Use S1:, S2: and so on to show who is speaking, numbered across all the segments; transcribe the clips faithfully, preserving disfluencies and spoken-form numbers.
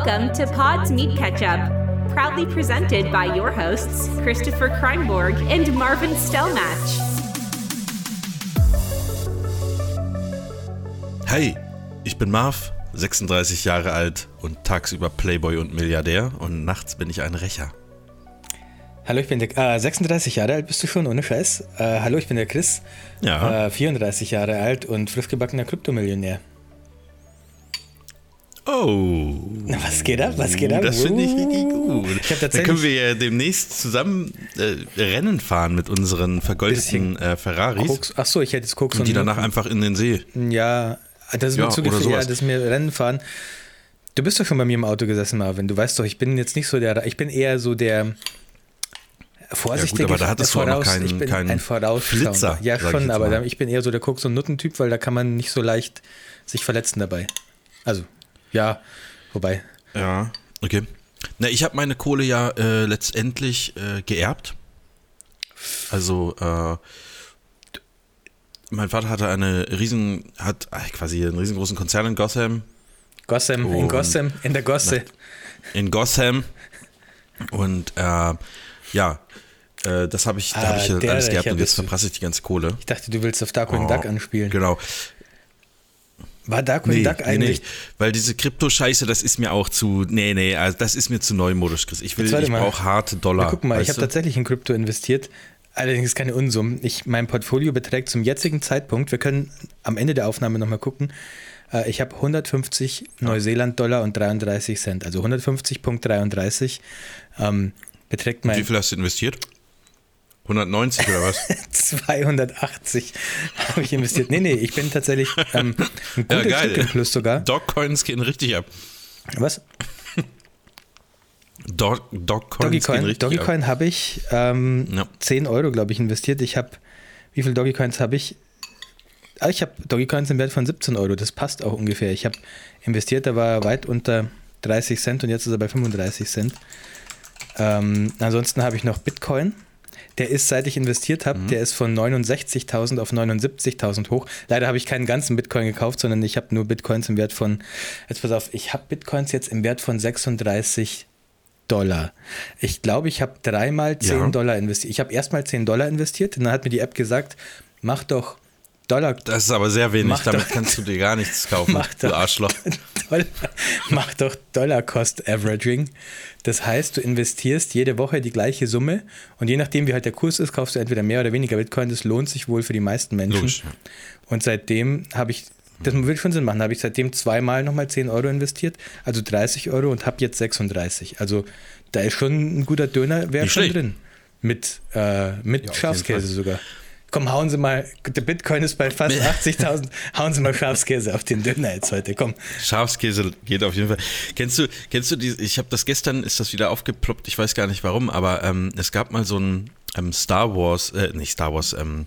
S1: Welcome to Pod's Meat Ketchup, proudly presented by your hosts, Christopher Kreinborg and Marvin Stellmatch.
S2: Hey, ich bin Marv, sechsunddreißig Jahre alt und tagsüber Playboy und Milliardär und nachts bin ich ein Rächer.
S3: Hallo, ich bin der, äh, sechsunddreißig Jahre alt bist du schon, ohne Scheiß. Äh, hallo, ich bin der Chris,
S2: Ja.
S3: äh, vierunddreißig Jahre alt und frisch gebackener Kryptomillionär.
S2: Oh.
S3: Na, was geht ab, was geht ab?
S2: Das finde ich richtig gut.
S3: Ich hab
S2: Dann können wir ja demnächst zusammen äh, Rennen fahren mit unseren vergoldeten äh, Ferraris.
S3: Koks, ach so, ich hätte jetzt Koks
S2: und
S3: und
S2: die danach einfach in den See.
S3: Ja, das ist
S2: Ja,
S3: mir zu
S2: oder
S3: gefährlich, ja,
S2: sowas.
S3: das ist mir Rennen fahren. Du bist doch schon bei mir im Auto gesessen, Marvin. Du weißt doch, ich bin jetzt nicht so der, ich bin eher so der vorsichtige,
S2: Ja gut, aber da hattest du auch noch keinen-
S3: ich bin
S2: keinen
S3: ein Vorausschauender.
S2: Flitzer,
S3: Ja,
S2: sag ich
S3: schon,
S2: jetzt
S3: aber
S2: mal.
S3: da, ich bin eher so der Koks- und Nuttentyp, weil da kann man nicht so leicht sich verletzen dabei. Also, ja, wobei.
S2: Ja, okay. Na, ich habe meine Kohle ja äh, letztendlich äh, geerbt. Also, äh, mein Vater hatte eine riesen, hat äh, quasi einen riesengroßen Konzern in Gotham.
S3: Gotham, in
S2: Und-
S3: Gotham, in der Gosse.
S2: In Gotham. Und äh, ja, äh, das habe ich, da
S3: Ah,
S2: habe ich ja
S3: der
S2: alles geerbt
S3: Rächer
S2: und jetzt
S3: bist du.
S2: verprasse ich die ganze Kohle.
S3: Ich dachte, du willst auf Darkwing Duck anspielen.
S2: Genau.
S3: War Darkwing
S2: Nee,
S3: Duck
S2: nee,
S3: eigentlich?
S2: nee, weil diese Krypto-Scheiße, das ist mir auch zu, nee, nee, also das ist mir zu neumodisch, Chris. Ich will,
S3: Jetzt warte
S2: ich
S3: mal.
S2: brauche harte Dollar.
S3: Ja, guck mal, ich
S2: weißt
S3: habe
S2: du?
S3: tatsächlich in Krypto investiert, allerdings keine Unsummen. Ich, mein Portfolio beträgt zum jetzigen Zeitpunkt, wir können am Ende der Aufnahme nochmal gucken, äh, ich habe hundertfünfzig Neuseeland-Dollar und dreiunddreißig Cent, also hundertfünfzig Komma dreiunddreißig ähm, beträgt
S2: Wie
S3: mein
S2: viel hast du investiert? hundertneunzig oder was?
S3: zweihundertachtzig habe ich investiert. Nee, nee, ich bin tatsächlich ähm, ein
S2: Ja,
S3: gutes
S2: geil.
S3: Stück im Plus sogar.
S2: Dogcoins gehen richtig ab.
S3: Was?
S2: Dog, Dogcoins gehen
S3: Dogecoin,
S2: richtig
S3: Dogecoin habe ich ähm,
S2: Ja.
S3: zehn Euro, glaube ich, investiert. Ich habe, wie viele Dogecoins habe ich? Ah, ich habe Dogecoins im Wert von siebzehn Euro, das passt auch ungefähr. Ich habe investiert, da war er weit unter dreißig Cent und jetzt ist er bei fünfunddreißig Cent. Ähm, ansonsten habe ich noch Bitcoin. Der ist, seit ich investiert habe, der ist von neunundsechzigtausend auf neunundsiebzigtausend hoch. Leider habe ich keinen ganzen Bitcoin gekauft, sondern ich habe nur Bitcoins im Wert von, jetzt pass auf, ich habe Bitcoins jetzt im Wert von sechsunddreißig Dollar. Ich glaube, ich habe dreimal zehn
S2: Ja.
S3: Dollar investiert. Ich habe erstmal zehn Dollar investiert und dann hat mir die App gesagt, mach doch Dollar.
S2: Das ist aber sehr wenig,
S3: Mach
S2: damit
S3: doch-
S2: kannst du dir gar nichts kaufen,
S3: Mach
S2: du
S3: doch-
S2: Arschloch.
S3: Dollar, mach doch Dollar Cost Averaging. Das heißt, du investierst jede Woche die gleiche Summe und je nachdem, wie halt der Kurs ist, kaufst du entweder mehr oder weniger Bitcoin. Das lohnt sich wohl für die meisten Menschen.
S2: Logisch.
S3: Und seitdem habe ich, das will schon Sinn machen, habe ich seitdem zweimal nochmal zehn Euro investiert, also dreißig Euro und habe jetzt sechsunddreißig. Also da ist schon ein guter Döner, wäre
S2: Nicht
S3: schon
S2: schlecht.
S3: drin. Mit, äh, mit
S2: Ja, auf
S3: Schafskäse
S2: jeden
S3: sogar. Komm, hauen Sie mal, der Bitcoin ist bei fast achtzigtausend, hauen Sie mal Schafskäse auf den Döner jetzt heute, komm.
S2: Schafskäse geht auf jeden Fall. Kennst du, kennst du die, ich habe das gestern, ist das wieder aufgeploppt, ich weiß gar nicht warum, aber ähm, es gab mal so ein ähm, Star Wars, äh, nicht Star Wars, ähm,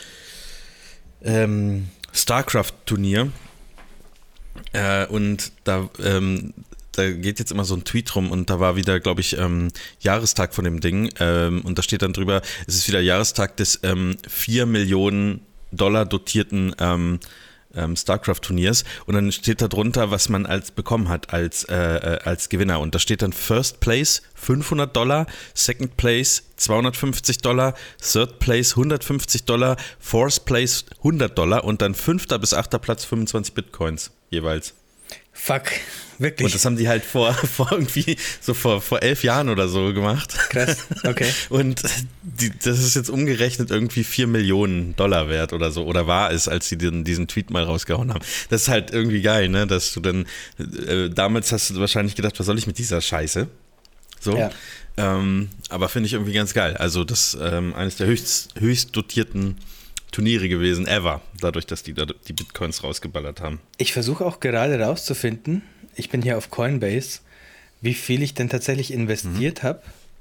S2: ähm, StarCraft-Turnier äh, und da, ähm, da geht jetzt immer so ein Tweet rum und da war wieder, glaube ich, ähm, Jahrestag von dem Ding ähm, und da steht dann drüber, es ist wieder Jahrestag des ähm, vier Millionen Dollar dotierten ähm, ähm, StarCraft-Turniers und dann steht da drunter, was man als bekommen hat als, äh, äh, als Gewinner und da steht dann First Place fünfhundert Dollar, Second Place zweihundertfünfzig Dollar, Third Place hundertfünfzig Dollar, Fourth Place hundert Dollar und dann fünfter bis achter Platz fünfundzwanzig Bitcoins jeweils.
S3: Fuck, wirklich.
S2: Und das haben die halt vor, vor irgendwie so vor, vor elf Jahren oder so gemacht.
S3: Krass, okay.
S2: Und die, das ist jetzt umgerechnet irgendwie vier Millionen Dollar wert oder so. Oder war es, als sie den, diesen Tweet mal rausgehauen haben. Das ist halt irgendwie geil, ne? Dass du dann, äh, damals hast du wahrscheinlich gedacht, was soll ich mit dieser Scheiße? So.
S3: Ja.
S2: Ähm, aber finde ich irgendwie ganz geil. Also das ist ähm, eines der höchst, höchst dotierten Turniere gewesen ever, dadurch, dass die da die Bitcoins rausgeballert haben.
S3: Ich versuche auch gerade rauszufinden, ich bin hier auf Coinbase, wie viel ich denn tatsächlich investiert
S2: Mhm.
S3: habe.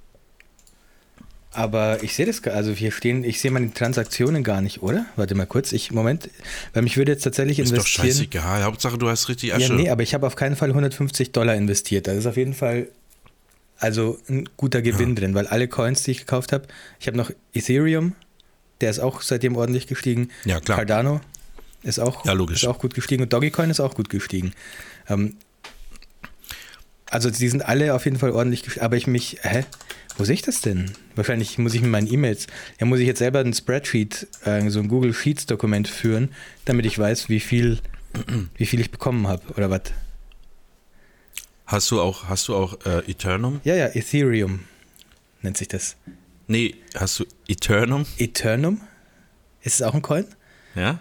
S3: Aber ich sehe das, gar- also hier stehen, ich sehe meine Transaktionen gar nicht, oder? Warte mal kurz, ich, Moment, weil mich würde jetzt tatsächlich
S2: Ist doch
S3: investieren.
S2: scheißegal, Hauptsache du hast richtig Asche.
S3: Ja, nee, aber ich habe auf keinen Fall hundertfünfzig Dollar investiert. Das ist auf jeden Fall also ein guter Gewinn
S2: Ja.
S3: drin, weil alle Coins, die ich gekauft habe, ich habe noch Ethereum, der ist auch seitdem ordentlich gestiegen.
S2: Ja, klar.
S3: Cardano ist auch,
S2: Ja, logisch.
S3: ist auch gut gestiegen und Dogecoin ist auch gut gestiegen. Ähm, Also die sind alle auf jeden Fall ordentlich, gesch- aber ich mich, hä? Wo sehe ich das denn? Wahrscheinlich muss ich mit meinen E-Mails, ja, muss ich jetzt selber ein Spreadsheet, äh, so ein Google Sheets Dokument führen, damit ich weiß, wie viel, wie viel ich bekommen habe oder was.
S2: Hast du auch, hast du auch äh, Eternum?
S3: Ja, ja, Ethereum nennt sich das.
S2: Nee, hast du Eternum?
S3: Eternum? Ist es auch ein Coin?
S2: Ja?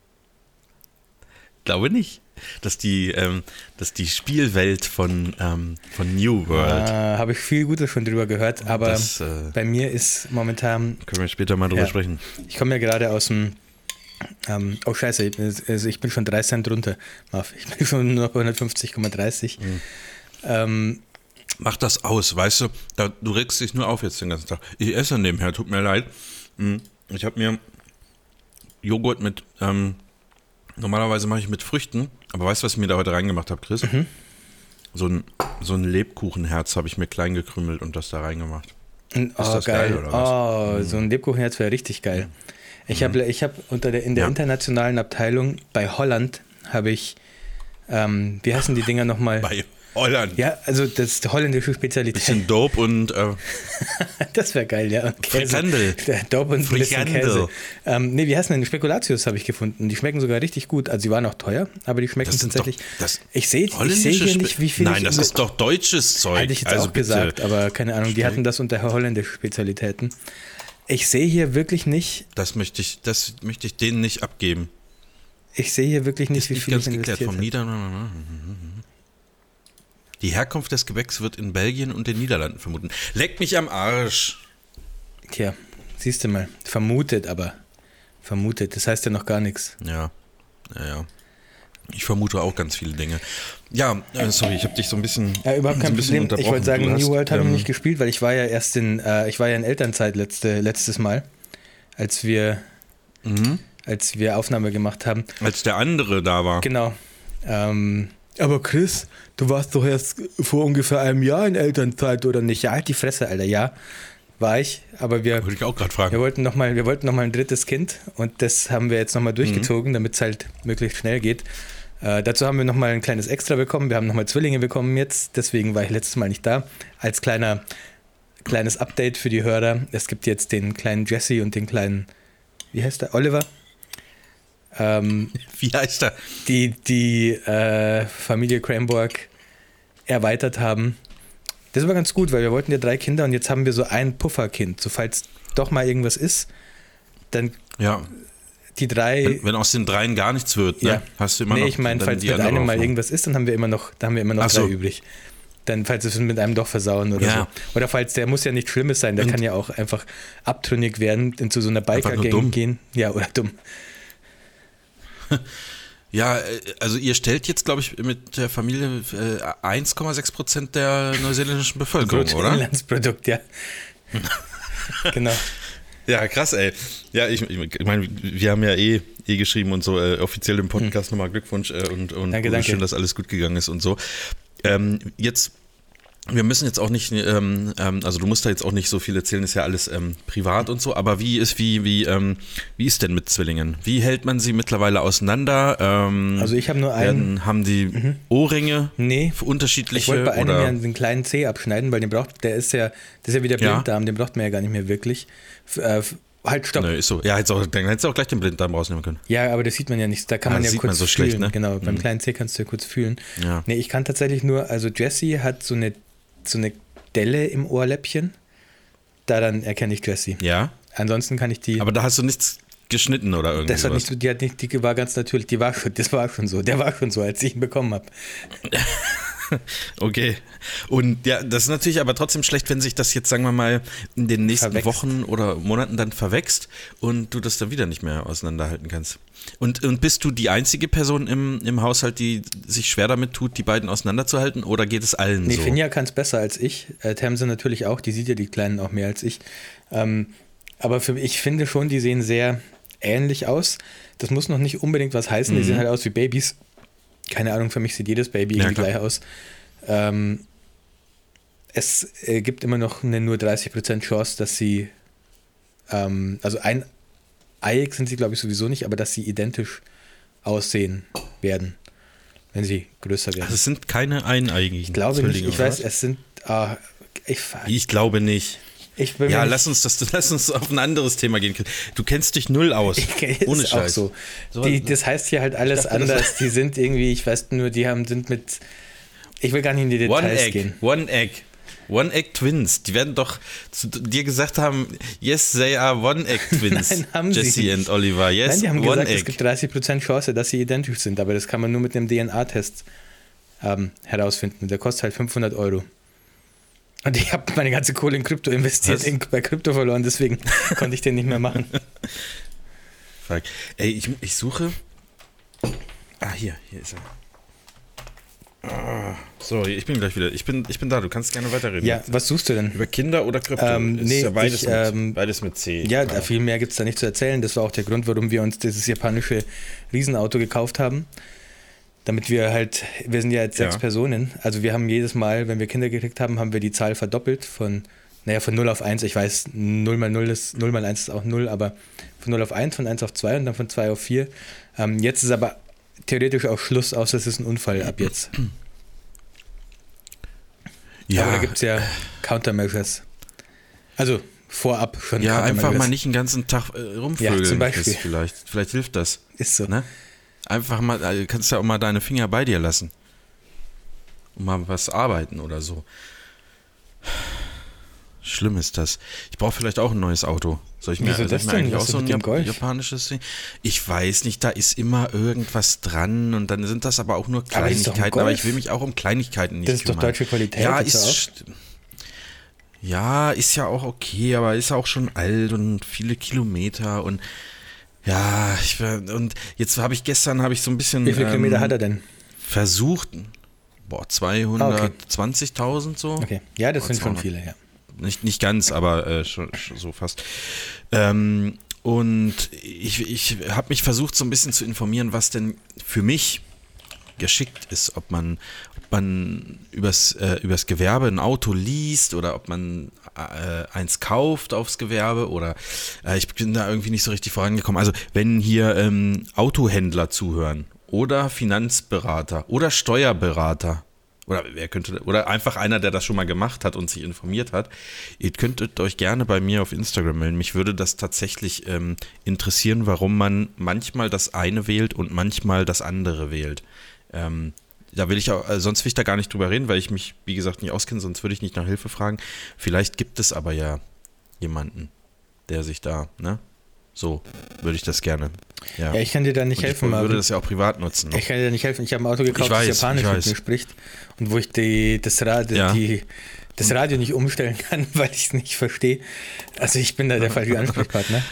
S2: Glaube nicht. Dass die, ähm, dass die Spielwelt von, ähm, von New World.
S3: Äh, habe ich viel Gutes schon drüber gehört, aber
S2: Das, äh,
S3: bei mir ist momentan,
S2: können wir später mal drüber
S3: Ja.
S2: sprechen.
S3: ich komme ja gerade aus dem, ähm, oh scheiße, also ich bin schon drei Cent runter, Marv. Ich bin schon nur noch bei hundertfünfzig Komma dreißig.
S2: Mhm.
S3: Ähm,
S2: Mach das aus, weißt du, da, du regst dich nur auf jetzt den ganzen Tag. Ich esse nebenher, tut mir leid. Hm, Ich habe mir Joghurt mit, ähm, normalerweise mache ich mit Früchten, aber weißt du, was ich mir da heute reingemacht habe, Chris?
S3: Mhm.
S2: So ein, so ein Lebkuchenherz habe ich mir klein gekrümelt und das da reingemacht.
S3: oh,
S2: das
S3: geil.
S2: geil, oder was?
S3: Oh, so ein Lebkuchenherz wäre richtig geil. Ich habe ich hab unter der, in der
S2: Ja.
S3: internationalen Abteilung bei Holland habe ich, ähm, wie heißen die Dinger nochmal?
S2: Bei Holland.
S3: Ja, also das ist die holländische Spezialität.
S2: Bisschen Dope und äh,
S3: Das wäre geil, ja. Und Käse.
S2: Frikandel.
S3: Der Dope und ein bisschen
S2: Frikandel.
S3: Käse. Ähm, nee, wie heißen denn? Spekulatius habe ich gefunden. Die schmecken sogar richtig gut. Also, sie waren auch teuer, aber die schmecken
S2: das sind
S3: tatsächlich.
S2: doch das
S3: ich sehe ich seh
S2: holländische
S3: hier
S2: Spe-
S3: nicht, wie viel.
S2: Nein,
S3: ich
S2: das ist doch deutsches Zeug.
S3: Hätte ich jetzt
S2: also
S3: auch
S2: bitte.
S3: gesagt, aber keine Ahnung. Die hatten das unter holländische Spezialitäten. Ich sehe hier wirklich nicht,
S2: Das möchte ich, das möchte ich denen nicht abgeben.
S3: ich sehe hier wirklich nicht,
S2: Ist
S3: wie
S2: nicht
S3: viel
S2: ganz
S3: ich
S2: geklärt
S3: investiert
S2: vom
S3: habe.
S2: Niederlanden. Die Herkunft des Gewächs wird in Belgien und den Niederlanden vermuten. Leck mich am Arsch.
S3: Tja, siehst du mal. Vermutet aber. Vermutet. Das heißt ja noch gar nichts.
S2: Ja, ja, ja. Ich vermute auch ganz viele Dinge. Ja, äh, sorry, ich habe dich so ein bisschen
S3: Ja, überhaupt
S2: so
S3: kein
S2: ein bisschen
S3: Problem. Ich
S2: unterbrochen.
S3: wollte sagen,
S2: Du hast,
S3: New World habe ich
S2: ähm,
S3: nicht gespielt, weil ich war ja erst in, äh, ich war ja in Elternzeit letzte, letztes Mal, als wir,
S2: Mhm.
S3: als wir Aufnahme gemacht haben.
S2: Als der andere da war.
S3: Genau. Ähm, aber Chris, du warst doch erst vor ungefähr einem Jahr in Elternzeit, oder nicht? Ja, halt die Fresse, Alter. Ja, war ich. Aber wir,
S2: Würde ich auch gerade fragen.
S3: wir wollten nochmal, wir wollten noch mal ein drittes Kind, und das haben wir jetzt nochmal durchgezogen, damit es halt möglichst schnell geht. Äh, dazu haben wir nochmal ein kleines Extra bekommen. Wir haben nochmal Zwillinge bekommen jetzt. Deswegen war ich letztes Mal nicht da. Als kleiner, kleines Update für die Hörer. Es gibt jetzt den kleinen Jesse und den kleinen, wie heißt der? Oliver. Ähm,
S2: Wie heißt er?
S3: die die äh, Familie Cranborg erweitert haben. Das war ganz gut, weil wir wollten ja drei Kinder und jetzt haben wir so ein Pufferkind. So falls doch mal irgendwas ist, dann
S2: Ja,
S3: die drei...
S2: wenn, wenn aus den dreien gar nichts wird, ne?
S3: Ja.
S2: Hast du immer
S3: nee,
S2: noch
S3: ich meine,
S2: dann
S3: falls
S2: die
S3: mit
S2: andere
S3: einem mal
S2: Hoffnung.
S3: irgendwas ist, dann haben wir immer noch, dann haben wir immer noch
S2: Ach
S3: drei
S2: so.
S3: übrig. Dann, falls es mit einem doch versauen oder
S2: Ja.
S3: so. Oder falls der muss ja nichts Schlimmes sein, der
S2: Und-
S3: kann ja auch einfach abtrünnig werden, in zu so einer
S2: Einfach nur
S3: Biker-Gang
S2: dumm.
S3: gehen. Ja, oder dumm.
S2: Ja, äh, also ihr stellt jetzt, glaube ich, mit der Familie äh, eins Komma sechs Prozent der neuseeländischen Bevölkerung, oder?
S3: Bruttoinlandsprodukt, ja. Genau.
S2: Ja, krass, ey. Ja, ich, ich meine, wir haben ja eh, eh geschrieben und so, äh, offiziell im Podcast nochmal Glückwunsch äh, und, und
S3: Danke,
S2: cool,
S3: danke.
S2: schön, dass alles gut gegangen ist und so. Ähm, jetzt, wir müssen jetzt auch nicht, ähm, ähm, also du musst da jetzt auch nicht so viel erzählen, ist ja alles ähm, privat und so, aber wie ist, wie, wie, ähm, wie ist denn mit Zwillingen? Wie hält man sie mittlerweile auseinander? Ähm,
S3: Also ich habe nur einen.
S2: werden, haben die Ohrringe
S3: Nee.
S2: für unterschiedliche
S3: Ich wollte bei einem
S2: oder?
S3: ja den kleinen Zeh abschneiden, weil den braucht, der ist ja, das ist ja wie der
S2: Ja.
S3: Blinddarm, den braucht man ja gar nicht mehr wirklich. F äh, f- halt, stopp.
S2: Nö, ist so. Ja, hättest auch, dann hättest du auch gleich den Blinddarm rausnehmen können.
S3: Ja, aber das sieht man ja nicht. Da kann
S2: Ah,
S3: man
S2: das
S3: ja
S2: sieht
S3: kurz
S2: man so
S3: fühlen.
S2: schlecht, ne?
S3: Genau, beim
S2: Mhm.
S3: kleinen Zeh kannst du ja kurz fühlen.
S2: Ja.
S3: Nee, ich kann tatsächlich nur, also Jessie hat so eine, so eine Delle im Ohrläppchen. Daran erkenne ich Jessie.
S2: Ja,
S3: Ansonsten kann ich die.
S2: aber da hast du nichts geschnitten oder irgendwie
S3: das hat
S2: sowas.
S3: nicht, so- die hat nicht, die war ganz natürlich, die war schon, das war schon so. Der war schon so, als ich ihn bekommen habe.
S2: Okay. Und ja, das ist natürlich aber trotzdem schlecht, wenn sich das jetzt, sagen wir mal, in den nächsten
S3: Verwächst.
S2: Wochen oder Monaten dann verwächst und du das dann wieder nicht mehr auseinanderhalten kannst. Und, und bist du die einzige Person im, im Haushalt, die sich schwer damit tut, die beiden auseinanderzuhalten, oder geht es allen
S3: Nee,
S2: so?
S3: Finja kann es besser als ich. Äh, Tamsin natürlich auch, die sieht ja die Kleinen auch mehr als ich. Ähm, aber für, ich finde schon, die sehen sehr ähnlich aus. Das muss noch nicht unbedingt was heißen, die
S2: Mhm.
S3: sehen halt aus wie Babys. Keine Ahnung, für mich sieht jedes Baby
S2: Ja,
S3: irgendwie
S2: klar.
S3: gleich aus. Ähm, es äh, gibt immer noch eine nur dreißig Prozent Chance, dass sie, ähm, also ein Eiig sind sie, glaube ich, sowieso nicht, aber dass sie identisch aussehen werden. wenn sie größer werden.
S2: Also es sind keine eineigigen
S3: Ich glaube
S2: Zwillinge,
S3: nicht, ich
S2: oder
S3: weiß,
S2: was?
S3: es sind, ah, ich,
S2: Ich glaube nicht.
S3: ich bin
S2: Ja,
S3: mir nicht,
S2: lass uns, das, lass uns auf ein anderes Thema gehen. Du kennst dich null aus.
S3: ist
S2: Ohne
S3: auch
S2: Scheiß.
S3: so.
S2: So,
S3: Die, das heißt hier halt alles
S2: dachte, das-
S3: anders, die sind irgendwie, ich weiß nur, die haben, sind mit, ich will gar nicht in die
S2: One
S3: Details
S2: Egg,
S3: gehen.
S2: One Egg. One Egg Twins. Die werden doch zu dir gesagt haben, yes, they are One Egg Twins.
S3: Nein, haben sie
S2: Jesse
S3: nicht.
S2: and Oliver. Yes,
S3: Nein, die haben
S2: One
S3: gesagt,
S2: Egg.
S3: es gibt dreißig Prozent Chance, dass sie identisch sind, aber das kann man nur mit einem D N A-Test ähm, herausfinden. Der kostet halt fünfhundert Euro. Und ich habe meine ganze Kohle in Krypto investiert,
S2: Was?
S3: in, bei Krypto verloren, deswegen konnte ich den nicht mehr machen.
S2: Fuck. Ey, ich, ich suche. Ah, hier, hier ist er. Ah, so, ich bin gleich wieder. Ich bin, ich bin da, du kannst gerne weiterreden.
S3: Ja, was suchst du denn?
S2: Über Kinder oder Krypto?
S3: Ähm,
S2: Ist
S3: nee,
S2: ja beides,
S3: ich,
S2: mit,
S3: ähm,
S2: beides mit C.
S3: Ja, da viel mehr gibt es da nicht zu erzählen. Das war auch der Grund, warum wir uns dieses japanische Riesenauto gekauft haben. Damit wir halt, wir sind ja jetzt sechs
S2: Ja.
S3: Personen. Also wir haben jedes Mal, wenn wir Kinder gekriegt haben, haben wir die Zahl verdoppelt von, naja, von null auf eins. Ich weiß, null mal null ist, null mal eins ist auch null, aber von null auf eins, von eins auf zwei und dann von zwei auf vier. Ähm, jetzt ist aber theoretisch auch Schluss, außer es ist ein Unfall ab jetzt.
S2: ja,
S3: Aber da gibt es ja Countermeasures. Also vorab schon
S2: ja einfach
S3: Countermeasures.
S2: mal nicht den ganzen Tag äh, rumvögeln.
S3: Ja, zum Beispiel.
S2: Chris, Vielleicht, vielleicht hilft das.
S3: Ist so.
S2: Ne? Einfach mal, also kannst ja auch mal deine Finger bei dir lassen. Und mal was arbeiten oder so. Schlimm ist das. Ich brauche vielleicht auch ein neues Auto. Soll ich mir,
S3: Wieso
S2: soll
S3: das
S2: ich mir
S3: denn?
S2: eigentlich
S3: Was
S2: auch
S3: ist
S2: so ein
S3: mit dem
S2: Jap
S3: Golf?
S2: japanisches Ding? Ich weiß nicht, da ist immer irgendwas dran und dann sind das aber auch nur
S3: Aber ist doch ein
S2: Kleinigkeiten. Aber,
S3: Golf.
S2: ich will mich auch um Kleinigkeiten nicht
S3: Das ist doch
S2: kümmern.
S3: deutsche Qualität.
S2: Ja,
S3: gibt's ja
S2: ist, ja, ist ja auch okay, aber ist auch schon alt und viele Kilometer und ja, ich war- und jetzt habe ich gestern habe ich so ein bisschen
S3: Wie viele
S2: ähm,
S3: Kilometer hat er denn?
S2: versucht, boah, zweihundertzwanzigtausend so.
S3: Okay, ja, das
S2: Oh,
S3: sind schon
S2: zweihundert.
S3: viele, ja.
S2: Nicht, nicht ganz, aber äh, schon, schon so fast. Ähm, und ich, ich habe mich versucht, so ein bisschen zu informieren, was denn für mich geschickt ist, ob man, ob man übers, äh, übers Gewerbe ein Auto liest oder ob man äh, eins kauft aufs Gewerbe oder äh, ich bin da irgendwie nicht so richtig vorangekommen. Also wenn hier ähm, Autohändler zuhören oder Finanzberater oder Steuerberater oder wer könnte, oder einfach einer, der das schon mal gemacht hat und sich informiert hat, ihr könntet euch gerne bei mir auf Instagram melden. Mich würde das tatsächlich ähm, interessieren, warum man manchmal das eine wählt und manchmal das andere wählt. Ähm, da will ich auch, äh, sonst will ich da gar nicht drüber reden, weil ich mich, wie gesagt, nicht auskenne, sonst würde ich nicht nach Hilfe fragen. Vielleicht gibt es aber ja jemanden, der sich da, ne? So würde ich das gerne. Ja,
S3: Ja, ich kann dir da nicht
S2: und
S3: helfen,
S2: ich würde
S3: Marvin.
S2: das ja auch privat nutzen. noch.
S3: Ich kann dir da nicht helfen. Ich habe ein Auto gekauft,
S2: Ich weiß,
S3: das Japanisch
S2: ich
S3: mit
S2: weiß.
S3: mir spricht und wo ich die, das, Radio,
S2: Ja.
S3: die, das Radio nicht umstellen kann, weil ich es nicht verstehe. Also ich bin da der falsche Ansprechpartner.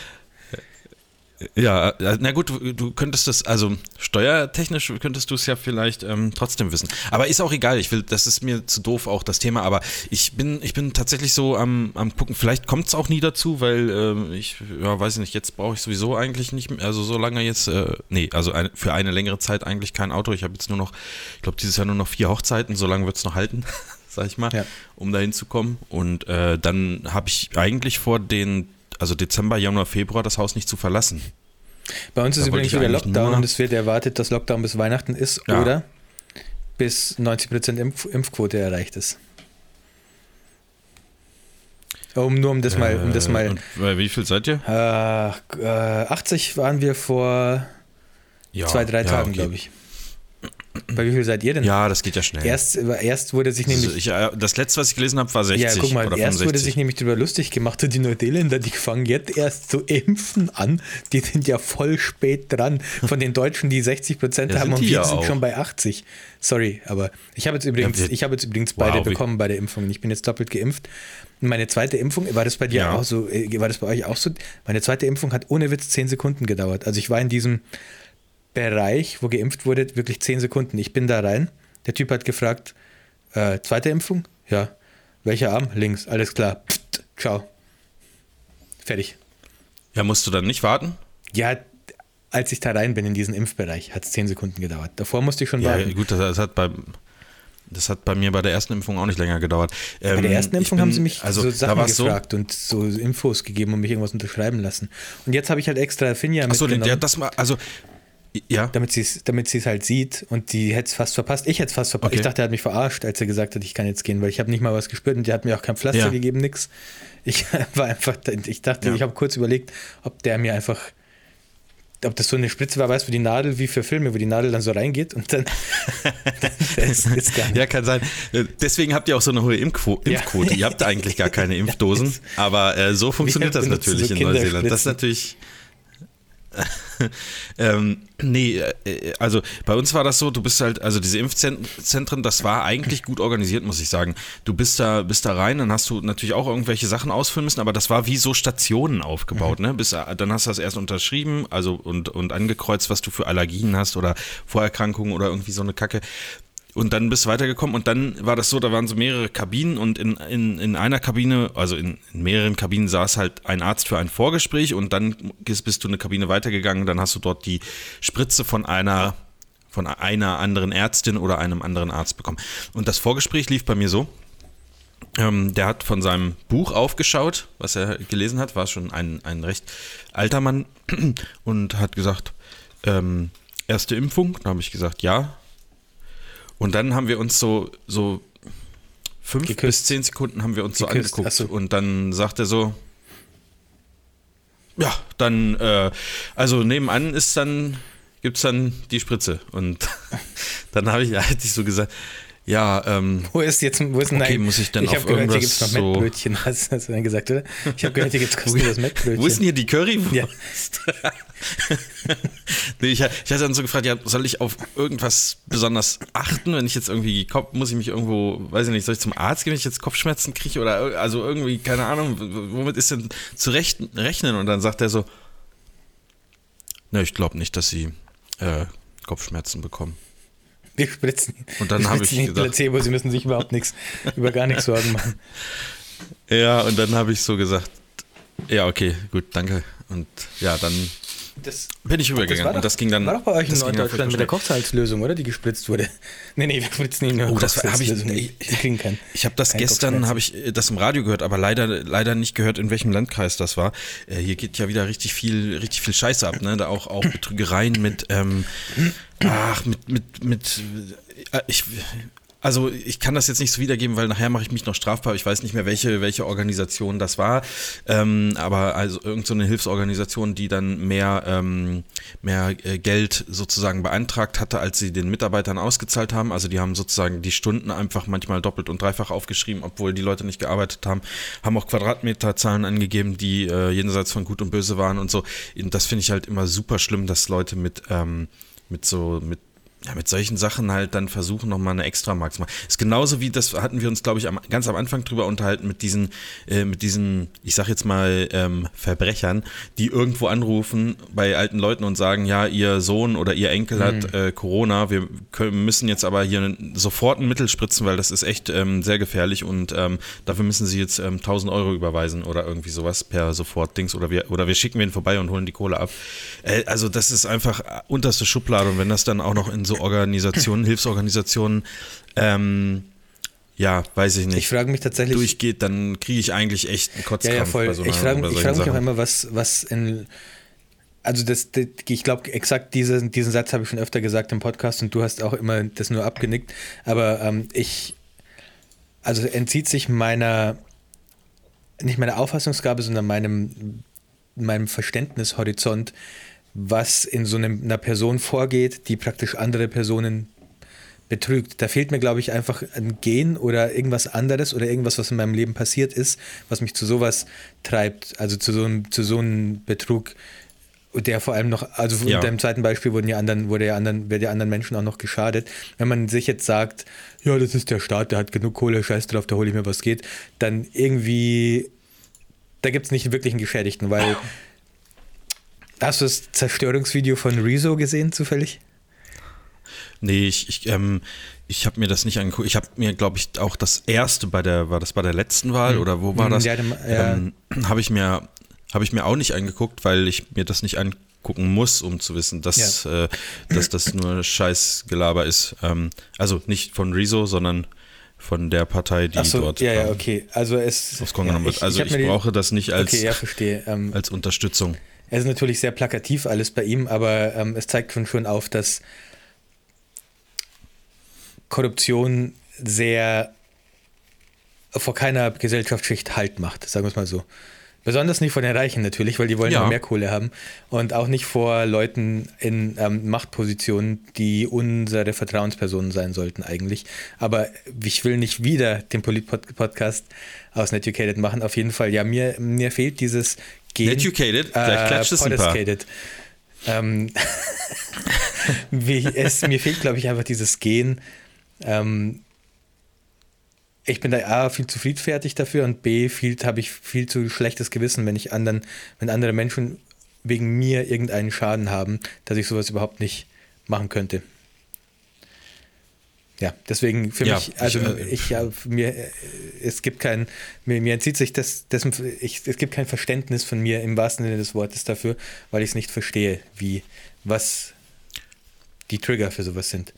S2: Ja, äh, na gut, du, du könntest das, also steuertechnisch könntest du es ja vielleicht ähm, trotzdem wissen. Aber ist auch egal, ich will, das ist mir zu doof auch das Thema, aber ich bin, ich bin tatsächlich so am, am gucken, vielleicht kommt es auch nie dazu, weil ähm, ich, ja, weiß ich nicht, jetzt brauche ich sowieso eigentlich nicht mehr, also so lange jetzt, äh, nee, also eine, für eine längere Zeit eigentlich kein Auto. Ich habe jetzt nur noch, ich glaube dieses Jahr nur noch vier Hochzeiten, so lange wird es noch halten, sag ich mal,
S3: Ja.
S2: um da hinzukommen. Und äh, dann habe ich eigentlich vor den also Dezember, Januar, Februar das Haus nicht zu verlassen.
S3: Bei uns ist
S2: Da wollte
S3: übrigens
S2: ich
S3: wieder
S2: eigentlich
S3: Lockdown
S2: nur-
S3: und es wird erwartet, dass Lockdown bis Weihnachten ist
S2: Ja.
S3: oder bis neunzig Prozent Impf Impfquote erreicht ist. Um, nur um das mal, um das
S2: Äh,
S3: mal.
S2: und, äh, wie viel seid ihr?
S3: Äh, äh, achtzig waren wir vor
S2: Ja,
S3: zwei, drei
S2: ja,
S3: Tagen,
S2: okay.
S3: glaube ich. Bei wie viel seid ihr denn?
S2: Ja, das geht ja schnell.
S3: Erst, erst wurde sich
S2: also
S3: nämlich.
S2: ich, äh, das letzte, was ich gelesen habe, war sechzig
S3: Ja, guck mal,
S2: oder
S3: erst wurde
S2: fünfundsechzig.
S3: sich nämlich darüber lustig gemacht, die Neuseeländer, die fangen jetzt erst zu impfen an. Die sind ja voll spät dran. Von den Deutschen, die sechzig Prozent
S2: Ja,
S3: haben
S2: sind
S3: und
S2: die
S3: wir
S2: ja
S3: sind
S2: auch.
S3: schon bei achtzig. Sorry, aber ich habe jetzt übrigens,
S2: Ja, wir-
S3: ich habe jetzt übrigens
S2: Wow,
S3: beide
S2: wie-
S3: bekommen bei der Impfung. Ich bin jetzt doppelt geimpft. Und meine zweite Impfung, war das bei dir
S2: Ja.
S3: auch so, äh, war das bei euch auch so? Meine zweite Impfung hat ohne Witz zehn Sekunden gedauert. Also ich war in diesem Bereich, wo geimpft wurde, wirklich zehn Sekunden. Ich bin da rein. Der Typ hat gefragt, äh, zweite Impfung? Ja. Welcher Arm? Links. Alles klar. Pft, ciao. Fertig.
S2: Ja, musst du dann nicht warten?
S3: Ja, als ich da rein bin in diesen Impfbereich, hat es zehn Sekunden gedauert. Davor musste ich schon
S2: Ja,
S3: warten.
S2: gut, das, das hat bei das hat bei mir bei der ersten Impfung auch nicht länger gedauert.
S3: Bei
S2: Ähm,
S3: der ersten
S2: ich
S3: Impfung
S2: bin-
S3: haben sie mich
S2: also,
S3: so
S2: da
S3: Sachen
S2: war's
S3: gefragt und so Infos gegeben und mich irgendwas unterschreiben lassen. Und jetzt habe ich halt extra Finja
S2: So, achso,
S3: mitgenommen.
S2: ja, das mal, also Ja.
S3: Damit sie es damit sie's halt sieht und die hätte es fast verpasst. Ich hätte es fast verpasst.
S2: Okay.
S3: Ich dachte, er hat mich verarscht, als er gesagt hat, ich kann jetzt gehen, weil ich habe nicht mal was gespürt und der hat mir auch kein Pflaster
S2: Ja.
S3: gegeben, nix. Ich war einfach, ich dachte,
S2: Ja.
S3: ich habe kurz überlegt, ob der mir einfach, ob das so eine Spritze war, weißt du, die Nadel wie für Filme, wo die Nadel dann so reingeht und dann, dann ist, ist gar nicht.
S2: Ja, kann sein. Deswegen habt ihr auch so eine hohe Impfquo-
S3: Ja.
S2: Impfquote. Ihr habt eigentlich gar keine Impfdosen, aber äh, so funktioniert das
S3: benutzen
S2: natürlich
S3: so
S2: in Neuseeland. Das ist
S3: Kinderspritzen.
S2: natürlich... ähm, nee, äh, also bei uns war das so, du bist halt, also diese Impfzentren, das war eigentlich gut organisiert, muss ich sagen. Du bist da, bist da rein, dann hast du natürlich auch irgendwelche Sachen ausfüllen müssen, aber das war wie so Stationen aufgebaut, mhm. ne? Bis, dann hast du das erst unterschrieben, also und, und angekreuzt, was du für Allergien hast oder Vorerkrankungen oder irgendwie so eine Kacke. Und dann bist du weitergekommen und dann war das so, da waren so mehrere Kabinen und in, in, in einer Kabine, also in, in mehreren Kabinen saß halt ein Arzt für ein Vorgespräch und dann bist du eine Kabine weitergegangen, dann hast du dort die Spritze von einer, von einer anderen Ärztin oder einem anderen Arzt bekommen. Und das Vorgespräch lief bei mir so, ähm, der hat von seinem Buch aufgeschaut, was er gelesen hat, war schon ein, ein recht alter Mann und hat gesagt, ähm, erste Impfung, da habe ich gesagt, ja. Und dann haben wir uns so, so fünf
S3: Geküsst.
S2: bis zehn Sekunden haben wir uns
S3: Geküsst,
S2: so angeguckt.
S3: ach so.
S2: Und dann sagt er so, ja, dann, äh, also nebenan ist dann, gibt's dann die Spritze. Und dann habe ich eigentlich so gesagt, ja, ähm,
S3: Wo ist jetzt, wo ist denn
S2: okay,
S3: ein,
S2: muss ich dann
S3: ich
S2: auf
S3: habe gehört, hier
S2: irgendwas
S3: gibt es noch
S2: so-
S3: Mettbrötchen, hast, hast du dann gesagt, oder? Ich habe gehört, hier gibt es kostenlos Mettbrötchen.
S2: wo ist denn hier die Currywurst?
S3: Ja.
S2: nee, ich, ich hatte dann so gefragt, ja, soll ich auf irgendwas besonders achten, wenn ich jetzt irgendwie, Kopf, muss ich mich irgendwo, weiß ich nicht, soll ich zum Arzt gehen, wenn ich jetzt Kopfschmerzen kriege oder ir- also irgendwie, keine Ahnung, w- womit ist denn zu recht, rechnen? Und dann sagt er so, ne, ich glaube nicht, dass sie äh, Kopfschmerzen bekommen.
S3: Wir spritzen,
S2: Und dann
S3: wir
S2: habe
S3: spritzen
S2: ich
S3: Ihnen
S2: gedacht-
S3: Placebo, Sie müssen sich überhaupt nichts, über gar nichts Sorgen machen.
S2: Ja, und dann habe ich so gesagt, ja, okay, gut, danke. Und ja, dann
S3: Das,
S2: bin ich rübergegangen.
S3: war doch,
S2: und das ging dann.
S3: war doch bei euch in
S2: das ging dann
S3: Norddeutschland mit der
S2: furchtbar
S3: Kochsalzlösung, oder? Die gespritzt wurde. Nee, nee, wir spritzen nicht nur
S2: Oh, das habe ich-
S3: Kochsalzlösung. Die kriegen kein,
S2: Ich habe das
S3: kein
S2: gestern,
S3: Kopfschmerzen.
S2: habe ich äh, das im Radio gehört, aber leider, leider nicht gehört, in welchem Landkreis das war. Äh, hier geht ja wieder richtig viel, richtig viel Scheiße ab, ne? Da auch, auch Betrügereien mit, ähm, ach, mit, mit, mit, äh, ich, also ich kann das jetzt nicht so wiedergeben, weil nachher mache ich mich noch strafbar. Ich weiß nicht mehr, welche, welche Organisation das war, ähm, aber also irgend so eine Hilfsorganisation, die dann mehr, ähm, mehr äh, Geld sozusagen beantragt hatte, als sie den Mitarbeitern ausgezahlt haben. Also die haben sozusagen die Stunden einfach manchmal doppelt und dreifach aufgeschrieben, obwohl die Leute nicht gearbeitet haben, haben auch Quadratmeterzahlen angegeben, die äh, jenseits von Gut und Böse waren und so. Und das finde ich halt immer super schlimm, dass Leute mit, ähm, mit so, mit ja, mit solchen Sachen halt dann versuchen, nochmal eine Extramark zu machen. Ist genauso wie, das hatten wir uns, glaube ich, am, ganz am Anfang drüber unterhalten, mit diesen, äh, mit diesen, ich sag jetzt mal, ähm, Verbrechern, die irgendwo anrufen bei alten Leuten und sagen, ja, ihr Sohn oder ihr Enkel mhm. hat äh, Corona, wir können, müssen jetzt aber hier sofort ein Mittel spritzen, weil das ist echt ähm, sehr gefährlich und ähm, dafür müssen sie jetzt ähm, tausend Euro überweisen oder irgendwie sowas per Sofort-Dings oder wir, oder wir schicken wen vorbei und holen die Kohle ab. Äh, also das ist einfach unterste Schublade und wenn das dann auch noch in so Organisationen, Hilfsorganisationen, ähm, ja, weiß ich nicht,
S3: Ich frage mich tatsächlich,
S2: durchgeht, dann kriege ich eigentlich echt einen Kotzkrampf.
S3: ja, ja, voll.
S2: Bei so einer,
S3: ich frage
S2: bei
S3: ich
S2: solchen
S3: frag mich auch
S2: Sachen.
S3: immer, was, was in, also das, das ich glaube exakt diese, diesen Satz habe ich schon öfter gesagt im Podcast und du hast auch immer das nur abgenickt, aber ähm, ich, also entzieht sich meiner, nicht meiner Auffassungsgabe, sondern meinem, meinem Verständnishorizont, was in so einem, einer Person vorgeht, die praktisch andere Personen betrügt. Da fehlt mir, glaube ich, einfach ein Gen oder irgendwas anderes oder irgendwas, was in meinem Leben passiert ist, was mich zu sowas treibt, also zu so einem, zu so einem Betrug, der vor allem noch, also
S2: Ja.
S3: in deinem zweiten Beispiel wurden ja anderen, wurde ja anderen, wird ja anderen Menschen auch noch geschadet. Wenn man sich jetzt sagt, ja, das ist der Staat, der hat genug Kohle, scheiß drauf, da hole ich mir was geht, dann irgendwie, da gibt es nicht wirklich einen Geschädigten, weil hast du das Zerstörungsvideo von Rezo gesehen, zufällig?
S2: Nee, ich, ich, ähm, ich habe mir das nicht angeguckt. Ich habe mir, glaube ich, auch das erste bei der, war das bei der letzten Wahl
S3: Mhm.
S2: oder wo war das?
S3: Ja, dem- ja.
S2: Ähm, habe ich mir, habe ich mir auch nicht angeguckt, weil ich mir das nicht angucken muss, um zu wissen, dass,
S3: Ja.
S2: äh, dass das nur Scheißgelaber ist. Ähm, also nicht von Rezo, sondern von der Partei, die
S3: Ach so,
S2: dort
S3: ja, ja,
S2: ähm,
S3: okay. Also es
S2: aufs Kongo genommen
S3: ja,
S2: wird. Also
S3: hab
S2: ich,
S3: mir die-
S2: brauche das nicht als,
S3: Okay, ja, verstehe. Ähm,
S2: als Unterstützung.
S3: Es ist natürlich sehr plakativ alles bei ihm, aber ähm, es zeigt schon schon auf, dass Korruption sehr vor keiner Gesellschaftsschicht Halt macht, sagen wir es mal so. Besonders nicht vor den Reichen natürlich, weil die wollen ja noch mehr Kohle haben. Und auch nicht vor Leuten in ähm, Machtpositionen, die unsere Vertrauenspersonen sein sollten eigentlich. Aber ich will nicht wieder den Polit-Podcast aus Netucated machen. Auf jeden Fall, ja, mir, mir fehlt dieses Gen.
S2: Netucated? Gleich klatscht es ein paar.
S3: Ähm, wie, es, mir fehlt, glaube ich, einfach dieses Gen. Ähm, ich bin da A, viel zu friedfertig dafür und B, habe ich viel zu schlechtes Gewissen, wenn ich anderen, wenn andere Menschen wegen mir irgendeinen Schaden haben, dass ich sowas überhaupt nicht machen könnte. Ja, deswegen für ja, mich, also ich, äh, ich ja, mir, es gibt kein, mir, mir entzieht sich das, dessen, ich, es gibt kein Verständnis von mir im wahrsten Sinne des Wortes dafür, weil ich es nicht verstehe, wie, was die Trigger für sowas sind.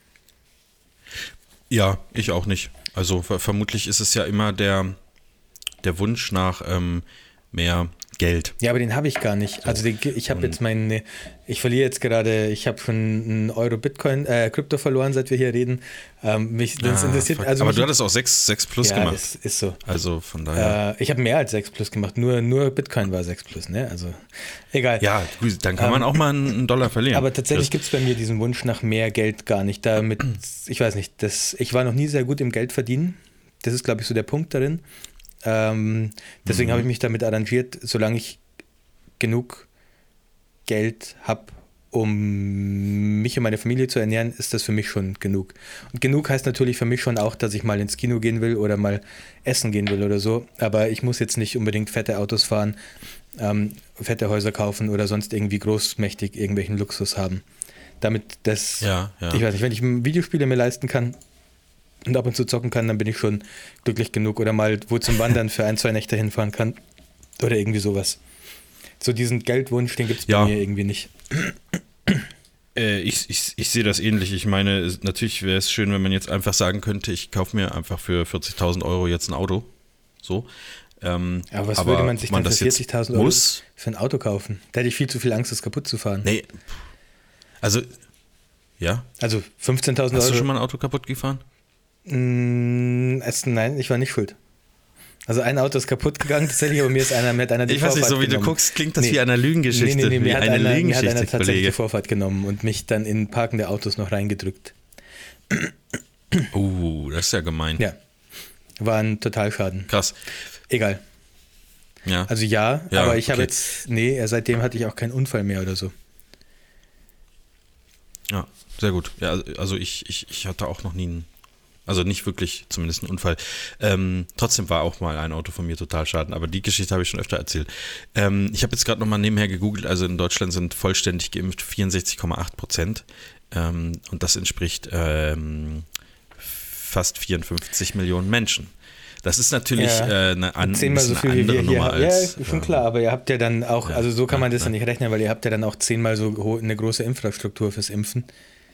S2: Ja, ich auch nicht. Also ver- vermutlich ist es ja immer der, der Wunsch nach ähm, mehr Geld.
S3: Ja, aber den habe ich gar nicht. Also den, ich habe jetzt meine, ich verliere jetzt gerade, ich habe schon einen Euro Bitcoin, äh, Krypto verloren, seit wir hier reden. Ähm, mich, das
S2: ah,
S3: interessiert, also
S2: aber
S3: mich,
S2: du hattest auch sechs plus
S3: ja,
S2: gemacht.
S3: Ist, ist so.
S2: Also von daher.
S3: Äh, ich habe mehr als sechs plus gemacht, nur, nur Bitcoin war sechs plus, ne? Also egal.
S2: Ja, dann kann man ähm, auch mal einen Dollar verlieren.
S3: Aber tatsächlich gibt es bei mir diesen Wunsch nach mehr Geld gar nicht. Damit, ich weiß nicht, das, ich war noch nie sehr gut im Geld verdienen. Das ist, glaube ich, so der Punkt darin. Ähm, deswegen mhm. habe ich mich damit arrangiert, solange ich genug Geld habe, um mich und meine Familie zu ernähren, ist das für mich schon genug. Und genug heißt natürlich für mich schon auch, dass ich mal ins Kino gehen will oder mal essen gehen will oder so. Aber ich muss jetzt nicht unbedingt fette Autos fahren, ähm, fette Häuser kaufen oder sonst irgendwie großmächtig irgendwelchen Luxus haben. Damit das,
S2: ja, ja.
S3: ich weiß nicht, wenn ich Videospiele mir leisten kann und ab und zu zocken kann, dann bin ich schon glücklich genug. Oder mal wo zum Wandern für ein, zwei Nächte hinfahren kann oder irgendwie sowas. So diesen Geldwunsch, den gibt es bei
S2: ja.
S3: mir irgendwie nicht.
S2: Äh, ich, ich, ich sehe das ähnlich. Ich meine, natürlich wäre es schön, wenn man jetzt einfach sagen könnte, ich kaufe mir einfach für vierzigtausend Euro jetzt ein Auto. So. Ähm,
S3: aber was
S2: aber
S3: würde man sich
S2: man
S3: dann für vierzigtausend Euro für ein Auto kaufen? Da hätte ich viel zu viel Angst, es kaputt zu fahren.
S2: Nee. Also, ja.
S3: Also fünfzehntausend Euro.
S2: Hast du schon mal ein Auto kaputt gefahren?
S3: Mm, es, nein, ich war nicht schuld. Also ein Auto ist kaputt gegangen, tatsächlich, aber mir ist einer mit einer die
S2: Ich
S3: Vorfahrt
S2: weiß nicht, so wie
S3: genommen.
S2: du guckst, klingt das
S3: nee.
S2: wie eine Lügengeschichte.
S3: Nee, nee, nee, mir
S2: wie
S3: hat
S2: eine
S3: einer,
S2: Lügengeschichte,
S3: mir hat einer tatsächlich
S2: Kollege.
S3: die Vorfahrt genommen und mich dann in parkende Autos noch reingedrückt.
S2: Oh, uh, das ist ja gemein.
S3: Ja, war ein Totalschaden.
S2: Krass.
S3: Egal.
S2: Ja.
S3: Also ja,
S2: ja
S3: aber ich
S2: okay.
S3: habe jetzt, nee, seitdem hatte ich auch keinen Unfall mehr oder so.
S2: Ja, sehr gut. Ja, also ich, ich, ich hatte auch noch nie einen, also nicht wirklich zumindest einen Unfall. Ähm, trotzdem war auch mal ein Auto von mir total schaden, aber die Geschichte habe ich schon öfter erzählt. Ähm, ich habe jetzt gerade nochmal nebenher gegoogelt, also in Deutschland sind vollständig geimpft vierundsechzig Komma acht Prozent ähm, und das entspricht ähm, fast vierundfünfzig Millionen Menschen. Das ist natürlich
S3: ja,
S2: äh, eine, an,
S3: zehnmal so viel
S2: eine andere
S3: wie wir hier
S2: Nummer
S3: haben.
S2: als...
S3: Ja, schon klar, aber ihr habt ja dann auch,
S2: ja,
S3: also so kann
S2: ja,
S3: man das
S2: ja.
S3: ja nicht rechnen, weil ihr habt ja dann auch zehnmal so eine große Infrastruktur fürs Impfen.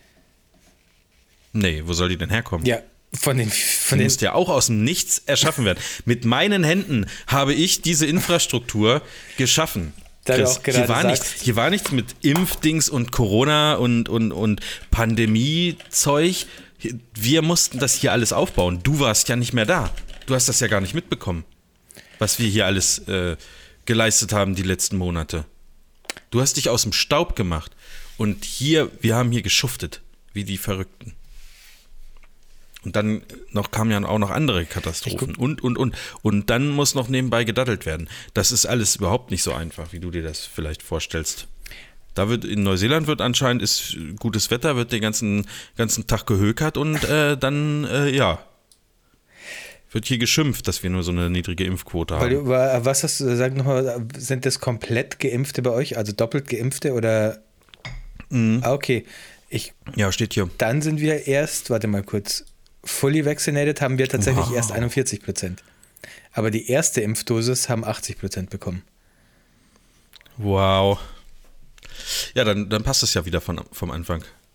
S2: Nee, wo soll die denn herkommen?
S3: Ja, von den... Von
S2: die
S3: den
S2: muss ja auch aus dem Nichts erschaffen werden. Mit meinen Händen habe ich diese Infrastruktur geschaffen.
S3: Da du
S2: Chris,
S3: auch gerade
S2: hier, war
S3: sagst-
S2: nichts, hier war nichts mit Impfdings und Corona und, und, und Pandemie-Zeug. Wir mussten das hier alles aufbauen. Du warst ja nicht mehr da. Du hast das ja gar nicht mitbekommen, was wir hier alles äh, geleistet haben die letzten Monate. Du hast dich aus dem Staub gemacht. Und hier, wir haben hier geschuftet, wie die Verrückten. Und dann noch kamen ja auch noch andere Katastrophen und, und, und. Und dann muss noch nebenbei gedaddelt werden. Das ist alles überhaupt nicht so einfach, wie du dir das vielleicht vorstellst. Da wird, in Neuseeland wird anscheinend, ist gutes Wetter, wird den ganzen, ganzen Tag gehökert und äh, dann, äh, ja, wird hier geschimpft, dass wir nur so eine niedrige Impfquote haben.
S3: Weil du, was hast du, sag nochmal, sind das komplett Geimpfte bei euch, also doppelt Geimpfte oder?
S2: Mhm.
S3: Ah, okay. Ich,
S2: ja, steht hier.
S3: Dann sind wir erst, warte mal kurz, fully vaccinated haben wir tatsächlich
S2: Wow.
S3: erst einundvierzig Prozent. Aber die erste Impfdosis haben achtzig Prozent bekommen.
S2: Wow. Ja, dann, dann passt es ja wieder von, vom Anfang.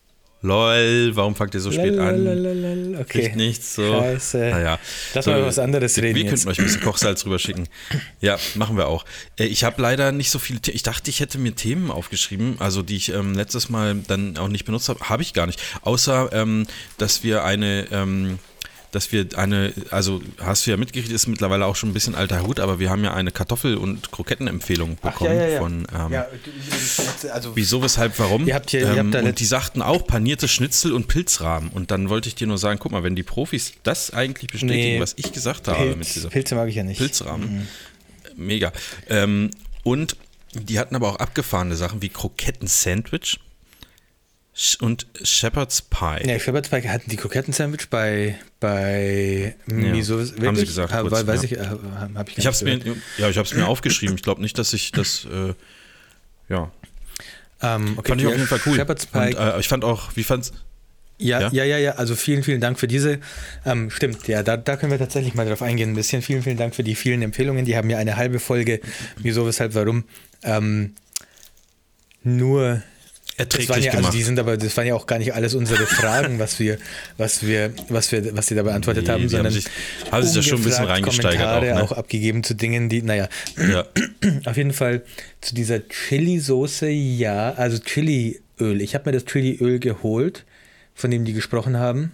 S2: lol, warum fangt ihr so spät an?
S3: Lalalala, okay.
S2: Kriegt nichts, so.
S3: Scheiße.
S2: Naja.
S3: Lass
S2: so,
S3: mal über was anderes reden
S2: Wir
S3: jetzt.
S2: könnten euch ein bisschen Kochsalz rüberschicken. Ja, machen wir auch. Äh, ich habe leider nicht so viele Themen. Ich dachte, ich hätte mir Themen aufgeschrieben, also die ich ähm, letztes Mal dann auch nicht benutzt habe. Habe ich gar nicht. Außer, ähm, dass wir eine... Ähm, dass wir eine, also hast du ja mitgekriegt, ist mittlerweile auch schon ein bisschen alter Hut, aber wir haben ja eine Kartoffel- und Krokettenempfehlung bekommen
S3: Ach, ja, ja, ja.
S2: von ähm,
S3: ja, also
S2: Wieso, weshalb, warum.
S3: Ihr habt hier- ihr habt
S2: ähm,
S3: da
S2: und
S3: letzt-
S2: die sagten auch panierte Schnitzel und Pilzrahmen. Und dann wollte ich dir nur sagen, guck mal, wenn die Profis das eigentlich bestätigen,
S3: Nee,
S2: was ich gesagt habe
S3: Pilz,
S2: mit dieser
S3: Pilze mag ich ja nicht.
S2: Pilzrahmen, mega. Ähm, und die hatten aber auch abgefahrene Sachen wie Kroketten-Sandwich und Shepherd's Pie.
S3: Ja, Shepherd's Pie hatten die Kroketten-Sandwich bei, bei Miso. Wirklich?
S2: haben sie gesagt,
S3: Ah,
S2: kurz,
S3: weiß
S2: ja.
S3: ich, äh, hab ich
S2: Ich habe es mir, ja, ich habe es mir aufgeschrieben. Ich glaube nicht, dass ich das, äh, ja,
S3: ähm, okay,
S2: fand ich auf
S3: ja,
S2: jeden Fall cool.
S3: Shepherd's Pie.
S2: Und, äh, ich fand auch, wie fand's?
S3: Ja,
S2: Ja?
S3: ja, ja, ja, also vielen, vielen Dank für diese, ähm, stimmt, ja, da, da können wir tatsächlich mal drauf eingehen ein bisschen. Vielen, vielen Dank für die vielen Empfehlungen. Die haben ja eine halbe Folge, wieso, weshalb, warum, ähm, nur das
S2: Erträglich
S3: waren ja, also
S2: gemacht.
S3: die sind aber, das waren ja auch gar nicht alles unsere Fragen, was wir, was wir, was wir, was sie da beantwortet
S2: Nee,
S3: haben,
S2: die
S3: sondern
S2: haben sich, haben sich da schon ein bisschen
S3: ungefragt
S2: reingesteigert
S3: Kommentare
S2: auch, ne?
S3: auch abgegeben zu Dingen, die, naja,
S2: Ja.
S3: auf jeden Fall zu dieser Chili-Soße, ja, also Chiliöl. Ich habe mir das Chiliöl geholt, von dem die gesprochen haben.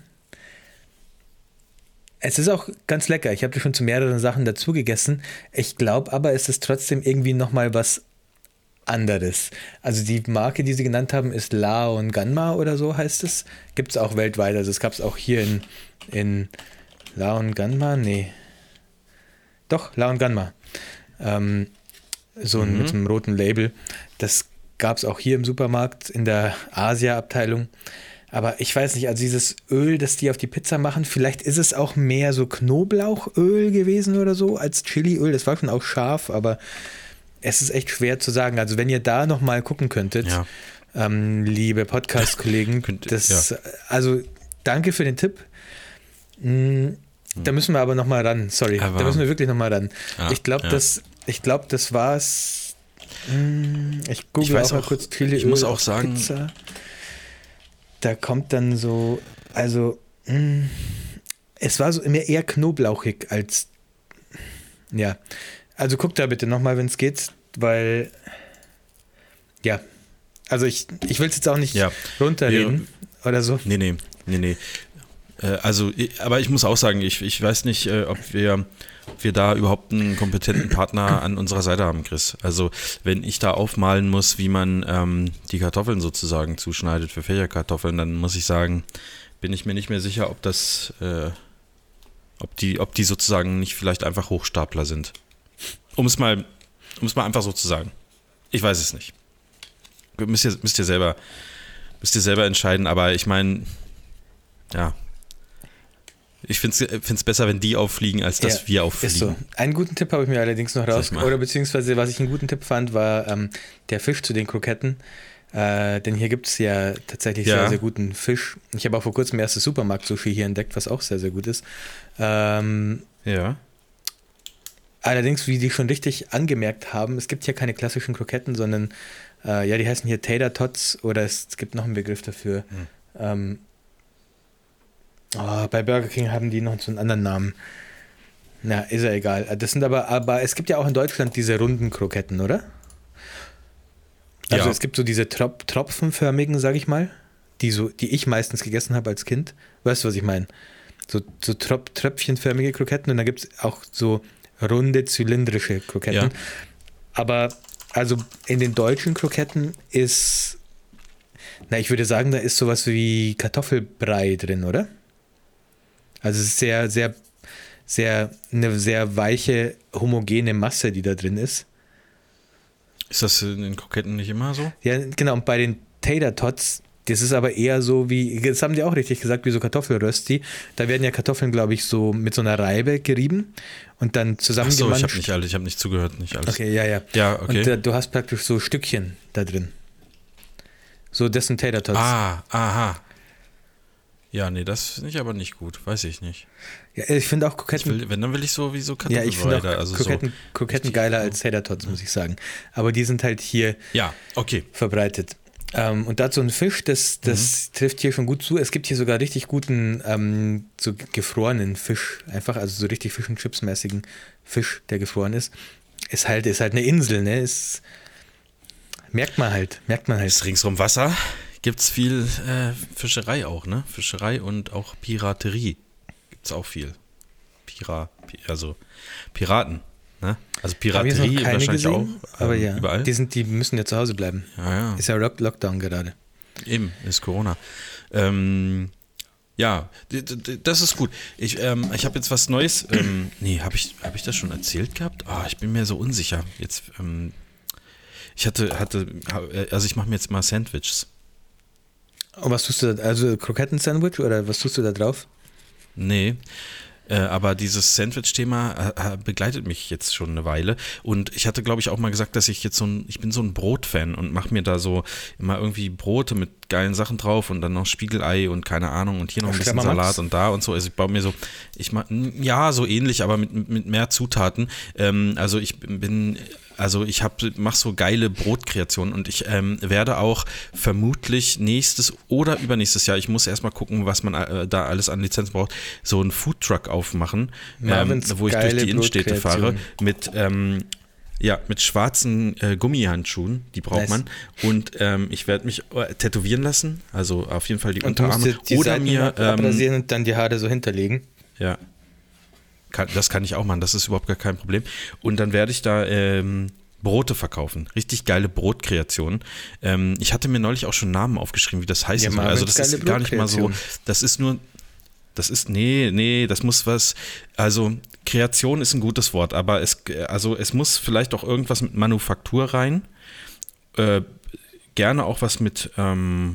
S3: Es ist auch ganz lecker. Ich habe das schon zu mehreren Sachen dazu gegessen. Ich glaube aber, es ist trotzdem irgendwie nochmal was anderes. Also die Marke, die sie genannt haben, ist La und Ganma oder so heißt es. Gibt es auch weltweit. Also es gab es auch hier in, in La und Ganma. Nee. Doch, La und Ganma. Ähm, so ein,
S2: Mhm.
S3: mit so einem roten Label. Das gab es auch hier im Supermarkt in der Asia-Abteilung. Aber ich weiß nicht, also dieses Öl, das die auf die Pizza machen, vielleicht ist es auch mehr so Knoblauchöl gewesen oder so als Chiliöl. Das war schon auch scharf, aber es ist echt schwer zu sagen. Also wenn ihr da nochmal gucken könntet,
S2: Ja.
S3: ähm, liebe Podcast-Kollegen,
S2: Könnt-
S3: das,
S2: ja.
S3: also danke für den Tipp. Mm, Da müssen wir aber nochmal ran, sorry.
S2: Aber-
S3: da müssen wir wirklich nochmal ran.
S2: Ja,
S3: ich glaube,
S2: ja.
S3: das, ich glaube, das war's. Mm, Ich google
S2: Ich weiß
S3: auch mal
S2: auch-
S3: kurz Chiliöl
S2: ich muss auch
S3: auf
S2: sagen-
S3: Pizza. Da kommt dann so, also mm, es war so immer eher knoblauchig als, ja. Also guck da bitte nochmal, wenn es geht, weil, ja, also ich, ich will es jetzt auch nicht
S2: Ja.
S3: runterreden oder so.
S2: Nee, nee, nee, nee. Äh, Also, ich- aber ich muss auch sagen, ich, ich weiß nicht, äh, ob wir, ob wir da überhaupt einen kompetenten Partner an unserer Seite haben, Chris. Also, wenn ich da aufmalen muss, wie man ähm, die Kartoffeln sozusagen zuschneidet für Fächerkartoffeln, dann muss ich sagen, bin ich mir nicht mehr sicher, ob das, äh, ob die, ob die sozusagen nicht vielleicht einfach Hochstapler sind. Um es mal, um es mal einfach so zu sagen. Ich weiß es nicht. Müsst ihr, müsst ihr selber, müsst ihr selber entscheiden, aber ich meine, ja. Ich finde es besser, wenn die auffliegen, als dass
S3: Ja,
S2: wir
S3: Ist
S2: auffliegen.
S3: so. Einen guten Tipp habe ich mir allerdings noch raus.
S2: Sag mal.
S3: Oder beziehungsweise, was ich einen guten Tipp fand, war ähm, der Fisch zu den Kroketten. Äh, denn hier gibt es ja tatsächlich
S2: Ja.
S3: sehr, sehr guten Fisch. Ich habe auch vor kurzem erstes Supermarkt-Sushi hier entdeckt, was auch sehr, sehr gut ist. Ähm,
S2: Ja.
S3: allerdings, wie die schon richtig angemerkt haben, es gibt hier keine klassischen Kroketten, sondern äh, ja, die heißen hier Tater Tots oder es, es gibt noch einen Begriff dafür.
S2: Hm.
S3: Ähm, oh, bei Burger King haben die noch so einen anderen Namen. Na, ist ja egal. Das sind aber, aber es gibt ja auch in Deutschland diese runden Kroketten, oder? Also
S2: Ja.
S3: es gibt so diese Trop tropfenförmigen, sag ich mal, die so, die ich meistens gegessen habe als Kind. Weißt du, was ich meine? So, so Trop tröpfchenförmige Kroketten und dann gibt es auch so runde, zylindrische Kroketten.
S2: Ja.
S3: Aber also in den deutschen Kroketten ist, na, ich würde sagen, da ist sowas wie Kartoffelbrei drin, oder? Also es ist sehr, sehr, sehr, eine sehr weiche, homogene Masse, die da drin ist.
S2: Ist das in den Kroketten nicht immer so?
S3: Ja, genau, und bei den Tater Tots, das ist aber eher so wie, das haben die auch richtig gesagt, wie so Kartoffelrösti. Da werden ja Kartoffeln, glaube ich, so mit so einer Reibe gerieben und dann
S2: Achso, ich
S3: zusammengemanscht.
S2: habe nicht alles, ich habe nicht zugehört, nicht alles.
S3: Okay, ja, ja.
S2: Ja, okay.
S3: Und äh, du hast praktisch so Stückchen da drin. So, das sind Tater Tots.
S2: Ah, aha. Ja, nee, das finde ich aber nicht gut, weiß ich nicht.
S3: Ja, ich finde auch
S2: Ich
S3: Kroketten,
S2: will, wenn, dann will ich so wie so
S3: ja, ich finde auch
S2: Kartoffelbrei, also
S3: Kroketten, Kroketten
S2: richtig
S3: geiler
S2: so.
S3: als Tater Tots, muss ich sagen. Aber die sind halt hier
S2: so. Ja, okay.
S3: verbreitet. Ähm, und dazu ein Fisch, das, das mhm. trifft hier schon gut zu. Es gibt hier sogar richtig guten, ähm, so gefrorenen Fisch. Einfach, also so richtig Fish and Chips mäßigen Fisch, der gefroren ist. Ist halt, ist halt eine Insel, ne? Ist, merkt man halt, merkt man halt.
S2: Ist ringsrum Wasser, gibt es viel äh, Fischerei auch, ne? Fischerei und auch Piraterie gibt es auch viel. Pira, also Piraten. Ne? Also Piraterie wahrscheinlich gesehen, auch. Ähm,
S3: aber ja,
S2: überall.
S3: Die, sind, die müssen ja zu Hause bleiben.
S2: Ja, ja.
S3: Ist ja Lock- Lockdown gerade.
S2: Eben, ist Corona. Ähm, ja, d- d- das ist gut. Ich, ähm, ich habe jetzt was Neues. Ähm, nee, habe ich, hab ich das schon erzählt gehabt? Ah, ich bin mir so unsicher. Jetzt, ähm, ich hatte, hatte, also ich mache mir jetzt mal Sandwiches.
S3: Und was tust du da? Also Kroketten-Sandwich oder was tust du da drauf?
S2: Nee. Äh, aber dieses Sandwich-Thema äh, begleitet mich jetzt schon eine Weile und ich hatte, glaube ich, auch mal gesagt, dass ich jetzt so ein, ich bin so ein Brot-Fan und mache mir da so immer irgendwie Brote mit geilen Sachen drauf und dann noch Spiegelei und keine Ahnung und hier noch ein bisschen Salat und da und so. Also ich baue mir so, ich mach, ja, so ähnlich, aber mit, mit mehr Zutaten. Ähm, also ich bin... Also ich mache so geile Brotkreationen und ich ähm, werde auch vermutlich nächstes oder übernächstes Jahr, ich muss erstmal gucken, was man äh, da alles an Lizenz braucht, so einen Foodtruck aufmachen, ähm, wo ich durch die Innenstädte fahre mit, ähm, ja, mit schwarzen äh, Gummihandschuhen, die braucht nice. man. Und ähm, ich werde mich äh, tätowieren lassen, also auf jeden Fall die und Unterarme.
S3: Die
S2: oder
S3: Seiten
S2: mir ähm,
S3: abrasieren und dann die Haare so hinterlegen.
S2: Ja. Kann, das kann ich auch machen, das ist überhaupt gar kein Problem. Und dann werde ich da ähm, Brote verkaufen. Richtig geile Brotkreationen. Ähm, ich hatte mir neulich auch schon Namen aufgeschrieben, wie das heißt.
S3: Ja,
S2: also das ist gar nicht mal so, das ist nur, das ist, nee, nee, das muss was, also Kreation ist ein gutes Wort, aber es, also es muss vielleicht auch irgendwas mit Manufaktur rein. Äh, gerne auch was mit, ähm,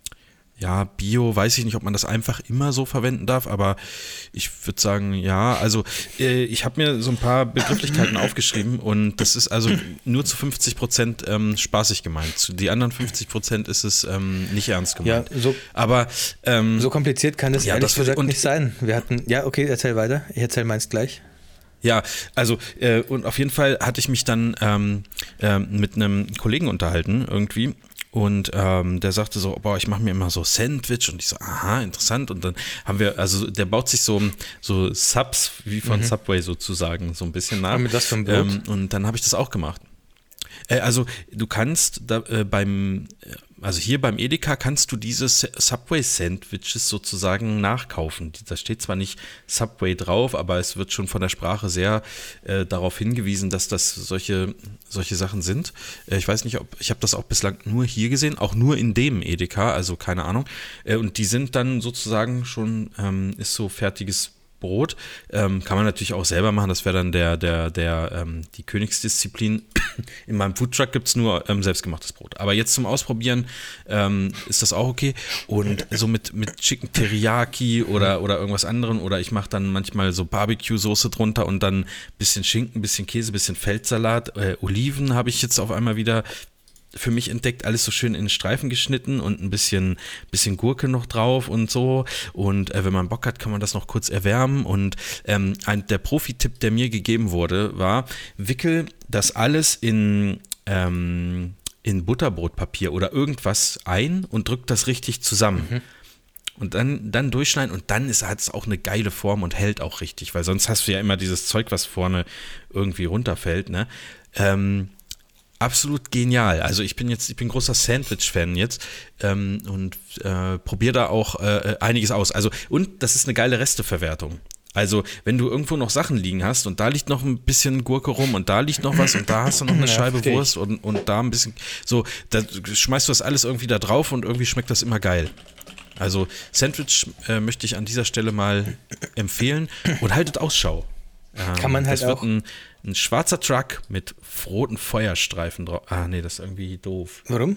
S2: ja, Bio, weiß ich nicht, ob man das einfach immer so verwenden darf, aber ich würde sagen, ja, also äh, ich habe mir so ein paar Begrifflichkeiten aufgeschrieben und das ist also nur zu fünfzig Prozent ähm, spaßig gemeint. Zu die anderen fünfzig Prozent ist es ähm, nicht ernst gemeint.
S3: Ja, so,
S2: aber ähm,
S3: so kompliziert kann das
S2: ja,
S3: ehrlich
S2: das
S3: gesagt
S2: und,
S3: nicht sein. Wir hatten, ja, okay, erzähl weiter. Ich erzähl meins gleich.
S2: Ja, also äh, und auf jeden Fall hatte ich mich dann ähm, äh, mit einem Kollegen unterhalten irgendwie. Und ähm, der sagte so, boah, ich mache mir immer so Sandwich und ich so, aha, interessant. Und dann haben wir, also der baut sich so, so Subs wie von mhm. Subway sozusagen so ein bisschen nach.
S3: Mit was für ein Brot?
S2: Ähm, und dann habe ich das auch gemacht. Äh, also du kannst da, äh, beim, also hier beim Edeka kannst du diese Subway-Sandwiches sozusagen nachkaufen. Da steht zwar nicht Subway drauf, aber es wird schon von der Sprache sehr äh, darauf hingewiesen, dass das solche, solche Sachen sind. Äh, ich weiß nicht, ob ich habe das auch bislang nur hier gesehen, auch nur in dem Edeka, also keine Ahnung. Äh, und die sind dann sozusagen schon, ähm, ist so fertiges Brot. Ähm, kann man natürlich auch selber machen, das wäre dann der, der, der, ähm, die Königsdisziplin. In meinem Foodtruck gibt es nur ähm, selbstgemachtes Brot. Aber jetzt zum Ausprobieren ähm, ist das auch okay. Und so mit, mit Chicken Teriyaki oder, oder irgendwas anderem. Oder ich mache dann manchmal so Barbecue-Soße drunter und dann ein bisschen Schinken, ein bisschen Käse, ein bisschen Feldsalat. Äh, Oliven habe ich jetzt auf einmal wieder für mich entdeckt, alles so schön in Streifen geschnitten und ein bisschen, bisschen Gurke noch drauf und so. Und äh, wenn man Bock hat, kann man das noch kurz erwärmen. Und ähm, ein, der Profi-Tipp, der mir gegeben wurde, war, wickel das alles in, ähm, in Butterbrotpapier oder irgendwas ein und drück das richtig zusammen. Mhm. Und dann, dann durchschneiden und dann hat es auch eine geile Form und hält auch richtig, weil sonst hast du ja immer dieses Zeug, was vorne irgendwie runterfällt, ne? Ähm, Absolut genial. Also ich bin jetzt, ich bin großer Sandwich-Fan jetzt ähm, und äh, probiere da auch äh, einiges aus. Also und das ist eine geile Resteverwertung. Also wenn du irgendwo noch Sachen liegen hast und da liegt noch ein bisschen Gurke rum und da liegt noch was und da hast du noch eine Scheibe ja, Wurst und, und da ein bisschen so, da schmeißt du das alles irgendwie da drauf und irgendwie schmeckt das immer geil. Also Sandwich äh, möchte ich an dieser Stelle mal empfehlen und haltet Ausschau. Ähm,
S3: Kann man halt
S2: das
S3: auch.
S2: Wird ein, ein schwarzer Truck mit roten Feuerstreifen drauf. Ah, nee, das ist irgendwie doof.
S3: Warum?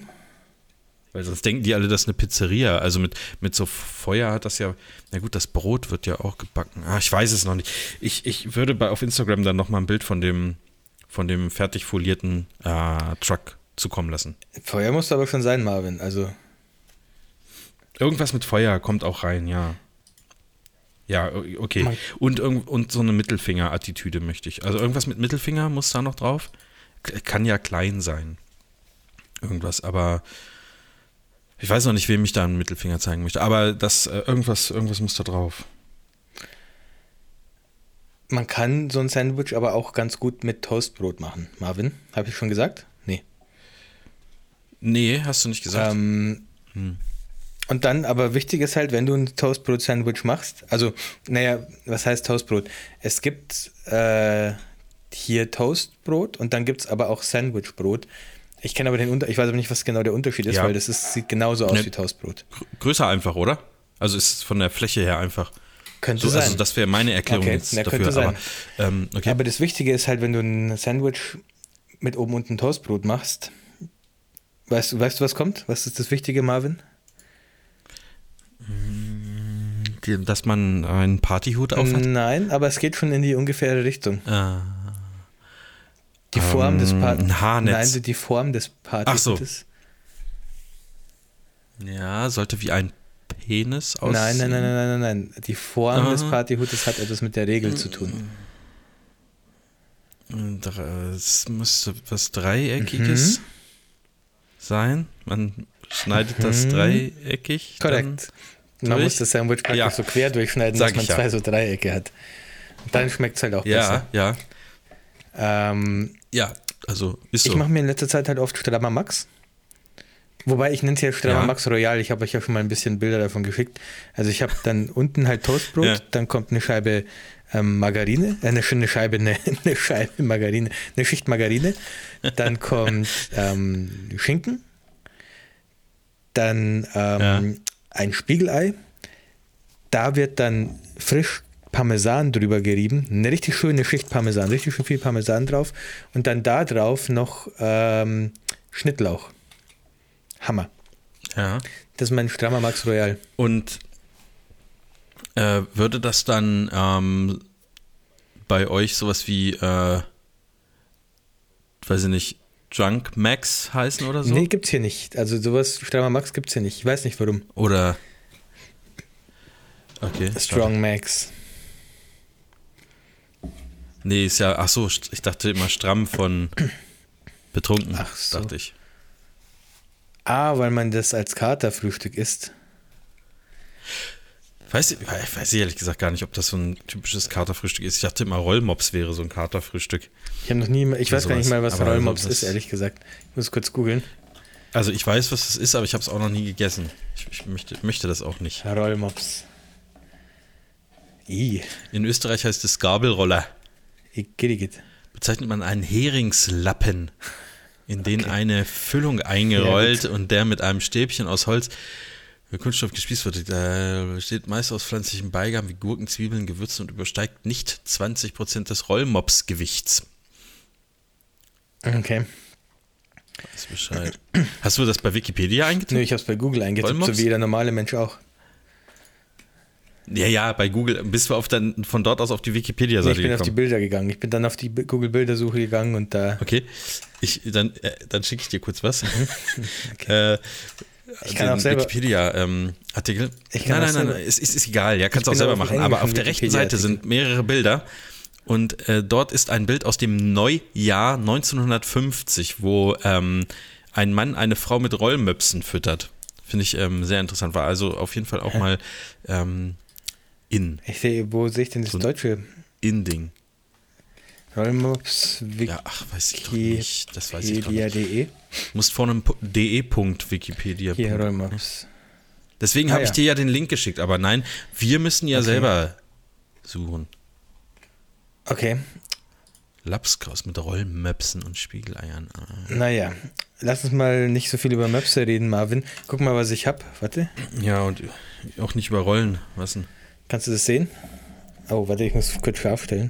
S2: Weil sonst denken die alle, das ist eine Pizzeria. Also mit, mit so Feuer hat das ja. Na gut, das Brot wird ja auch gebacken. Ah, ich weiß es noch nicht. Ich, ich würde bei, auf Instagram dann nochmal ein Bild von dem, von dem fertig folierten äh, Truck zukommen lassen.
S3: Feuer muss aber schon sein, Marvin. Also.
S2: Irgendwas mit Feuer kommt auch rein, ja. Ja, okay. Und, und so eine Mittelfinger-Attitüde möchte ich. Also irgendwas mit Mittelfinger muss da noch drauf. Kann ja klein sein. Irgendwas, aber Ich weiß noch nicht, wem ich da einen Mittelfinger zeigen möchte, aber das, äh, irgendwas, irgendwas muss da drauf.
S3: Man kann so ein Sandwich aber auch ganz gut mit Toastbrot machen. Marvin, habe ich schon gesagt? Nee.
S2: Nee, hast du nicht gesagt.
S3: Ähm,
S2: hm.
S3: Und dann, aber wichtig ist halt, wenn du ein Toastbrot-Sandwich machst, also, naja, was heißt Toastbrot? Es gibt äh, hier Toastbrot und dann gibt es aber auch Sandwichbrot. Ich kenne aber den Unter, ich weiß aber nicht, was genau der Unterschied ist,
S2: Ja.
S3: weil das ist, sieht genauso aus
S2: Ne,
S3: wie Toastbrot.
S2: Gr- größer einfach, oder? Also ist von der Fläche her einfach.
S3: Könnte
S2: So,
S3: sein.
S2: also das wäre meine Erklärung
S3: Okay,
S2: jetzt
S3: ja,
S2: dafür.
S3: könnte sein.
S2: Aber, ähm, okay.
S3: Aber das Wichtige ist halt, wenn du ein Sandwich mit oben unten Toastbrot machst, weißt du, weißt du, was kommt? Was ist das Wichtige, Marvin?
S2: Die- dass man einen Partyhut auf hat.
S3: Nein, aber es geht schon in die ungefähre Richtung.
S2: Ah.
S3: Die Form
S2: Ähm,
S3: des
S2: ein
S3: Partyhutes.
S2: Haarnetz.
S3: Nein, die Form des Partyhutes.
S2: Ja, sollte wie ein Penis aussehen.
S3: Nein, nein, nein, nein, nein, nein, nein. Die Form
S2: Ah.
S3: des Partyhutes hat etwas mit der Regel zu tun.
S2: Es müsste was Dreieckiges
S3: Mhm.
S2: sein. Man schneidet das
S3: Mhm.
S2: dreieckig.
S3: Korrekt. Man
S2: durch?
S3: muss das Sandwich praktisch
S2: Ja.
S3: so quer durchschneiden,
S2: Sag
S3: dass man
S2: ich ja.
S3: zwei so Dreiecke hat. Und dann schmeckt es halt auch
S2: Dann, ja,
S3: besser.
S2: ja,
S3: Ähm,
S2: ja. Also ist
S3: ich
S2: so.
S3: mache mir in letzter Zeit halt oft Strammer Max. Wobei ich nenne es ja Strammer
S2: Ja.
S3: Max Royal. Ich habe euch ja schon mal ein bisschen Bilder davon geschickt. Also ich habe dann unten halt Toastbrot,
S2: Ja.
S3: dann kommt eine Scheibe ähm, Margarine, äh, eine, eine Scheibe, eine, eine Scheibe Margarine, eine Schicht Margarine. Dann kommt ähm, Schinken, dann ähm,
S2: Ja.
S3: ein Spiegelei. Da wird dann frisch Parmesan drüber gerieben, eine richtig schöne Schicht Parmesan, richtig schön viel Parmesan drauf und dann da drauf noch ähm, Schnittlauch. Hammer.
S2: Ja.
S3: Das ist mein strammer Max Royal.
S2: Und äh, würde das dann ähm, bei euch sowas wie, äh, weiß ich nicht, Drunk Max heißen oder so?
S3: Nee, gibt's hier nicht. Also sowas strammer Max gibt's hier nicht. Ich weiß nicht warum.
S2: Oder okay.
S3: Strong Max.
S2: Nee, ist ja, ach so, ich dachte immer stramm von betrunken,
S3: Ach so.
S2: dachte ich.
S3: Ah, weil man das als Katerfrühstück isst.
S2: Weiß, ich weiß ehrlich gesagt gar nicht, ob das so ein typisches Katerfrühstück ist. Ich dachte immer, Rollmops wäre so ein Katerfrühstück.
S3: Ich habe noch nie, ich
S2: Oder
S3: weiß gar nicht
S2: sowas.
S3: mal, was
S2: Aber
S3: Rollmops
S2: das-
S3: ist, ehrlich gesagt. Ich muss kurz googeln.
S2: Also ich weiß, was das ist, aber ich habe es auch noch nie gegessen. Ich, ich möchte, möchte das auch nicht.
S3: Rollmops. I,
S2: In Österreich heißt es Gabelroller.
S3: Igidigit.
S2: Bezeichnet man einen Heringslappen, in den
S3: Okay.
S2: eine Füllung eingerollt und der mit einem Stäbchen aus Holz für Kunststoff gespießt wird. Der besteht meist aus pflanzlichen Beigaben wie Gurken, Zwiebeln, Gewürzen und übersteigt nicht zwanzig Prozent des Rollmops-Gewichts.
S3: Okay.
S2: Weiß Bescheid. Hast du das bei Wikipedia eingetippt?
S3: Nö, ich habe es bei Google eingetippt,
S2: Rollmops?
S3: so wie jeder normale Mensch auch.
S2: Ja, ja, bei Google. Bist du auf dann, von dort aus auf die
S3: Nee,
S2: Wikipedia-Seite
S3: ich bin auf die
S2: gekommen?
S3: Bilder gegangen. Ich bin dann auf die B- Google-Bildersuche gegangen und da.
S2: Okay, ich, dann, äh, dann schicke ich dir kurz was.
S3: Okay.
S2: äh,
S3: Ich kann
S2: den
S3: auch selber-
S2: Wikipedia-Artikel.
S3: Ich kann
S2: nein,
S3: auch
S2: nein, nein,
S3: selber-
S2: es ist, ist egal, ja, kannst
S3: Ich
S2: auch
S3: bin
S2: selber
S3: auf
S2: machen.
S3: dem
S2: Aber auf
S3: englischen
S2: der rechten Seite
S3: Wikipedia-Artikel.
S2: sind mehrere Bilder und äh, dort ist ein Bild aus dem Neujahr neunzehnhundertfünfzig, wo ähm, ein Mann eine Frau mit Rollmöpsen füttert. Finde ich ähm, sehr interessant, war also auf jeden Fall auch mal ähm, in,
S3: Ich sehe, wo sehe ich denn das
S2: So ein-
S3: deutsche?
S2: in-Ding.
S3: Rollmops
S2: Ja, ach, weiß ich doch nicht. Das weiß ich doch nicht.
S3: Wikipedia.de.
S2: Musst vor einem de-Punkt Wikipedia.
S3: Hier, Rollmops.
S2: Deswegen
S3: Ah,
S2: habe ich
S3: ja.
S2: dir ja den Link geschickt, aber nein, wir müssen ja
S3: Okay.
S2: selber suchen.
S3: Okay,
S2: Lapskaus mit Rollmöpsen und Spiegeleiern. Ah.
S3: naja. Lass uns mal nicht so viel über Möpse reden, Marvin. Guck mal, was ich habe. Warte,
S2: Ja, und auch nicht über Rollen. Was denn?
S3: kannst du das sehen? Oh, warte, ich muss kurz scharf stellen.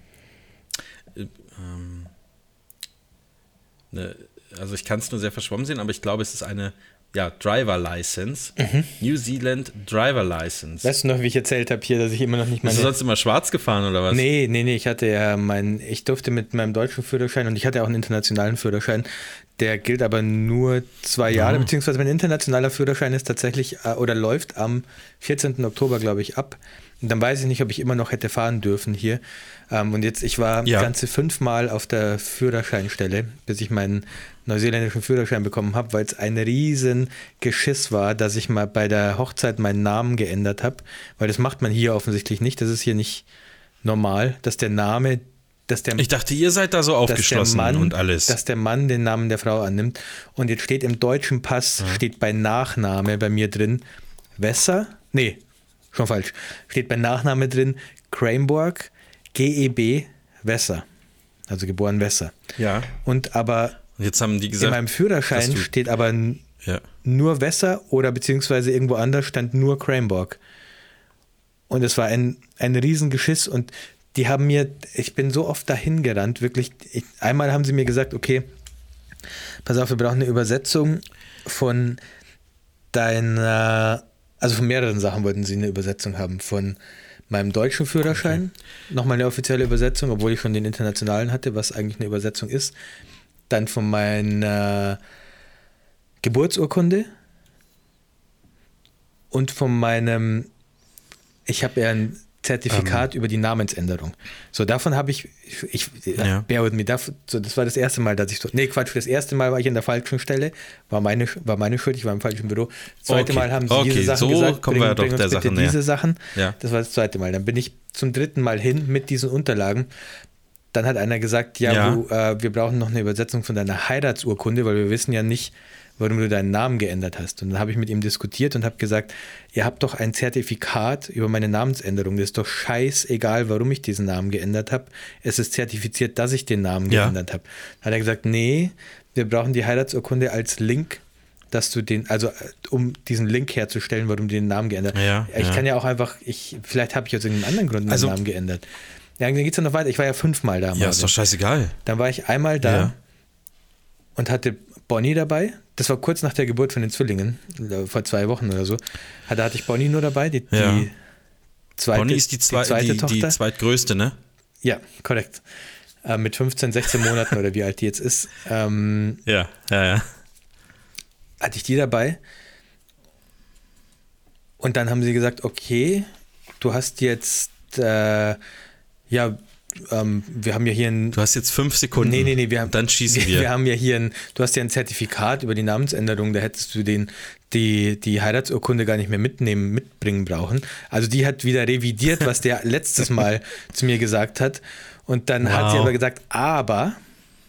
S2: Ähm, ne, also ich kann es nur sehr verschwommen sehen, aber ich glaube, es ist eine ja, Driver License. New Zealand Driver License.
S3: Weißt du noch, wie ich erzählt habe hier, dass ich immer noch nicht
S2: Bist
S3: meine...
S2: du sonst immer schwarz gefahren oder was?
S3: Nee, nee, nee, ich hatte ja meinen, ich durfte mit meinem deutschen Führerschein und ich hatte auch einen internationalen Führerschein, der gilt aber nur zwei Jahre,
S2: Ah.
S3: beziehungsweise mein internationaler Führerschein ist tatsächlich, äh, oder läuft am vierzehnten Oktober, glaube ich, ab. Und dann weiß ich nicht, ob ich immer noch hätte fahren dürfen hier. Ähm, und jetzt, ich war
S2: Ja.
S3: ganze fünfmal auf der Führerscheinstelle, bis ich meinen neuseeländischen Führerschein bekommen habe, weil es ein riesen Geschiss war, dass ich mal bei der Hochzeit meinen Namen geändert habe. Weil das macht man hier offensichtlich nicht. Das ist hier nicht normal, dass der Name, dass der
S2: Ich dachte, ihr seid da so aufgeschlossen
S3: Mann,
S2: und alles.
S3: dass der Mann den Namen der Frau annimmt. Und jetzt steht im deutschen Pass,
S2: Ja.
S3: steht bei Nachname bei mir drin, Wesser, nee, schon falsch, steht bei Nachname drin, Cranborg, G E B, Wesser, also geboren Wesser.
S2: Ja.
S3: Und aber
S2: Und jetzt haben die
S3: in
S2: gesagt,
S3: meinem Führerschein
S2: dass du-
S3: steht aber n-
S2: ja.
S3: nur Wesser oder beziehungsweise irgendwo anders stand nur Cranborg. Und es war ein, ein Riesengeschiss und die haben mir, ich bin so oft dahin gerannt, wirklich, ich, einmal haben sie mir gesagt, okay, pass auf, wir brauchen eine Übersetzung von deiner, also von mehreren Sachen wollten sie eine Übersetzung haben, von meinem deutschen Führerschein, okay. Nochmal eine offizielle Übersetzung, obwohl ich schon den internationalen hatte, was eigentlich eine Übersetzung ist, dann von meiner Geburtsurkunde und von meinem, ich habe ja ein Zertifikat um. über die Namensänderung. So, davon habe ich, ich,
S2: ja.
S3: bear with me, das, so, das war das erste Mal, dass ich so, nee, Quatsch, das erste Mal war ich an der falschen Stelle, war meine, war meine Schuld, ich war im falschen Büro. Das zweite
S2: okay.
S3: Mal haben sie
S2: okay.
S3: diese Sachen
S2: so
S3: gesagt,
S2: kommen
S3: bring,
S2: wir
S3: bring
S2: doch
S3: uns
S2: der
S3: bitte
S2: Sache
S3: diese
S2: näher.
S3: Sachen.
S2: Ja.
S3: Das war das zweite Mal. Dann bin ich zum dritten Mal hin mit diesen Unterlagen. Dann hat einer gesagt, ja,
S2: ja.
S3: Du, äh, wir brauchen noch eine Übersetzung von deiner Heiratsurkunde, weil wir wissen ja nicht, warum du deinen Namen geändert hast. Und dann habe ich mit ihm diskutiert und habe gesagt, ihr habt doch ein Zertifikat über meine Namensänderung. Das ist doch scheißegal, warum ich diesen Namen geändert habe. Es ist zertifiziert, dass ich den Namen
S2: ja.
S3: geändert habe. Dann hat er gesagt, nee, wir brauchen die Heiratsurkunde als Link, dass du den, also um diesen Link herzustellen, warum du den Namen geändert hast.
S2: Ja,
S3: ich
S2: ja.
S3: kann ja auch einfach, ich, vielleicht habe ich aus irgendeinem anderen Grund meinen
S2: also,
S3: Namen geändert. Ja, dann geht es ja noch weiter. Ich war ja fünfmal da.
S2: Ja, ist doch scheißegal.
S3: Dann war ich einmal da
S2: ja.
S3: und hatte Bonnie dabei. Das war kurz nach der Geburt von den Zwillingen, vor zwei Wochen oder so. Da hatte ich Bonnie nur dabei, die,
S2: ja.
S3: die zweite,
S2: Bonnie ist die, zwei,
S3: die zweite
S2: die,
S3: Tochter.
S2: Die zweitgrößte, ne?
S3: Ja, korrekt. Äh, mit fünfzehn, sechzehn Monaten oder wie alt die jetzt ist. Ähm,
S2: ja, ja, ja.
S3: Hatte ich die dabei. Und dann haben sie gesagt, okay, du hast jetzt, äh, ja, ähm, wir haben ja hier ein...
S2: Du hast jetzt fünf Sekunden.
S3: Nee, nee, nee, wir haben,
S2: dann schießen wir.
S3: Wir, wir haben ja hier ein, du hast ja ein Zertifikat über die Namensänderung, da hättest du den, die, die Heiratsurkunde gar nicht mehr mitnehmen, mitbringen brauchen. Also die hat wieder revidiert, was der letztes Mal zu mir gesagt hat. Und dann wow. hat sie aber gesagt, aber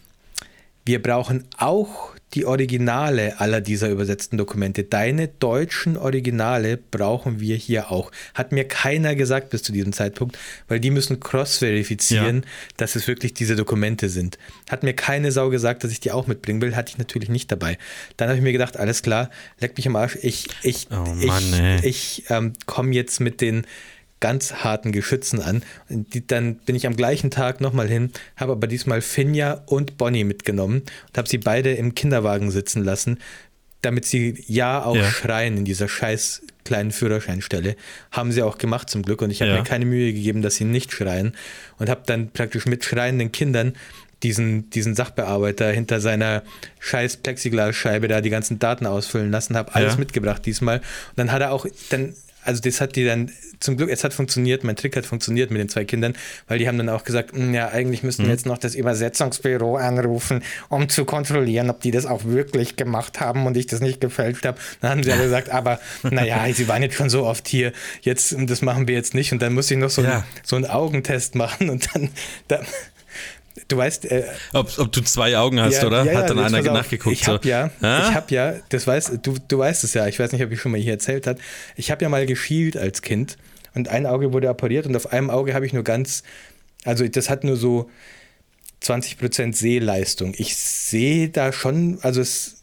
S3: wir brauchen auch die Originale aller dieser übersetzten Dokumente. Deine deutschen Originale brauchen wir hier auch. Hat mir keiner gesagt bis zu diesem Zeitpunkt, weil die müssen cross-verifizieren, ja. dass es wirklich diese Dokumente sind. Hat mir keine Sau gesagt, dass ich die auch mitbringen will, hatte ich natürlich nicht dabei. Dann habe ich mir gedacht, alles klar, leck mich am Arsch, ich, ich,
S2: oh Mann,
S3: ich, ich ähm, komme jetzt mit den ganz harten Geschützen an. Und die, dann bin ich am gleichen Tag nochmal hin, habe aber diesmal Finja und Bonnie mitgenommen und habe sie beide im Kinderwagen sitzen lassen, damit sie ja auch ja. schreien in dieser scheiß kleinen Führerscheinstelle. Haben sie auch gemacht zum Glück und ich habe
S2: ja.
S3: mir keine Mühe gegeben, dass sie nicht schreien und habe dann praktisch mit schreienden Kindern diesen, diesen Sachbearbeiter hinter seiner scheiß Plexiglasscheibe da die ganzen Daten ausfüllen lassen, habe alles
S2: ja.
S3: mitgebracht diesmal. Und dann hat er auch, dann also das hat die dann, zum Glück, es hat funktioniert, mein Trick hat funktioniert mit den zwei Kindern, weil die haben dann auch gesagt, ja, eigentlich müssten wir jetzt noch das Übersetzungsbüro anrufen, um zu kontrollieren, ob die das auch wirklich gemacht haben und ich das nicht gefälscht habe. Dann haben sie aber gesagt, aber naja, sie waren jetzt schon so oft hier, jetzt, das machen wir jetzt nicht. Und dann musste ich noch so, ja. ein, so einen Augentest machen und dann, dann du weißt... Äh,
S2: ob, ob du zwei Augen hast,
S3: ja,
S2: oder?
S3: Ja, ja,
S2: hat dann einer nachgeguckt.
S3: Ich habe
S2: so.
S3: ja,
S2: ah?
S3: ich habe ja, das weißt du, du weißt es ja, ich weiß nicht, ob ich schon mal hier erzählt habe, ich habe ja mal geschielt als Kind und ein Auge wurde operiert und auf einem Auge habe ich nur ganz, also das hat nur so zwanzig Prozent Sehleistung. Ich sehe da schon, also es,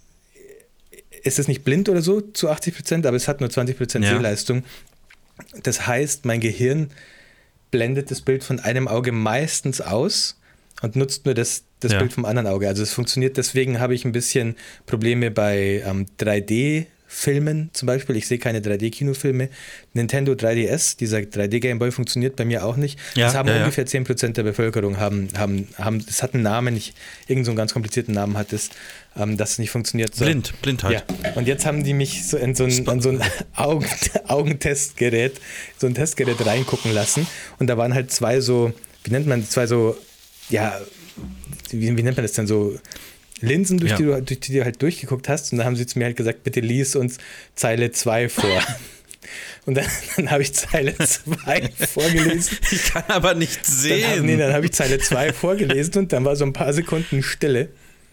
S3: es ist nicht blind oder so zu achtzig Prozent, aber es hat nur zwanzig Prozent ja. Sehleistung. Das heißt, mein Gehirn blendet das Bild von einem Auge meistens aus und nutzt nur das, das ja. Bild vom anderen Auge. Also es funktioniert, deswegen habe ich ein bisschen Probleme bei ähm, drei D Filmen zum Beispiel. Ich sehe keine drei D-Kinofilme. Nintendo drei D S, dieser drei D-Gameboy funktioniert bei mir auch nicht.
S2: Ja,
S3: das haben
S2: ja,
S3: ungefähr
S2: ja.
S3: zehn Prozent der Bevölkerung haben, haben, haben, es hat einen Namen, nicht irgend so einen ganz komplizierten Namen hat es, ähm, dass es nicht funktioniert. So.
S2: Blind, Blindheit.
S3: Ja. Und jetzt haben die mich so in so ein, an so ein Augen, Augentestgerät, so ein Testgerät reingucken lassen. Und da waren halt zwei so, wie nennt man, zwei so, ja, wie, wie nennt man das denn so, Linsen, durch,
S2: ja.
S3: die du, durch die du halt durchgeguckt hast. Und dann haben sie zu mir halt gesagt, bitte lies uns Zeile zwei vor. Und dann, dann habe ich Zeile zwei vorgelesen.
S2: Ich kann aber nicht sehen.
S3: Dann hab, nee, dann habe ich Zeile zwei vorgelesen und dann war so ein paar Sekunden Stille.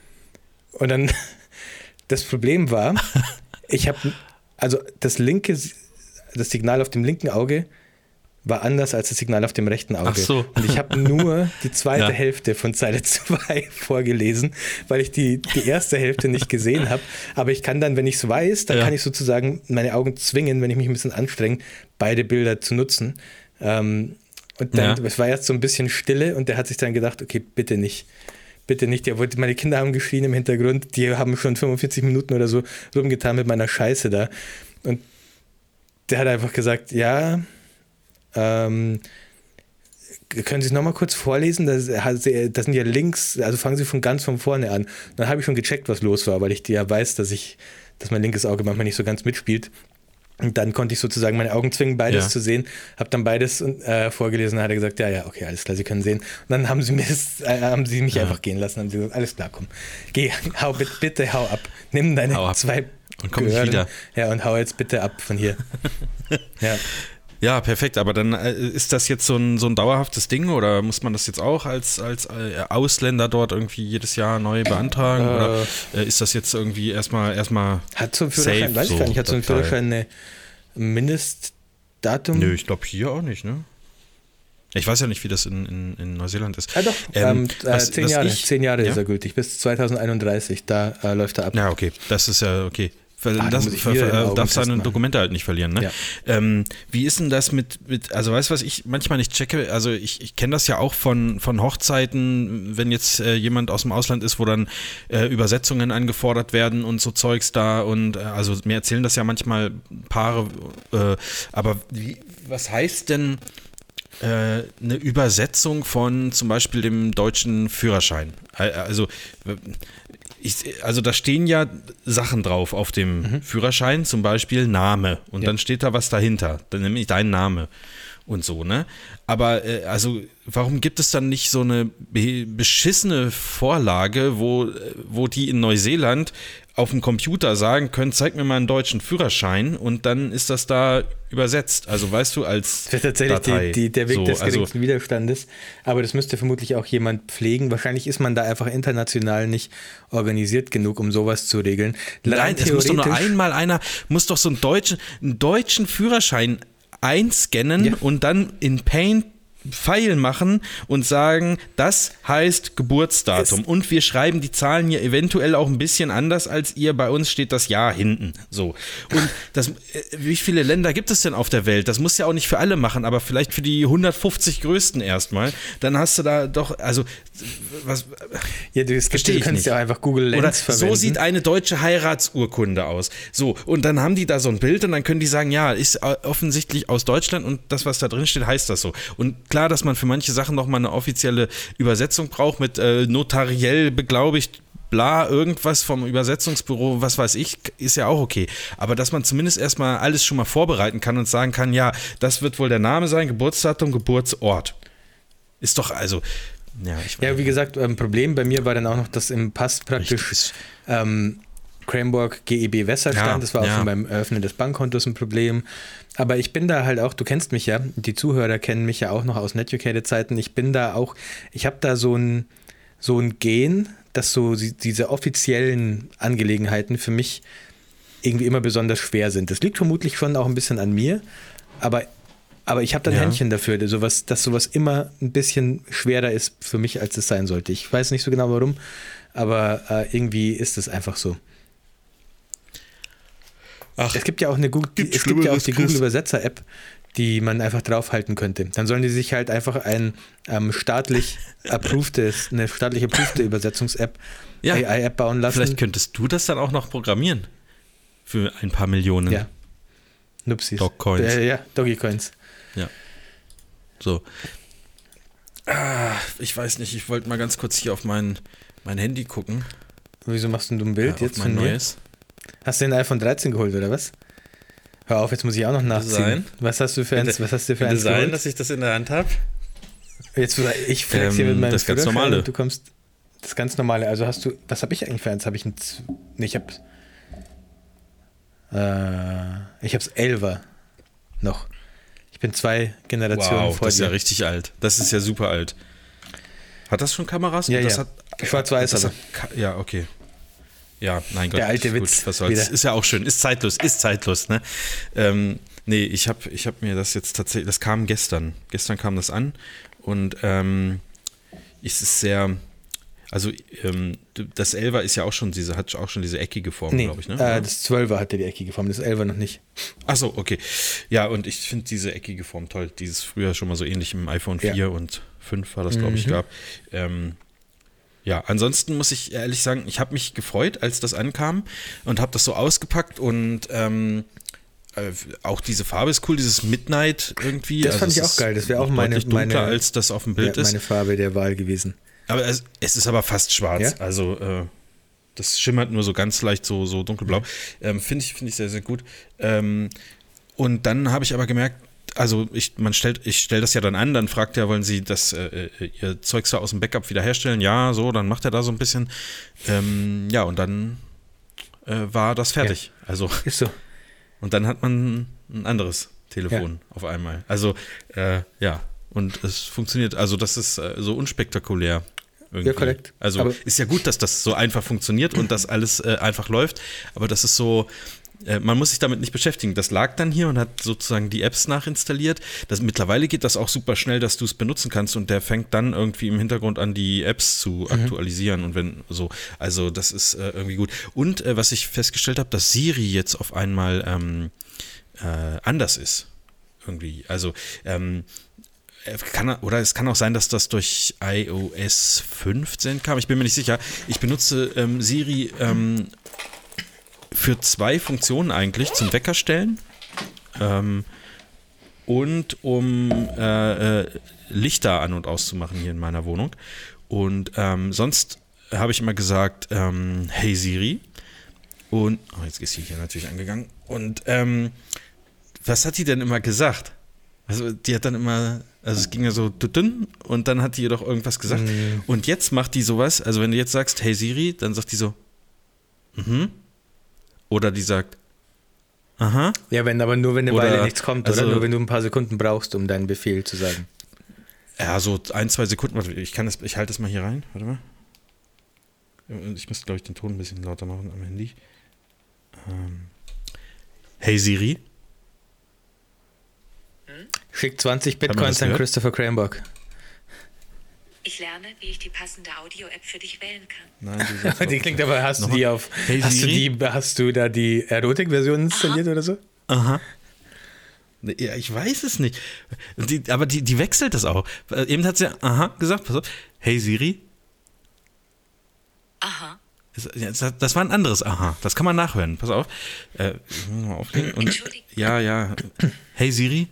S3: Und dann, das Problem war, ich habe, also das linke, das Signal auf dem linken Auge war anders als das Signal auf dem rechten Auge.
S2: Ach so.
S3: Und ich habe nur die zweite
S2: Ja.
S3: Hälfte von Zeile zwei vorgelesen, weil ich die, die erste Hälfte nicht gesehen habe. Aber ich kann dann, wenn ich es weiß, dann
S2: Ja.
S3: kann ich sozusagen meine Augen zwingen, wenn ich mich ein bisschen anstrenge, beide Bilder zu nutzen. Ähm, und dann,
S2: Ja.
S3: es war erst so ein bisschen Stille und der hat sich dann gedacht, okay, bitte nicht. Bitte nicht. Der wollte, meine Kinder haben geschrien im Hintergrund, die haben schon fünfundvierzig Minuten oder so rumgetan mit meiner Scheiße da. Und der hat einfach gesagt, ja, ähm, können Sie es nochmal kurz vorlesen? Das, das sind ja Links, also fangen Sie von ganz von vorne an. Dann habe ich schon gecheckt, was los war, weil ich ja weiß, dass ich, dass mein linkes Auge manchmal nicht so ganz mitspielt. Und dann konnte ich sozusagen meine Augen zwingen, beides
S2: Ja.
S3: zu sehen. Habe dann beides äh, vorgelesen und hat er gesagt, ja, ja, okay, alles klar, Sie können sehen. Und dann haben sie, mir das, äh, haben sie mich
S2: Ja.
S3: einfach gehen lassen. Haben sie gesagt, alles klar, komm, geh, hau bitte, bitte hau ab. Nimm deine
S2: Hau ab.
S3: zwei
S2: Und komm nicht
S3: Gehören,
S2: wieder.
S3: ja, und hau jetzt bitte ab von hier. Ja.
S2: Ja, perfekt. Aber dann äh, ist das jetzt so ein, so ein dauerhaftes Ding oder muss man das jetzt auch als, als äh, Ausländer dort irgendwie jedes Jahr neu beantragen?
S3: Äh,
S2: oder äh, ist das jetzt irgendwie erstmal erstmal
S3: Hat so ein Führerschein,
S2: safe,
S3: weiß ich gar nicht, hat so ein
S2: total?
S3: Führerschein eine Mindestdatum?
S2: Nö, ich glaube hier auch nicht, ne? Ich weiß ja nicht, wie das in, in, in Neuseeland ist.
S3: Ah doch,
S2: Ähm,
S3: ähm, äh,
S2: was-
S3: zehn
S2: was
S3: Jahre,
S2: ich-
S3: zehn Jahre
S2: ja?
S3: ist er gültig, bis zweitausendeinunddreißig, da äh, läuft er ab.
S2: Ja, okay. Das ist ja okay. Ver-
S3: Ah, da
S2: das
S3: muss ich
S2: ver-
S3: wieder den
S2: ver- darf
S3: Augentest
S2: seine
S3: machen.
S2: Dokumente halt nicht verlieren, ne?
S3: Ja.
S2: Ähm, wie ist denn das mit, mit also weißt du, was ich manchmal nicht checke? Also ich, ich kenne das ja auch von, von Hochzeiten, wenn jetzt äh, jemand aus dem Ausland ist, wo dann äh, Übersetzungen angefordert werden und so Zeugs da und äh, also mir erzählen das ja manchmal Paare, äh, aber wie, was heißt denn äh, eine Übersetzung von zum Beispiel dem deutschen Führerschein? Also Ich, also da stehen ja Sachen drauf auf dem mhm. Führerschein, zum Beispiel Name und ja. dann steht da was dahinter, dann nämlich dein Name und so, ne? Aber äh, also warum gibt es dann nicht so eine be- beschissene Vorlage, wo, wo die in Neuseeland auf dem Computer sagen können, zeig mir mal einen deutschen Führerschein und dann ist das da übersetzt. Also weißt du, als
S3: das wäre tatsächlich
S2: Datei.
S3: Die, die, der Weg
S2: so,
S3: des geringsten
S2: also,
S3: Widerstandes. Aber das müsste vermutlich auch jemand pflegen. Wahrscheinlich ist man da einfach international nicht organisiert genug, um sowas zu regeln.
S2: Nein, es muss doch nur einmal einer, muss doch so einen deutschen, einen deutschen Führerschein einscannen ja. und dann in Paint Pfeil machen und sagen, das heißt Geburtsdatum es und wir schreiben die Zahlen hier eventuell auch ein bisschen anders als ihr, bei uns steht das Jahr hinten, so. Und das, wie viele Länder gibt es denn auf der Welt? Das muss ja auch nicht für alle machen, aber vielleicht für die hundertfünfzig größten erstmal, dann hast du da doch, also was,
S3: ja, du, es gibt, du kannst nicht. ja auch einfach Google Lens
S2: Oder
S3: verwenden.
S2: So sieht eine deutsche Heiratsurkunde aus. So, und dann haben die da so ein Bild und dann können die sagen, ja, ist offensichtlich aus Deutschland und das, was da drin steht, heißt das so. Und klar, dass man für manche Sachen nochmal eine offizielle Übersetzung braucht mit äh, notariell beglaubigt, bla, irgendwas vom Übersetzungsbüro, was weiß ich, ist ja auch okay. Aber dass man zumindest erstmal alles schon mal vorbereiten kann und sagen kann, ja, das wird wohl der Name sein, Geburtsdatum, Geburtsort. Ist doch also, ja, ich weiß
S3: Ja, wie gesagt, ein Problem bei mir war dann auch noch, dass im Pass praktisch ähm, Cranborg G E B Wesser stand. Ja, das war auch ja. schon beim Eröffnen des Bankkontos ein Problem. Aber ich bin da halt auch, du kennst mich ja, die Zuhörer kennen mich ja auch noch aus Netucated-Zeiten. Ich bin da auch, ich habe da so ein, so ein Gen, dass so diese offiziellen Angelegenheiten für mich irgendwie immer besonders schwer sind. Das liegt vermutlich schon auch ein bisschen an mir, aber, aber ich habe da ein ja. Händchen dafür, dass sowas, dass sowas immer ein bisschen schwerer ist für mich, als es sein sollte. Ich weiß nicht so genau warum, aber äh, irgendwie ist es einfach so. Ach, es gibt ja auch eine Google, die, es gibt ja auch die Google Übersetzer App, die man einfach draufhalten könnte. Dann sollen die sich halt einfach ein ähm, staatlich approvtes, eine staatlich approvte Übersetzungs-App,
S2: ja,
S3: A I-App bauen lassen.
S2: Vielleicht könntest du das dann auch noch programmieren. Für ein paar Millionen.
S3: Ja. Nupsis.
S2: Dogcoins.
S3: Äh, ja, Doggy-Coins.
S2: Ja. So. Ah, ich weiß nicht, ich wollte mal ganz kurz hier auf mein, mein Handy gucken.
S3: Wieso machst du ein Bild
S2: ja,
S3: jetzt
S2: mein
S3: von mir?
S2: neues.
S3: Hast du den iPhone dreizehn geholt, oder was? Hör auf, jetzt muss ich auch noch nachziehen.
S2: Design.
S3: Was hast du für eins, was hast du für eins
S2: Design,
S3: geholt?
S2: dass ich das in der Hand habe?
S3: Jetzt, ich flex hier
S2: Ähm,
S3: mit meinem
S2: das ganz
S3: Führerschein
S2: normale.
S3: und du kommst, das ganz normale, also hast du, was habe ich eigentlich für eins? Habe ich ein, Z- nee, ich habe, äh, ich hab's Elfer noch. Ich bin zwei Generationen
S2: Wow,
S3: vor
S2: das ist
S3: dir.
S2: ja richtig alt. Das ist ja super alt. Hat das schon Kameras?
S3: Ja,
S2: das
S3: ja.
S2: Hat,
S3: Schwarz-Weiß
S2: das
S3: aber.
S2: hat Ka- Ja, okay. Ja, mein Gott.
S3: Der alte
S2: gut,
S3: Witz
S2: was soll's.
S3: wieder.
S2: Ist ja auch schön. Ist zeitlos. Ist zeitlos, ne? Ähm, nee, ich habe ich hab mir das jetzt tatsächlich, das kam gestern. Gestern kam das an und ähm, es ist sehr, also ähm, das Elfer ist ja auch schon diese, hat auch schon diese eckige Form,
S3: Nee,
S2: glaube ich, ne?
S3: äh, das Zwölfer hatte die eckige Form, das Elfer noch nicht.
S2: Ach so, okay. Ja, und ich finde diese eckige Form toll. Dieses früher schon mal so ähnlich im iPhone vier
S3: Ja.
S2: und fünf war das, glaube ich,
S3: Mhm.
S2: gab. Ähm, ja, ansonsten muss ich ehrlich sagen, ich habe mich gefreut, als das ankam und habe das so ausgepackt und ähm, äh, auch diese Farbe ist cool, dieses Midnight irgendwie.
S3: Das
S2: also
S3: fand
S2: es
S3: ich auch
S2: ist
S3: geil. Das wäre auch
S2: noch
S3: meine-
S2: deutlich dunkler,
S3: meine-
S2: als das auf dem Bild
S3: Ja,
S2: ist.
S3: meine Farbe der Wahl gewesen.
S2: Aber es, es ist aber fast schwarz.
S3: Ja?
S2: Also äh, das schimmert nur so ganz leicht so, so dunkelblau.
S3: Mhm.
S2: Ähm, Finde ich, find ich sehr, sehr gut. Ähm, und dann habe ich aber gemerkt, also ich, man stellt, ich stelle das ja dann an, dann fragt er, wollen Sie das äh, Ihr Zeugs da aus dem Backup wiederherstellen? Ja, so, dann macht er da so ein bisschen. Ähm, ja, und dann äh, war das fertig. Also,
S3: Ist so.
S2: und dann hat man ein anderes Telefon auf einmal. Also, äh, ja, und es funktioniert, also das ist äh, so unspektakulär. Irgendwie.
S3: Ja, korrekt.
S2: Also
S3: Aber-
S2: ist ja gut, dass das so einfach funktioniert und dass alles äh, einfach läuft, aber das ist so, äh, man muss sich damit nicht beschäftigen. Das lag dann hier und hat sozusagen die Apps nachinstalliert. Das, mittlerweile geht das auch super schnell, dass du es benutzen kannst und der fängt dann irgendwie im Hintergrund an, die Apps zu
S3: Mhm.
S2: aktualisieren und wenn so, also das ist äh, irgendwie gut. Und äh, was ich festgestellt habe, dass Siri jetzt auf einmal ähm, äh, anders ist. Irgendwie, also ähm, Kann, oder es kann auch sein, dass das durch i O S fünfzehn kam. Ich bin mir nicht sicher. Ich benutze ähm, Siri ähm, für zwei Funktionen eigentlich. Zum Weckerstellen ähm, und um äh, äh, Lichter an- und auszumachen hier in meiner Wohnung. Und ähm, sonst habe ich immer gesagt, ähm, hey Siri. Und, oh, jetzt ist sie hier natürlich angegangen. Und ähm, was hat die denn immer gesagt? Also die hat dann immer, also es ging ja so dünn und dann hat die doch irgendwas gesagt.
S3: Mhm.
S2: Und jetzt macht die sowas, also wenn du jetzt sagst, hey Siri, dann sagt die so, mhm. Oder die sagt, aha.
S3: Ja, wenn aber nur, wenn eine
S2: Oder-
S3: Weile nichts kommt,
S2: also-
S3: oder nur, wenn du ein paar Sekunden brauchst, um deinen Befehl zu sagen.
S2: Ja, so ein, zwei Sekunden, warte, ich kann das, ich halte das mal hier rein, warte mal. Ich muss, glaube ich, den Ton ein bisschen lauter machen am Handy. Ähm, hey Siri.
S3: Schick zwanzig
S2: Hat man das
S3: Bitcoins an
S2: gehört?
S3: Christopher Cranborg.
S4: Ich lerne, wie ich die passende Audio-App für dich wählen kann.
S2: Nein, die sagt
S3: Die klingt aber, hast du
S2: Nochmal.
S3: die auf,
S2: Hey,
S3: hast du
S2: Siri?
S3: die, hast du da die Erotik-Version installiert oder so?
S2: Aha. Nee, Ja, ich weiß es nicht. Die, aber die, die wechselt das auch. Äh, Eben hat sie, aha, gesagt, pass auf. Hey Siri.
S4: Aha.
S2: Das, ja, das- das war ein anderes Aha. Das kann man nachhören. Pass auf. Äh, ich muss mal auflegen. Und,
S4: Entschuldigung.
S2: ja, ja. Hey Siri.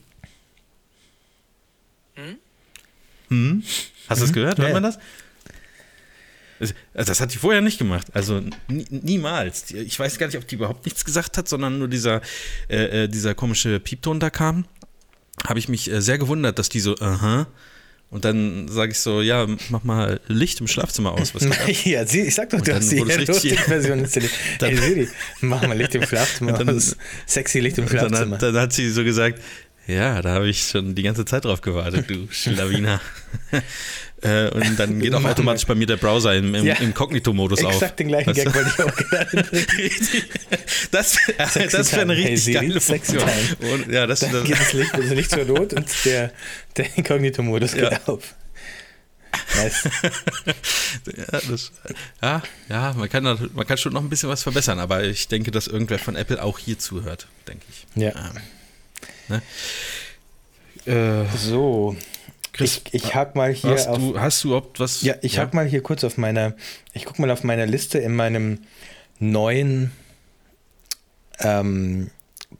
S4: Hm?
S2: Hm? Hast du das gehört? Hört
S3: Ja,
S2: man
S3: ja.
S2: das? Das- also Das hat die vorher nicht gemacht. Also nie, niemals. Die- Ich weiß gar nicht, ob die überhaupt nichts gesagt hat, sondern nur dieser, äh, äh, dieser komische Piepton da kam. Habe ich mich äh, sehr gewundert, dass die so, aha. Und dann sage ich so, ja, mach mal Licht im Schlafzimmer aus. Was geht ab?
S3: Ja, sie, ich sag doch,
S2: Und
S3: du
S2: dann
S3: hast die
S2: wurde es richtig-
S3: Erotik-Version installiert.
S2: Dann-
S3: Hey Siri, mach mal Licht im Schlafzimmer
S2: Und dann-
S3: aus. Sexy Licht im
S2: Und dann,
S3: Schlafzimmer.
S2: hat, dann hat sie so gesagt, ja, da habe ich schon die ganze Zeit drauf gewartet, du Schlawiner. äh, und dann geht auch
S3: Mach
S2: automatisch bei mir der Browser im, im,
S3: Ja.
S2: im Kognito-Modus auf.
S3: Exakt den gleichen
S2: Weißt du?
S3: Gag wollte ich auch gerade bringen.
S2: Das, das wäre eine
S3: Time. Hey
S2: richtig
S3: Siri,
S2: geile
S3: Sexy
S2: Funktion.
S3: Time.
S2: Und, ja, das,
S3: Dann
S2: das,
S3: geht das Licht, also Licht so rot und der, der Inkognito-Modus
S2: Ja.
S3: geht auf. Nice.
S2: ja, das, ja, ja man, kann, da- man kann schon noch ein bisschen was verbessern, aber ich denke, dass irgendwer von Apple auch hier zuhört, denke ich.
S3: Ja.
S2: Ne? Äh,
S3: So.
S2: Chris,
S3: ich, ich hack mal hier
S2: hast,
S3: auf.
S2: du, hast du überhaupt was?
S3: Ja, ich hack mal hier kurz auf meiner. Ich guck mal auf meiner Liste in meinem neuen ähm,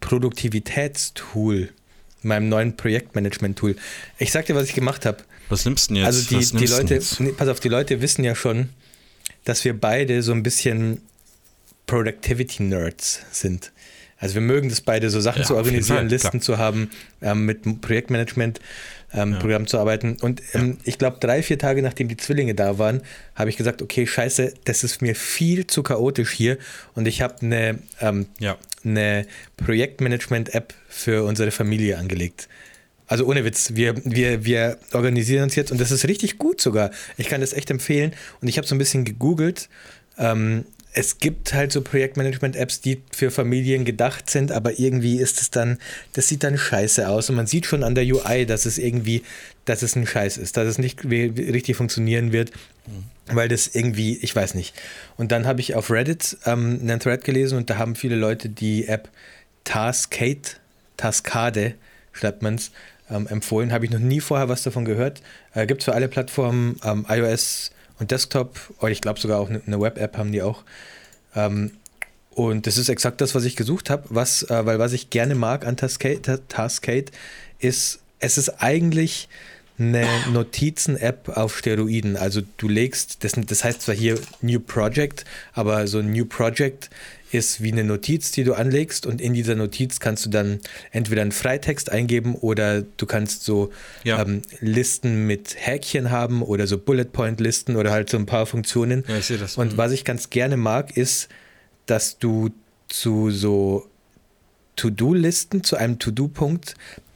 S3: Produktivitätstool, meinem neuen Projektmanagement-Tool. Ich sag dir, was ich gemacht habe.
S2: Was nimmst du denn jetzt?
S3: Also die,
S2: was
S3: die Leute,
S2: jetzt?
S3: nee, pass auf, die Leute wissen ja schon, dass wir beide so ein bisschen Productivity-Nerds sind. Also wir mögen das beide, so Sachen
S2: Ja,
S3: zu
S2: auf jeden
S3: organisieren,
S2: Fall,
S3: Listen
S2: klar.
S3: zu haben, ähm, mit Projektmanagement ähm,
S2: Ja.
S3: Programm zu arbeiten. Und ähm, ich glaube, drei, vier Tage nachdem die Zwillinge da waren, habe ich gesagt, okay, scheiße, das ist mir viel zu chaotisch hier und ich habe eine, ähm,
S2: Ja.
S3: eine Projektmanagement-App für unsere Familie angelegt. Also ohne Witz, wir, wir, wir organisieren uns jetzt und das ist richtig gut sogar. Ich kann das echt empfehlen und ich habe so ein bisschen gegoogelt. Ähm, es gibt halt so Projektmanagement-Apps, die für Familien gedacht sind, aber irgendwie ist es dann, das sieht dann scheiße aus und man sieht schon an der U I, dass es irgendwie, dass es ein Scheiß ist, dass es nicht richtig funktionieren wird, weil das irgendwie, ich weiß nicht. Und dann habe ich auf Reddit ähm, einen Thread gelesen und da haben viele Leute die App Taskade, Taskade, schreibt man es, ähm, empfohlen. Habe ich noch nie vorher was davon gehört. Äh, gibt es für alle Plattformen, ähm, iOS und Desktop, oder ich glaube sogar auch eine, eine Web-App haben die auch. Ähm, und das ist exakt das, was ich gesucht habe, was, äh, weil was ich gerne mag an Taskade, Taskade ist, es ist eigentlich eine Notizen-App auf Steroiden. Also du legst, das, das heißt zwar hier New Project, aber so ein New Project ist wie eine Notiz, die du anlegst und in dieser Notiz kannst du dann entweder einen Freitext eingeben oder du kannst so
S2: Ja.
S3: ähm, Listen mit Häkchen haben oder so Bullet-Point-Listen oder halt so ein paar Funktionen.
S2: Ja, ich sehe das.
S3: Und
S2: Mhm.
S3: was ich ganz gerne mag, ist, dass du zu so To-Do-Listen, zu einem To-Do-Punkt,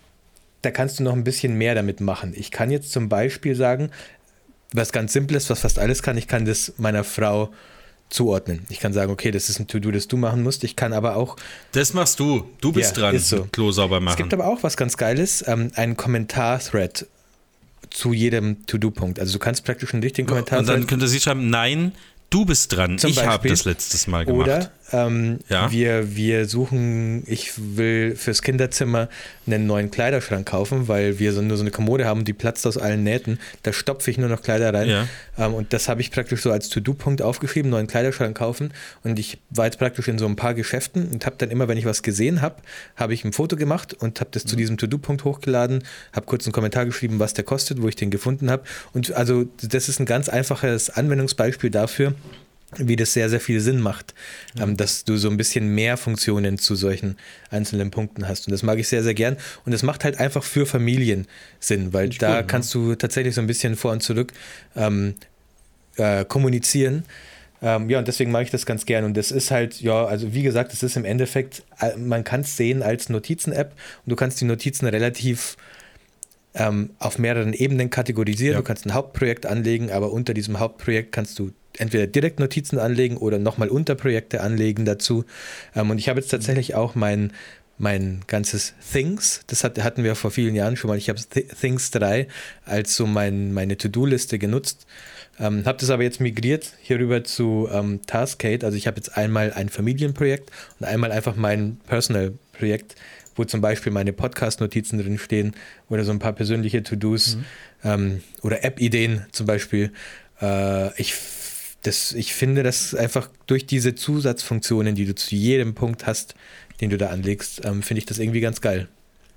S3: da kannst du noch ein bisschen mehr damit machen. Ich kann jetzt zum Beispiel sagen, was ganz Simples, was fast alles kann, ich kann das meiner Frau zuordnen. Ich kann sagen, okay, das ist ein To-Do, das du machen musst. Ich kann aber auch,
S2: Das machst du. Du bist
S3: Ja,
S2: dran.
S3: ist so.
S2: mit Klo sauber machen.
S3: es gibt aber auch was ganz Geiles, ähm, einen Kommentar-Thread zu jedem To-Do-Punkt. Also du kannst praktisch einen richtigen
S2: und
S3: Kommentar
S2: dann könnte sie schreiben, nein, du bist dran.
S3: Zum
S2: Ich habe
S3: Beispiel.
S2: das letztes Mal gemacht.
S3: Oder ähm,
S2: Ja.
S3: wir, wir suchen, ich will fürs Kinderzimmer einen neuen Kleiderschrank kaufen, weil wir so nur so eine Kommode haben, die platzt aus allen Nähten. Da stopfe ich nur noch Kleider rein.
S2: Ja.
S3: Ähm, und das habe ich praktisch so als To-Do-Punkt aufgeschrieben, neuen Kleiderschrank kaufen. Und ich war jetzt praktisch in so ein paar Geschäften und habe dann immer, wenn ich was gesehen habe, habe ich ein Foto gemacht und habe das
S2: Mhm.
S3: zu diesem To-Do-Punkt hochgeladen, habe kurz einen Kommentar geschrieben, was der kostet, wo ich den gefunden habe. Und also das ist ein ganz einfaches Anwendungsbeispiel dafür, wie das sehr, sehr viel Sinn macht, ähm, dass du so ein bisschen mehr Funktionen zu solchen einzelnen Punkten hast. Und das mag ich sehr, sehr gern. Und das macht halt einfach für Familien Sinn, weil
S2: ich
S3: da
S2: cool, ja.
S3: kannst du tatsächlich so ein bisschen vor und zurück ähm, äh, kommunizieren. Ähm, ja, und deswegen mag ich das ganz gern. Und das ist halt, ja, also wie gesagt, es ist im Endeffekt, äh, man kann es sehen als Notizen-App und du kannst die Notizen relativ ähm, auf mehreren Ebenen kategorisieren.
S2: Ja.
S3: Du kannst ein Hauptprojekt anlegen, aber unter diesem Hauptprojekt kannst du entweder direkt Notizen anlegen oder nochmal Unterprojekte anlegen dazu. Ähm, und ich habe jetzt tatsächlich auch mein, mein ganzes Things, das hat, hatten wir vor vielen Jahren schon mal, ich habe Th- Things drei als so mein, meine To-Do-Liste genutzt. Ähm, habe das aber jetzt migriert hierüber zu ähm, Taskade. Also ich habe jetzt einmal ein Familienprojekt und einmal einfach mein Personal-Projekt, wo zum Beispiel meine Podcast-Notizen drin stehen oder so ein paar persönliche To-Dos
S2: Mhm.
S3: ähm, oder App-Ideen zum Beispiel. Äh, ich, das, ich finde, dass einfach durch diese Zusatzfunktionen, die du zu jedem Punkt hast, den du da anlegst, ähm, finde ich das irgendwie ganz geil.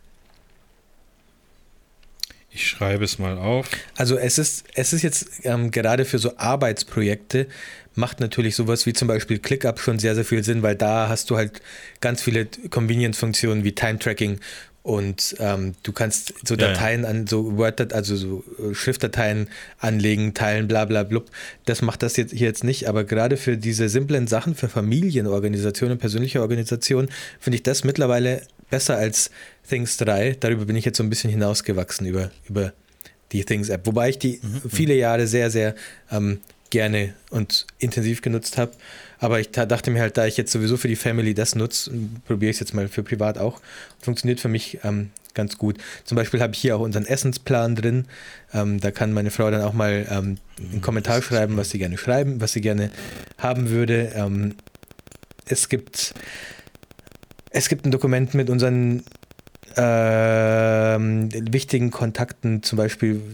S2: Ich schreibe es mal auf.
S3: Also es ist, es ist jetzt ähm, gerade für so Arbeitsprojekte macht natürlich sowas wie zum Beispiel ClickUp schon sehr, sehr viel Sinn, weil da hast du halt ganz viele Convenience-Funktionen wie Time-Tracking und ähm, du kannst so
S2: Ja, ja.
S3: Dateien an, so Word, also so äh, Schriftdateien anlegen, teilen, bla bla blub. Das macht das jetzt hier jetzt nicht, aber gerade für diese simplen Sachen, für Familienorganisationen, persönliche Organisationen, finde ich das mittlerweile besser als Things drei. Darüber bin ich jetzt so ein bisschen hinausgewachsen über, über die Things-App. Wobei ich die viele Jahre sehr, sehr ähm, gerne und intensiv genutzt habe. Aber ich ta- dachte mir halt, da ich jetzt sowieso für die Family das nutze, probiere ich es jetzt mal für privat auch. Funktioniert für mich ähm, ganz gut. Zum Beispiel habe ich hier auch unseren Essensplan drin. Ähm, da kann meine Frau dann auch mal ähm, einen Kommentar schreiben, was sie gerne schreiben, was sie gerne haben würde. Ähm, es gibt es gibt ein Dokument mit unseren ähm, wichtigen Kontakten, zum Beispiel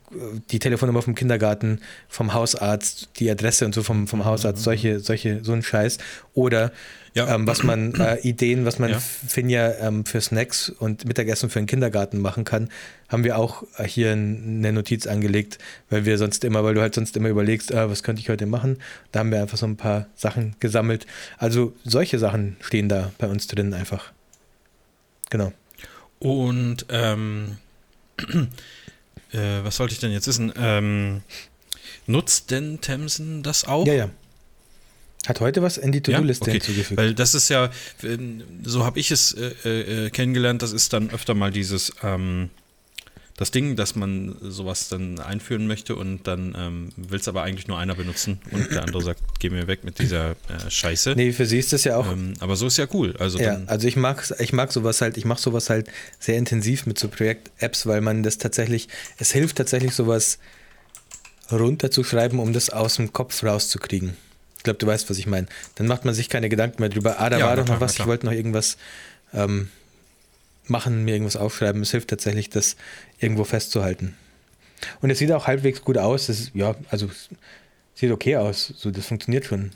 S3: die Telefonnummer vom Kindergarten, vom Hausarzt, die Adresse und so vom, vom Hausarzt, solche, solche, so ein Scheiß. Oder ja. ähm, was man, äh, Ideen, was man ja. Finja ähm, für Snacks und Mittagessen für den Kindergarten machen kann, haben wir auch hier eine Notiz angelegt, weil wir sonst immer, weil du halt sonst immer überlegst, ah, was könnte ich heute machen? Da haben wir einfach so ein paar Sachen gesammelt. Also solche Sachen stehen da bei uns drin einfach. Genau.
S2: Und ähm, äh, was sollte ich denn jetzt wissen? Ähm, nutzt denn Themsen das auch?
S3: Ja, ja. Hat heute was in die To-Do-Liste
S2: ja? Okay.
S3: hinzugefügt.
S2: Weil das ist ja, so habe ich es äh, äh, kennengelernt, das ist dann öfter mal dieses, ähm, das Ding, dass man sowas dann einführen möchte und dann ähm, will es aber eigentlich nur einer benutzen und der andere sagt, geh mir weg mit dieser äh, Scheiße.
S3: Nee, für sie ist das ja auch.
S2: Ähm, aber so ist ja cool. Also,
S3: ja,
S2: dann,
S3: also ich mag, ich mag sowas halt, ich mache sowas halt sehr intensiv mit so Projekt-Apps, weil man das tatsächlich, es hilft tatsächlich sowas runterzuschreiben, um das aus dem Kopf rauszukriegen. Ich glaube, du weißt, was ich meine. Dann macht man sich keine Gedanken mehr drüber. Ah, da
S2: ja,
S3: war doch
S2: klar,
S3: noch was, ich wollte noch irgendwas ähm, machen, mir irgendwas aufschreiben. Es hilft tatsächlich, das irgendwo festzuhalten. Und es sieht auch halbwegs gut aus. Das ist, ja, also es sieht okay aus. So, das funktioniert schon.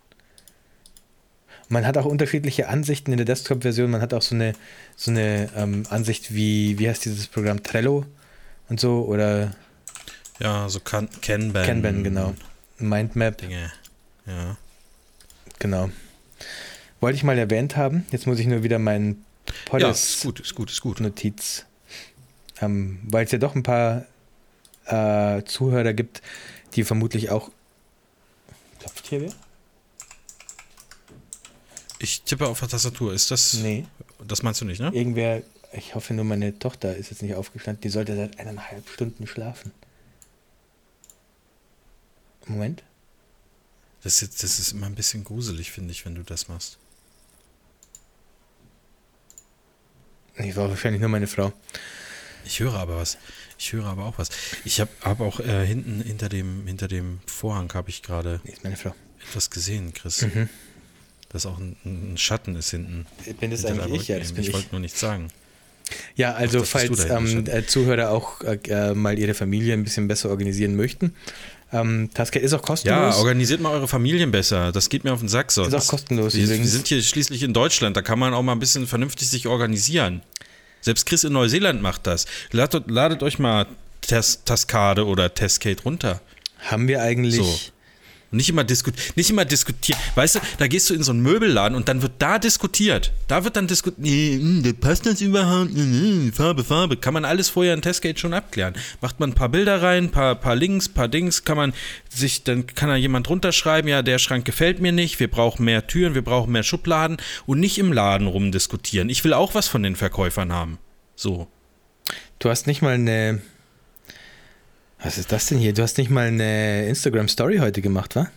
S3: Man hat auch unterschiedliche Ansichten in der Desktop-Version. Man hat auch so eine, so eine ähm, Ansicht wie, wie heißt dieses Programm, Trello und so, oder
S2: ja, so kan- Kanban.
S3: Kanban, genau. Mindmap.
S2: Dinge. Ja.
S3: Genau. Wollte ich mal erwähnt haben. Jetzt muss ich nur wieder meinen Poddes
S2: ja, ist gut, ist gut, ist gut.
S3: Notiz, ähm, weil es ja doch ein paar äh, Zuhörer gibt, die vermutlich auch. Klopft hier wer?
S2: Ich tippe auf der Tastatur. Ist das?
S3: Nee.
S2: Das meinst du nicht, ne?
S3: Irgendwer, ich hoffe nur, meine Tochter ist jetzt nicht aufgestanden. Die sollte seit eineinhalb Stunden schlafen. Moment.
S2: Das ist, das ist immer ein bisschen gruselig, finde ich, wenn du das machst.
S3: Nee, war wahrscheinlich nur meine Frau.
S2: Ich höre aber was. Ich höre aber auch was. Ich habe hab auch äh, hinten hinter dem, hinter dem Vorhang habe ich gerade
S3: Nee, ist meine Frau.
S2: etwas gesehen, Chris.
S3: Mhm.
S2: Dass auch ein, ein Schatten ist hinten.
S3: Bin das
S2: hinter
S3: eigentlich ich? Ja, das bin
S2: ich
S3: ich.
S2: wollte nur nichts sagen.
S3: Ja, also
S2: Ach, das bist
S3: falls
S2: du da hinten
S3: ähm,
S2: schon.
S3: äh, Zuhörer auch äh, mal ihre Familie ein bisschen besser organisieren möchten, ähm, Tasker ist auch kostenlos.
S2: Ja, organisiert mal eure Familien besser. Das geht mir auf den Sack sonst.
S3: Ist auch kostenlos
S2: Wir, wir
S3: übrigens.
S2: sind hier schließlich in Deutschland. Da kann man auch mal ein bisschen vernünftig sich organisieren. Selbst Chris in Neuseeland macht das. Ladet, ladet euch mal Tas- Tascade oder Tascade runter.
S3: Haben wir eigentlich.
S2: So. Nicht immer, disku- nicht immer diskutieren. Weißt du, da gehst du in so einen Möbelladen und dann wird da diskutiert. Da wird dann diskutiert, nee, passt das überhaupt? Nee, Farbe, Farbe. Kann man alles vorher in Tascade schon abklären. Macht man ein paar Bilder rein, paar, paar Links, paar Dings, kann man sich, dann kann da jemand runterschreiben, ja, der Schrank gefällt mir nicht, wir brauchen mehr Türen, wir brauchen mehr Schubladen und nicht im Laden rumdiskutieren. Ich will auch was von den Verkäufern haben. So.
S3: Du hast nicht mal eine. Was ist das denn hier? Du hast nicht mal eine Instagram-Story heute gemacht, wa?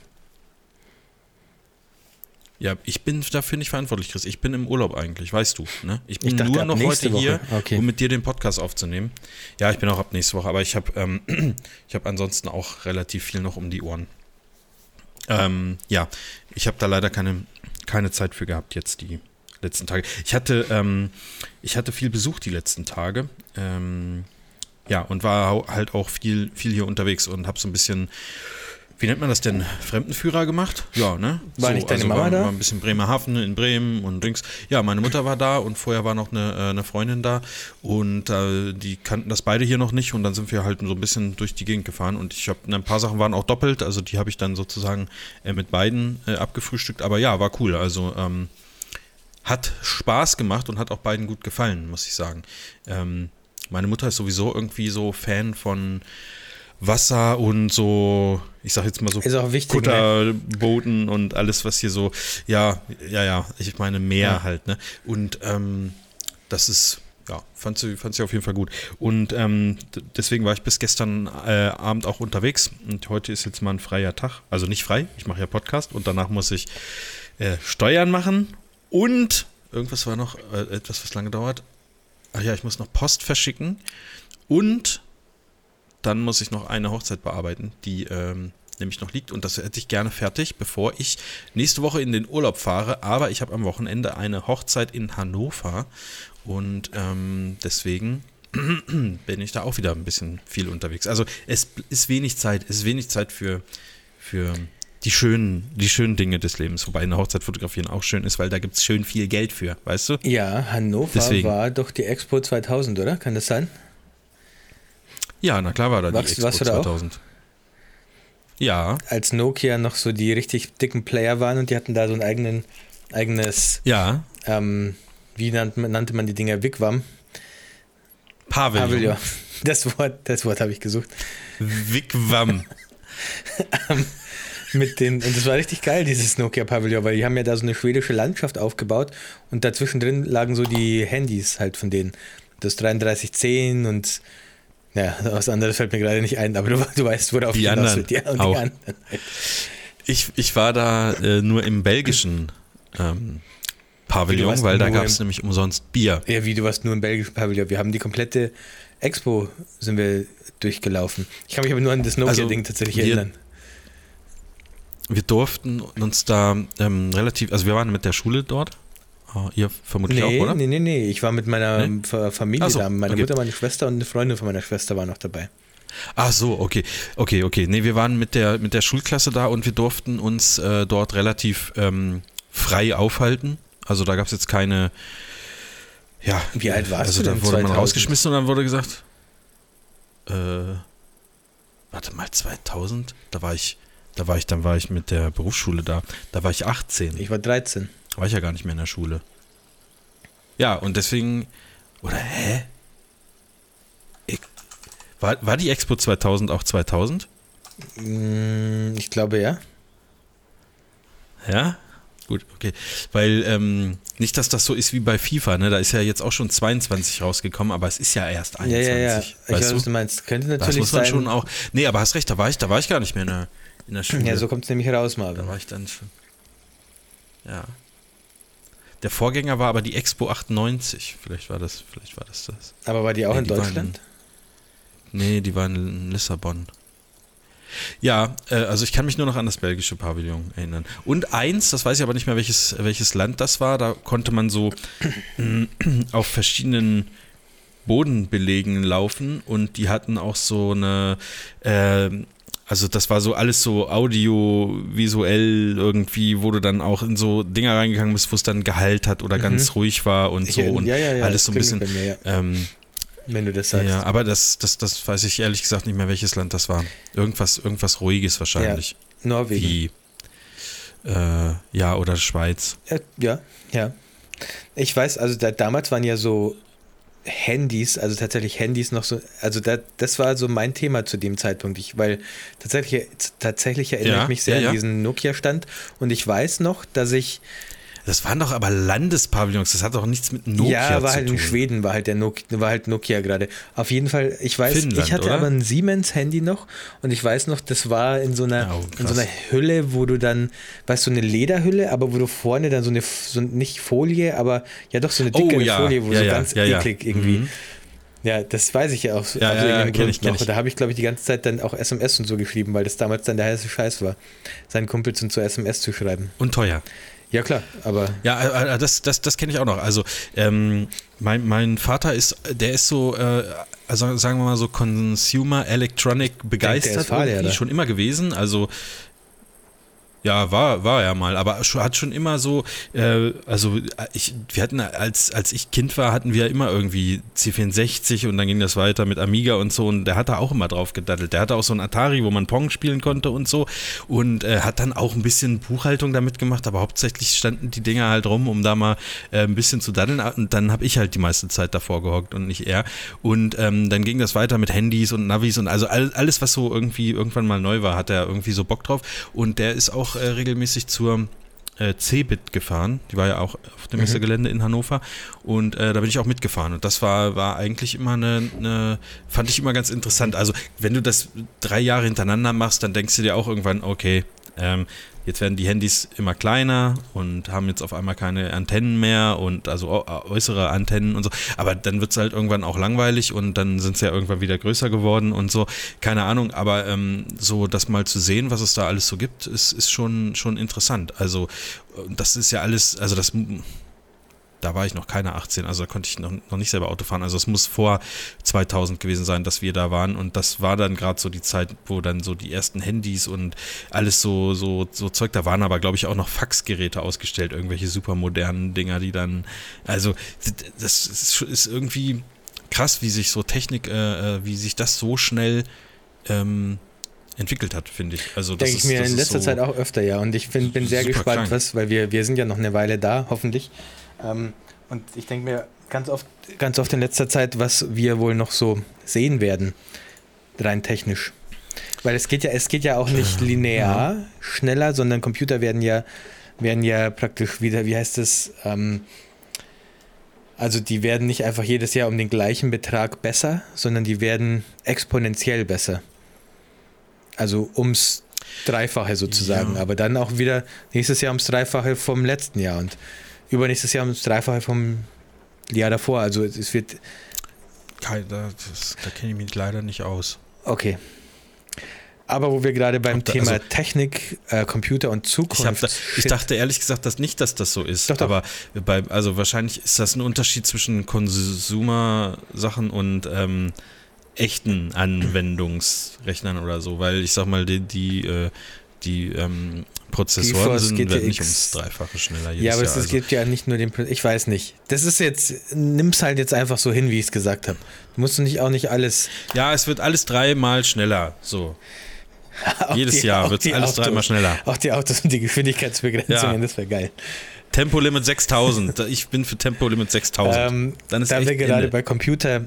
S2: Ja, ich bin dafür nicht verantwortlich, Chris. Ich bin im Urlaub eigentlich, weißt du. Ne? Ich bin
S3: Ich dachte,
S2: nur
S3: ab
S2: noch
S3: nächste
S2: heute hier,
S3: Woche. Okay.
S2: um mit dir den Podcast aufzunehmen. Ja, ich bin auch ab nächste Woche, aber ich habe ähm, ich habe ansonsten auch relativ viel noch um die Ohren. Ähm, ja, ich habe da leider keine, keine Zeit für gehabt jetzt die letzten Tage. Ich hatte, ähm, ich hatte viel Besuch die letzten Tage. Ähm, ja, und war halt auch viel, viel hier unterwegs und habe so ein bisschen, wie nennt man das denn, Fremdenführer gemacht? Ja, ne?
S3: War
S2: so,
S3: nicht deine
S2: also
S3: Mama
S2: war,
S3: da?
S2: war ein bisschen Bremerhaven in Bremen und Dings. Ja, meine Mutter war da und vorher war noch eine, äh, eine Freundin da und äh, die kannten das beide hier noch nicht und dann sind wir halt so ein bisschen durch die Gegend gefahren und ich habe, ein paar Sachen waren auch doppelt, also die habe ich dann sozusagen äh, mit beiden äh, abgefrühstückt, aber ja, war cool, also ähm, hat Spaß gemacht und hat auch beiden gut gefallen, muss ich sagen. Ähm, meine Mutter ist sowieso irgendwie so Fan von Wasser und so, ich sag jetzt mal so
S3: Ist auch wichtig,
S2: Kutterbooten ne? Und alles, was hier so, ja, ja, ja, ich meine Meer
S3: Ja.
S2: halt, ne? Und ähm, das ist, ja, fand sie, fand sie auf jeden Fall gut. Und ähm, d- deswegen war ich bis gestern äh, Abend auch unterwegs und heute ist jetzt mal ein freier Tag. Also nicht frei, ich mache ja Podcast und danach muss ich äh, Steuern machen und irgendwas war noch, äh, etwas, was lange dauert. Ach ja, ich muss noch Post verschicken und dann muss ich noch eine Hochzeit bearbeiten, die ähm, nämlich noch liegt und das hätte ich gerne fertig, bevor ich nächste Woche in den Urlaub fahre, aber ich habe am Wochenende eine Hochzeit in Hannover und ähm, deswegen bin ich da auch wieder ein bisschen viel unterwegs. Also es ist wenig Zeit, es ist wenig Zeit für, für die schönen, die schönen Dinge des Lebens. Wobei eine Hochzeit fotografieren auch schön ist, weil da gibt es schön viel Geld für, weißt du?
S3: Ja, Hannover
S2: Deswegen.
S3: war doch die Expo zweitausend, oder? Kann das sein?
S2: Ja, na klar war da
S3: Warst-
S2: die Expo
S3: warst du da auch?
S2: zweitausend. Ja,
S3: Als Nokia noch so die richtig dicken Player waren und die hatten da so ein eigenen, eigenes,
S2: ja,
S3: ähm, wie nannte man, nannte man die Dinger? Wigwam.
S2: Pavillon.
S3: Pavillon. Das Wort, das Wort habe ich gesucht.
S2: Wigwam.
S3: Mit den, und das war richtig geil, dieses Nokia-Pavillon, weil die haben ja da so eine schwedische Landschaft aufgebaut und dazwischen drin lagen so die Handys halt von denen. Das dreiunddreißig zehn und ja, was anderes fällt mir gerade nicht ein, aber du, du weißt, worauf
S2: Die
S3: ich hinaus
S2: anderen
S3: will. Ja, und
S2: auch.
S3: die anderen.
S2: Ich, ich war da äh, nur im belgischen ähm,
S3: Du
S2: Pavillon,
S3: warst
S2: weil da
S3: nur
S2: gab es
S3: im-
S2: nämlich umsonst Bier.
S3: Ja, wie, du warst nur im belgischen Pavillon. Wir haben die komplette Expo sind wir durchgelaufen. Ich kann mich aber nur an das Nokia-Ding
S2: Also,
S3: tatsächlich
S2: wir-
S3: erinnern.
S2: Wir durften uns da ähm, relativ, also wir waren mit der Schule dort. Oh, ihr vermutlich
S3: Nee,
S2: auch, oder?
S3: nee, nee, nee. Ich war mit meiner
S2: Nee?
S3: Fa- Familie
S2: Ach so,
S3: da. Meine
S2: okay.
S3: Mutter, meine Schwester und eine Freundin von meiner Schwester war noch dabei.
S2: Ach so, okay, okay, okay. Nee, wir waren mit der, mit der Schulklasse da und wir durften uns äh, dort relativ ähm, frei aufhalten. Also da gab es jetzt keine, ja.
S3: Wie alt warst
S2: also
S3: du
S2: da
S3: denn
S2: wurde man
S3: zweitausend?
S2: rausgeschmissen und dann wurde gesagt, äh, warte mal, zweitausend? Da war ich, da war ich, dann war ich mit der Berufsschule da. Da war ich achtzehn.
S3: Ich war dreizehn.
S2: War ich ja gar nicht mehr in der Schule. Ja, und deswegen, oder hä? Ich, war, war die Expo zweitausend auch zweitausend?
S3: Mm, Ich glaube ja.
S2: Ja? Gut, okay. Weil, ähm, nicht, dass das so ist wie bei FIFA, ne? Da ist ja jetzt auch schon zweiundzwanzig rausgekommen, aber es ist ja erst
S3: Ja,
S2: einundzwanzig.
S3: ja, ja. Ich weiß,
S2: Weißt
S3: was
S2: du?
S3: du meinst. Könnte
S2: Das
S3: natürlich
S2: muss man
S3: sein.
S2: schon auch. Nee, aber hast recht, da war ich, da war ich gar nicht mehr in der, in der Schule.
S3: Ja, so kommt es nämlich raus,
S2: Da
S3: Marvin.
S2: war ich dann schon. Ja. Der Vorgänger war aber die Expo achtundneunzig. Vielleicht war das, vielleicht war das das.
S3: Aber war die auch
S2: Nee,
S3: in
S2: die war in-
S3: Deutschland?
S2: Nee, die waren in Lissabon. Ja, äh, also ich kann mich nur noch an das belgische Pavillon erinnern. Und eins, das weiß ich aber nicht mehr, welches, welches Land das war, da konnte man so auf verschiedenen Bodenbelegen laufen und die hatten auch so eine, äh, also das war so alles so audiovisuell irgendwie, wo du dann auch in so Dinger reingegangen bist, wo es dann Gehalt hat oder ganz ruhig war und
S3: Ich
S2: so
S3: erinn-
S2: und
S3: ja, ja, ja,
S2: alles
S3: das
S2: so ein bisschen.
S3: klingelt bei mir,
S2: Ähm,
S3: Wenn du das sagst.
S2: ja, aber das, das, das weiß ich ehrlich gesagt nicht mehr, welches Land das war. Irgendwas, irgendwas Ruhiges wahrscheinlich.
S3: Norwegen.
S2: Wie, äh, ja, oder Schweiz.
S3: Ja, ja, ja. Ich weiß, also da, damals waren ja so Handys, also tatsächlich Handys noch so, also da, das war so mein Thema zu dem Zeitpunkt, ich, weil tatsächlich, tatsächlich erinnere
S2: Ja,
S3: ich mich sehr
S2: ja, ja.
S3: an diesen Nokia-Stand und ich weiß noch, dass ich,
S2: Das waren doch aber Landespavillons, das hat doch nichts mit Nokia
S3: ja, war
S2: zu
S3: halt
S2: tun.
S3: in Schweden, war halt der Nokia, war halt Nokia gerade. Auf jeden Fall, ich weiß,
S2: Finnland,
S3: ich hatte
S2: oder?
S3: aber ein Siemens-Handy noch und ich weiß noch, das war in so einer,
S2: Oh,
S3: in so
S2: krass.
S3: einer Hülle, wo du dann, weißt du, so eine Lederhülle, aber wo du vorne dann so eine, so nicht Folie, aber ja doch so eine dicke
S2: Oh, ja.
S3: Folie, wo
S2: Ja,
S3: so
S2: ja,
S3: ganz
S2: ja, ja.
S3: eklig irgendwie.
S2: Mhm.
S3: Ja, das weiß ich ja auch.
S2: Ja,
S3: aus
S2: ja, ja,
S3: irgendeinem
S2: kenn
S3: Grund
S2: ich, kenn
S3: noch.
S2: ich.
S3: Da habe ich, glaube ich, die ganze Zeit dann auch S M S und so geschrieben, weil das damals dann der heiße Scheiß war, seinen Kumpels und so S M S zu schreiben.
S2: Und teuer.
S3: Ja, klar, aber
S2: Ja, äh, das, das, das kenne ich auch noch. Also, ähm, mein, mein Vater ist, der ist so, äh, also sagen wir mal so Consumer Electronic begeistert,
S3: ist Fahrlehrer.
S2: irgendwie schon immer gewesen. Also, ja, war, war er mal, aber schon, hat schon immer so, äh, also ich, wir hatten, als, als ich Kind war, hatten wir immer irgendwie C vierundsechzig und dann ging das weiter mit Amiga und so und der hat da auch immer drauf gedattelt. Der hatte auch so ein Atari, wo man Pong spielen konnte und so und äh, hat dann auch ein bisschen Buchhaltung damit gemacht, aber hauptsächlich standen die Dinger halt rum, um da mal äh, ein bisschen zu daddeln und dann habe ich halt die meiste Zeit davor gehockt und nicht er und ähm, dann ging das weiter mit Handys und Navis und also all, alles, was so irgendwie irgendwann mal neu war, hat er irgendwie so Bock drauf und der ist auch äh, regelmäßig zur äh, Cebit gefahren. Die war ja auch auf dem
S3: Mhm.
S2: Messegelände in Hannover und äh, da bin ich auch mitgefahren und das war, war eigentlich immer eine, eine, fand ich immer ganz interessant. Also wenn du das drei Jahre hintereinander machst, dann denkst du dir auch irgendwann, okay, ähm, jetzt werden die Handys immer kleiner und haben jetzt auf einmal keine Antennen mehr und also äu- äußere Antennen und so. Aber dann wird es halt irgendwann auch langweilig und dann sind sie ja irgendwann wieder größer geworden und so. Keine Ahnung, aber ähm, so das mal zu sehen, was es da alles so gibt, ist, ist schon, schon interessant. Also das ist ja alles, also das da war ich noch keine achtzehn, also da konnte ich noch, noch nicht selber Auto fahren. Also es muss vor zweitausend gewesen sein, dass wir da waren und das war dann gerade so die Zeit, wo dann so die ersten Handys und alles so, so, so Zeug, da waren aber glaube ich auch noch Faxgeräte ausgestellt, irgendwelche super modernen Dinger, die dann, also das ist, ist irgendwie krass, wie sich so Technik, äh, wie sich das so schnell ähm, entwickelt hat, finde ich. Also das
S3: Denke ich
S2: ist,
S3: mir
S2: das
S3: in letzter
S2: ist so
S3: Zeit auch öfter, ja. Und ich find, bin sehr gespannt,
S2: krank.
S3: was, weil wir, wir sind ja noch eine Weile da, hoffentlich. Ähm, und ich denke mir ganz oft, ganz oft in letzter Zeit, was wir wohl noch so sehen werden, rein technisch. Weil es geht ja, es geht ja auch nicht linear ja. schneller, sondern Computer werden ja, werden ja praktisch wieder, wie heißt es, ähm, also die werden nicht einfach jedes Jahr um den gleichen Betrag besser, sondern die werden exponentiell besser. Also ums Dreifache sozusagen, ja. aber dann auch wieder nächstes Jahr ums Dreifache vom letzten Jahr und übernächstes Jahr ums Dreifache vom Jahr davor. Also es wird...
S2: Kein, das, da kenne ich mich leider nicht aus.
S3: Okay. Aber wo wir gerade beim
S2: da,
S3: Thema
S2: also,
S3: Technik, äh, Computer und Zukunft...
S2: Ich, da, ich dachte ehrlich gesagt dass nicht, dass das so ist.
S3: Doch, doch.
S2: Aber bei, also wahrscheinlich ist das ein Unterschied zwischen Consumer-Sachen und ähm, echten Anwendungsrechnern oder so. Weil ich sag mal, die, die, äh, die ähm, Prozessoren sind, werden nicht ums Dreifache schneller jedes
S3: Ja, aber
S2: Jahr.
S3: es
S2: Also.
S3: gibt ja nicht nur den... Ich weiß nicht. Das ist jetzt... Nimm's halt jetzt einfach so hin, wie ich es gesagt habe. Du musst nicht auch nicht alles...
S2: Ja, es wird alles dreimal schneller. So. Jedes
S3: die,
S2: Jahr wird es alles
S3: Autos,
S2: dreimal schneller.
S3: Auch die Autos und die Geschwindigkeitsbegrenzungen,
S2: ja.
S3: das wäre geil.
S2: Tempolimit sechstausend. Ich bin für Tempolimit sechstausend.
S3: Ähm,
S2: Dann ist
S3: da
S2: echt
S3: wir gerade
S2: Ende.
S3: bei Computer...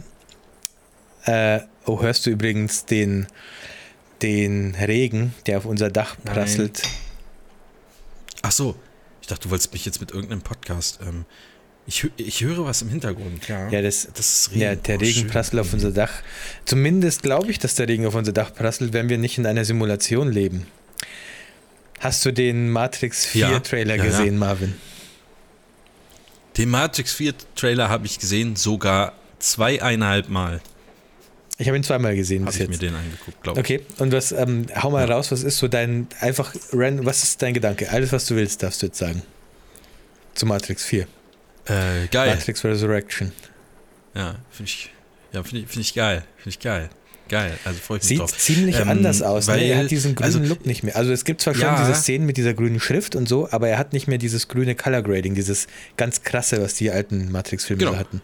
S3: Äh, oh, hörst du übrigens den, den Regen, der auf unser Dach prasselt?
S2: Ach so. Ich dachte, du wolltest mich jetzt mit irgendeinem Podcast... Ähm, ich, ich höre was im Hintergrund. Ja,
S3: ja, das,
S2: das ist Regen.
S3: ja der
S2: oh,
S3: Regen
S2: schön.
S3: prasselt auf unser Dach. Zumindest glaube ich, dass der Regen auf unser Dach prasselt, wenn wir nicht in einer Simulation leben. Hast du den Matrix vier
S2: Ja,
S3: Trailer
S2: ja,
S3: gesehen,
S2: ja.
S3: Marvin?
S2: Den Matrix vier Trailer habe ich gesehen, sogar zweieinhalb Mal
S3: Ich habe ihn zweimal gesehen
S2: habe
S3: bis
S2: ich
S3: jetzt.
S2: mir den angeguckt, glaube ich.
S3: Okay, und was, ähm, hau mal ja. raus, was ist so dein, einfach, was ist dein Gedanke? Alles, was du willst, darfst du jetzt sagen. Zu Matrix vier.
S2: Äh, geil.
S3: Matrix Resurrection.
S2: Ja, finde ich, ja, find ich, find ich geil. Finde ich geil. Geil, also freue ich mich
S3: Sieht
S2: drauf.
S3: ziemlich
S2: ähm,
S3: anders aus,
S2: weil,
S3: ne? Er hat diesen grünen
S2: also,
S3: Look nicht mehr. Also es gibt zwar schon
S2: ja,
S3: diese Szenen mit dieser grünen Schrift und so, aber er hat nicht mehr dieses grüne Color Grading, dieses ganz krasse, was die alten Matrix-Filme
S2: genau.
S3: so hatten.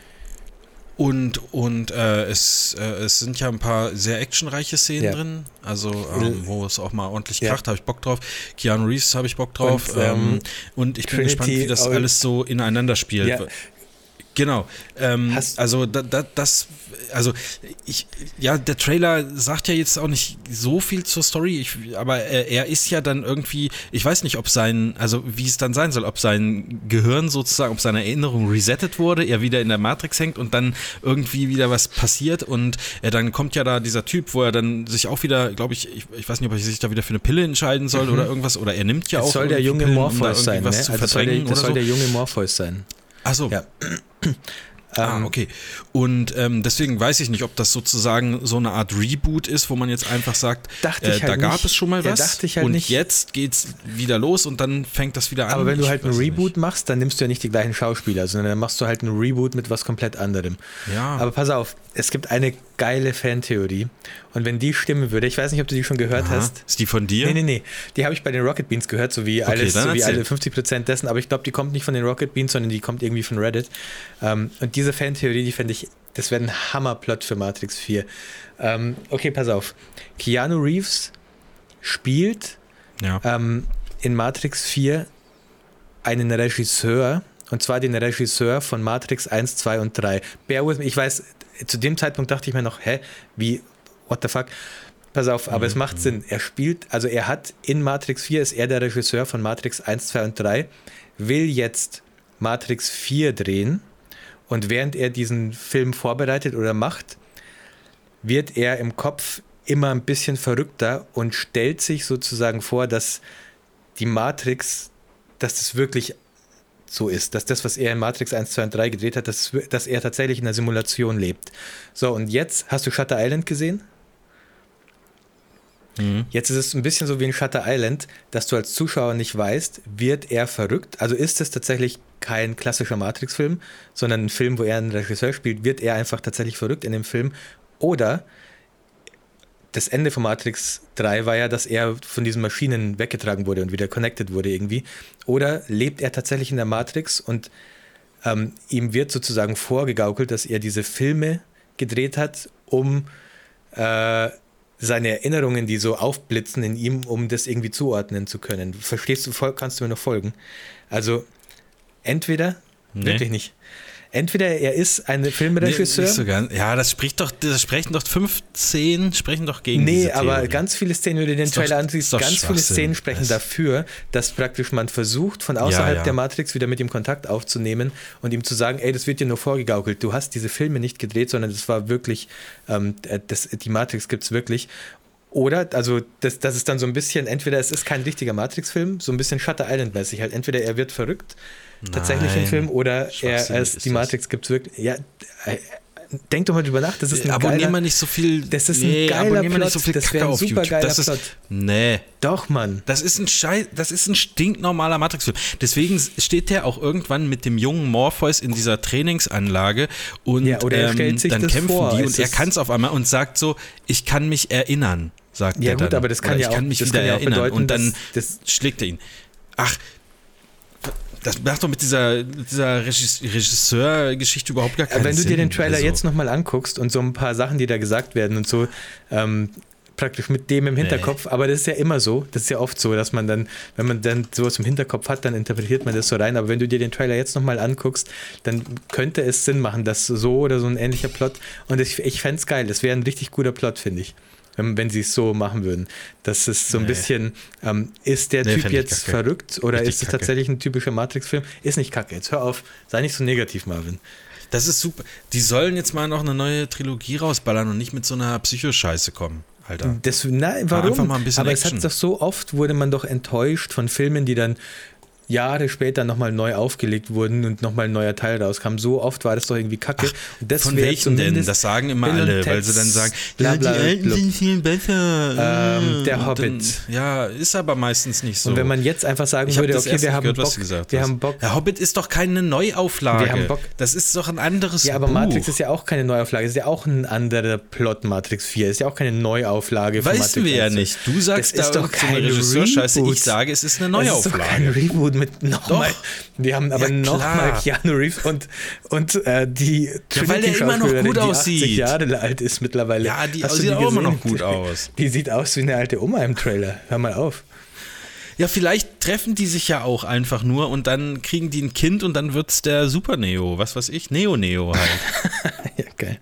S2: Und, und äh, es, äh, es sind ja ein paar sehr actionreiche Szenen
S3: Ja.
S2: drin, also ähm, wo es auch mal ordentlich
S3: Ja.
S2: kracht, habe ich Bock drauf. Keanu Reeves habe ich Bock drauf.
S3: Und, ähm,
S2: ähm, und ich bin
S3: Trinity
S2: gespannt, wie das
S3: auch-
S2: alles so ineinander spielt.
S3: Ja.
S2: Genau. Ähm,
S3: Hast-
S2: also da, da, das, also ich, ja, der Trailer sagt ja jetzt auch nicht so viel zur Story, ich, aber er, er ist ja dann irgendwie, ich weiß nicht, ob sein, also wie es dann sein soll, ob sein Gehirn sozusagen, ob seine Erinnerung resettet wurde, er wieder in der Matrix hängt und dann irgendwie wieder was passiert und äh, dann kommt ja da dieser Typ, wo er dann sich auch wieder, glaube ich, ich, ich weiß nicht, ob er sich da wieder für eine Pille entscheiden soll
S3: Mhm.
S2: oder irgendwas, oder er nimmt ja
S3: Das
S2: auch
S3: soll der
S2: irgendwie
S3: junge
S2: Pillen, um da
S3: Morpheus sein,
S2: irgendwie was
S3: ne?
S2: zu
S3: Also das soll der,
S2: verdrängen
S3: das
S2: oder
S3: soll
S2: so.
S3: der junge Morpheus sein.
S2: Ach so.
S3: Ja.
S2: Ah,
S3: Ähm,
S2: okay. Und ähm, deswegen weiß ich nicht, ob das sozusagen so eine Art Reboot ist, wo man jetzt einfach sagt,
S3: Dachte
S2: äh,
S3: ich halt
S2: da gab
S3: nicht.
S2: es schon mal
S3: Ja,
S2: was
S3: dachte ich halt
S2: und
S3: nicht.
S2: jetzt geht's wieder los und dann fängt das wieder an.
S3: Aber wenn du
S2: Ich
S3: halt ein
S2: weiß es
S3: Reboot machst, dann nimmst du ja nicht die gleichen Schauspieler, sondern dann machst du halt ein Reboot mit was komplett anderem.
S2: nicht. Ja,
S3: Aber pass auf, es gibt eine geile Fantheorie und wenn die stimmen würde, ich weiß nicht, ob du die schon gehört
S2: Aha.
S3: hast.
S2: Ist die von dir?
S3: Nee, nee, nee. Die habe ich bei den Rocket Beans gehört, so wie alles,
S2: dann
S3: so wie
S2: erzähl.
S3: alle fünfzig Prozent dessen, aber ich glaube, die kommt nicht von den Rocket Beans, sondern die kommt irgendwie von Reddit. Ähm, und diese Fantheorie, die fände ich, das wäre ein Hammerplot für Matrix vier. Ähm, okay, pass auf. Keanu Reeves spielt
S2: Ja.
S3: ähm, in Matrix vier einen Regisseur, und zwar den Regisseur von Matrix eins, zwei und drei. Bear with me, ich weiß, zu dem Zeitpunkt dachte ich mir noch, hä, wie, what the fuck? Pass auf, aber es macht Sinn. Er spielt, also er hat in Matrix vier, ist er der Regisseur von Matrix eins, zwei und drei, will jetzt Matrix vier drehen und während er diesen Film vorbereitet oder macht, wird er im Kopf immer ein bisschen verrückter und stellt sich sozusagen vor, dass die Matrix, dass das wirklich so ist, dass das, was er in Matrix eins, zwei und drei gedreht hat, dass, dass er tatsächlich in einer Simulation lebt. So, und jetzt, hast du Shutter Island gesehen?
S2: Mhm.
S3: Jetzt ist es ein bisschen so wie in Shutter Island, dass du als Zuschauer nicht weißt, wird er verrückt? Also ist es tatsächlich kein klassischer Matrix-Film, sondern ein Film, wo er einen Regisseur spielt, wird er einfach tatsächlich verrückt in dem Film? Oder das Ende von Matrix drei war ja, dass er von diesen Maschinen weggetragen wurde und wieder connected wurde irgendwie. Oder lebt er tatsächlich in der Matrix und ähm, ihm wird sozusagen vorgegaukelt, dass er diese Filme gedreht hat, um äh, seine Erinnerungen, die so aufblitzen in ihm, um das irgendwie zuordnen zu können. Verstehst du, kannst du mir noch folgen? Also entweder,
S2: Nee.
S3: wirklich nicht, entweder er ist ein Filmregisseur.
S2: Nee, nicht so ganz. Ja, das spricht doch, das sprechen doch fünfzehn, sprechen doch gegen
S3: Nee,
S2: diese
S3: aber
S2: Theorie.
S3: ganz viele Szenen, wenn du den
S2: Ist doch-
S3: Trailer
S2: ist
S3: ansiehst,
S2: doch
S3: ganz viele
S2: Schwachsinn.
S3: Szenen sprechen
S2: Das-
S3: dafür, dass praktisch man versucht, von außerhalb
S2: Ja, ja.
S3: der Matrix wieder mit ihm Kontakt aufzunehmen und ihm zu sagen, ey, das wird dir nur vorgegaukelt, du hast diese Filme nicht gedreht, sondern das war wirklich, ähm, das, die Matrix gibt es wirklich. Oder, also das, das ist dann so ein bisschen, entweder es ist kein richtiger Matrix-Film, so ein bisschen Shutter Island-mäßig, halt entweder er wird verrückt, tatsächlich im
S2: Nein,
S3: Film, oder er
S2: schwachsinnig
S3: ist,
S2: ist
S3: die
S2: das.
S3: Matrix gibt es wirklich. Ja, äh, denk doch mal drüber nach, das ist ein
S2: Abonnier
S3: geiler,
S2: mal nicht so viel.
S3: das ist ein
S2: nee,
S3: geiler
S2: abonnier mal
S3: Plot,
S2: nicht so viel
S3: das
S2: Kacke
S3: wäre ein
S2: auf
S3: super
S2: YouTube.
S3: geiler
S2: Das ist,
S3: Plot.
S2: Nee.
S3: Doch, Mann.
S2: Das ist ein Scheiß, das ist ein stinknormaler Matrix-Film. Deswegen steht der auch irgendwann mit dem jungen Morpheus in dieser Trainingsanlage und
S3: Ja, oder er
S2: ähm,
S3: stellt sich
S2: dann
S3: das
S2: kämpfen
S3: vor.
S2: die
S3: Es
S2: und er
S3: ist-
S2: kann es auf einmal und sagt so, ich kann mich erinnern, sagt
S3: Ja
S2: er
S3: gut,
S2: dann.
S3: aber das kann
S2: Oder
S3: ja
S2: ich kann
S3: auch-
S2: mich
S3: das
S2: wieder
S3: kann ja auch
S2: erinnern
S3: bedeuten,
S2: und dann
S3: dass- das-
S2: schlägt er ihn. Ach, das macht doch mit dieser, dieser Regis- Regisseur-Geschichte überhaupt gar keinen
S3: Wenn du
S2: Sinn.
S3: dir den Trailer
S2: Also,
S3: jetzt nochmal anguckst und so ein paar Sachen, die da gesagt werden und so, ähm, praktisch mit dem im Hinterkopf, aber das ist ja immer so, das ist ja oft so, dass man dann, wenn man dann sowas im Hinterkopf hat, dann interpretiert man das so rein, aber wenn du dir den Trailer jetzt nochmal anguckst, dann könnte es Sinn machen, dass so oder so ein ähnlicher Plot, und ich, ich fände es geil, das wäre ein richtig guter Plot, finde ich, wenn, wenn sie es so machen würden. Das ist so ein
S2: Nee.
S3: bisschen, ähm, ist der
S2: Nee,
S3: Typ
S2: fänd ich
S3: jetzt
S2: kacke.
S3: verrückt oder
S2: Richtig
S3: ist es
S2: kacke.
S3: tatsächlich ein typischer Matrix-Film? Ist nicht kacke, jetzt hör auf, sei nicht so negativ, Marvin.
S2: Das ist super. Die sollen jetzt mal noch eine neue Trilogie rausballern und nicht mit so einer Psychoscheiße kommen, Alter.
S3: Das, na, warum?
S2: einfach mal ein bisschen
S3: Aber es
S2: Action.
S3: hat doch so oft, wurde man doch enttäuscht von Filmen, die dann Jahre später nochmal neu aufgelegt wurden und nochmal ein neuer Teil rauskam. So oft war das doch irgendwie kacke. Und das
S2: Von
S3: wäre
S2: welchen denn?
S3: zumindest
S2: Das sagen immer
S3: Bill und
S2: alle, weil
S3: Ted's
S2: sie dann sagen,
S3: bla, bla,
S2: ja, die Alten
S3: blub.
S2: sind viel besser.
S3: Ähm, der
S2: Und
S3: Hobbit.
S2: Dann, ja, ist aber meistens nicht so.
S3: Und wenn man jetzt einfach sagen
S2: ich hab
S3: würde,
S2: das
S3: okay,
S2: erst
S3: wir
S2: nicht
S3: haben
S2: gehört,
S3: Bock,
S2: was du gesagt
S3: wir
S2: hast.
S3: haben Bock.
S2: Der Hobbit ist doch keine Neuauflage.
S3: Wir haben Bock.
S2: Das ist doch ein anderes
S3: Ja, aber
S2: Buch.
S3: Matrix ist ja auch keine Neuauflage. Es ist ja auch ein anderer Plot, Matrix vier. Ist ja auch keine Neuauflage von
S2: Weißt
S3: Matrix
S2: wir ja
S3: eins.
S2: nicht. Du sagst
S3: Das ist
S2: da
S3: doch
S2: irgend so eine
S3: kein
S2: Regisseurscheiße.
S3: Reboot.
S2: Ich sage, es ist eine
S3: Das ist doch kein
S2: Neuauflage.
S3: Reboot mit nochmal. Wir haben aber
S2: Ja,
S3: nochmal
S2: klar.
S3: Keanu Reeves und, und äh, die
S2: weil der immer noch
S3: Trinity-Schauspielerin,
S2: gut
S3: die
S2: aussieht.
S3: achtzig Jahre alt ist mittlerweile.
S2: Ja, die
S3: Hast du
S2: sieht auch immer
S3: gesehen?
S2: noch gut aus.
S3: Die sieht aus wie eine alte Oma im Trailer. Hör mal auf.
S2: Ja, vielleicht treffen die sich ja auch einfach nur und dann kriegen die ein Kind und dann wird's der Super Neo, was weiß ich, Neo Neo halt.
S3: Ja, geil.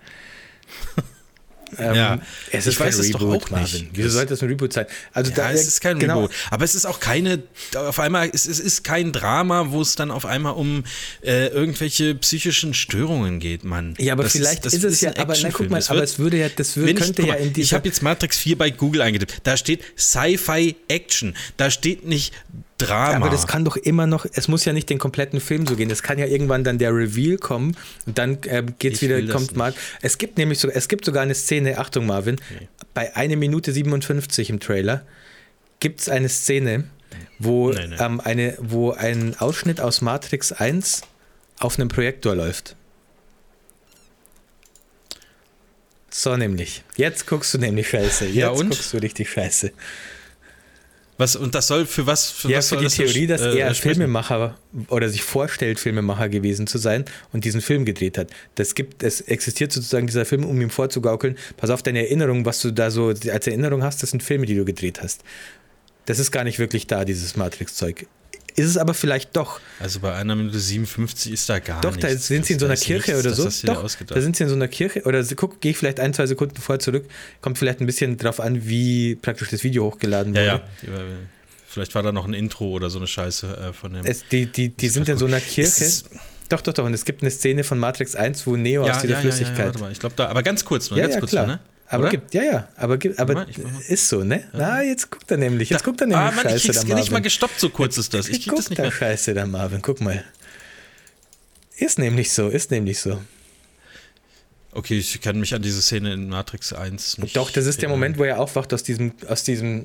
S3: Ähm,
S2: Ja,
S3: es
S2: ich
S3: ist
S2: weiß
S3: kein
S2: es doch
S3: Reboot,
S2: auch
S3: Marvin.
S2: nicht.
S3: Wieso
S2: Das-
S3: sollte das ein Reboot sein? Also
S2: Ja,
S3: da,
S2: es ist kein
S3: genau,
S2: Reboot. Aber es ist auch keine, auf einmal, es, es ist kein Drama, wo es dann auf einmal um äh, irgendwelche psychischen Störungen geht, Mann.
S3: Ja, aber
S2: Das
S3: vielleicht
S2: das
S3: ist es ja,
S2: ein
S3: aber na,
S2: Actionfilm.
S3: guck mal,
S2: Das
S3: aber
S2: wird-
S3: es würde ja, das würde,
S2: Wenn ich,
S3: könnte
S2: guck
S3: ja
S2: mal,
S3: in
S2: ich
S3: dieser...
S2: habe jetzt Matrix vier bei Google eingetippt. Da steht Sci-Fi Action. Da steht nicht Drama.
S3: Aber das kann doch immer noch, es muss ja nicht den kompletten Film so gehen. Es kann ja irgendwann dann der Reveal kommen und dann ähm, geht's
S2: Ich
S3: wieder,
S2: will das
S3: kommt
S2: nicht.
S3: mal. Es gibt nämlich sogar, es gibt sogar eine Szene, Achtung Marvin, bei einer Minute siebenundfünfzig im Trailer gibt es eine Szene, wo,
S2: Nee, nee.
S3: Ähm, eine, wo ein Ausschnitt aus Matrix eins auf einem Projektor läuft. So nämlich. Jetzt guckst du nämlich scheiße. Jetzt
S2: Ja, und?
S3: guckst du richtig scheiße.
S2: Was, und das soll für was? Für
S3: Ja,
S2: was
S3: für
S2: soll
S3: die
S2: das
S3: Theorie, dass
S2: äh,
S3: er
S2: sprechen?
S3: Filmemacher oder sich vorstellt, Filmemacher gewesen zu sein und diesen Film gedreht hat. Das gibt, es existiert sozusagen dieser Film, um ihm vorzugaukeln, pass auf, deine Erinnerung, was du da so als Erinnerung hast, das sind Filme, die du gedreht hast. Das ist gar nicht wirklich da, dieses Matrix-Zeug. Ist es aber vielleicht doch.
S2: Also bei einer Minute siebenundfünfzig ist da gar
S3: Doch,
S2: nichts.
S3: da sind sie in so
S2: Da
S3: einer
S2: ist
S3: Kirche
S2: nichts,
S3: oder
S2: das
S3: so.
S2: hast du dir
S3: Doch,
S2: ausgedacht.
S3: da sind sie in so einer Kirche oder sie- guck, gehe ich vielleicht ein, zwei Sekunden vor zurück, kommt vielleicht ein bisschen drauf an, wie praktisch das Video hochgeladen
S2: Ja,
S3: wurde.
S2: ja. Die war- Vielleicht war da noch ein Intro oder so eine Scheiße äh, von dem.
S3: Es, die die, die sind in so einer Kirche.
S2: Es ist-
S3: Doch, doch, doch. Und es gibt eine Szene von Matrix eins, wo Neo aus dieser
S2: ja,
S3: Flüssigkeit.
S2: Ja, ja, warte mal. Ich glaube da, aber ganz kurz, nur
S3: Ja,
S2: ganz
S3: ja,
S2: kurz,
S3: klar.
S2: nur, ne?
S3: Aber
S2: Oder?
S3: gibt, ja, ja, aber, gibt, aber
S2: Warte mal, ich mach mal.
S3: ist so, ne? Na, jetzt guckt er nämlich. Jetzt guckt er nämlich
S2: Ah, Mann,
S3: scheiße,
S2: ich krieg's
S3: der
S2: nicht
S3: Marvin.
S2: mal gestoppt, so kurz ist das. Ich
S3: Jetzt
S2: krieg das
S3: guckt
S2: nicht
S3: der
S2: mehr.
S3: scheiße, der Marvin. Guck mal. Ist nämlich so, ist nämlich so.
S2: Okay, ich kann mich an diese Szene in Matrix eins nicht
S3: Doch, das ist der
S2: erinnern.
S3: Moment, wo er aufwacht aus diesem, aus diesem,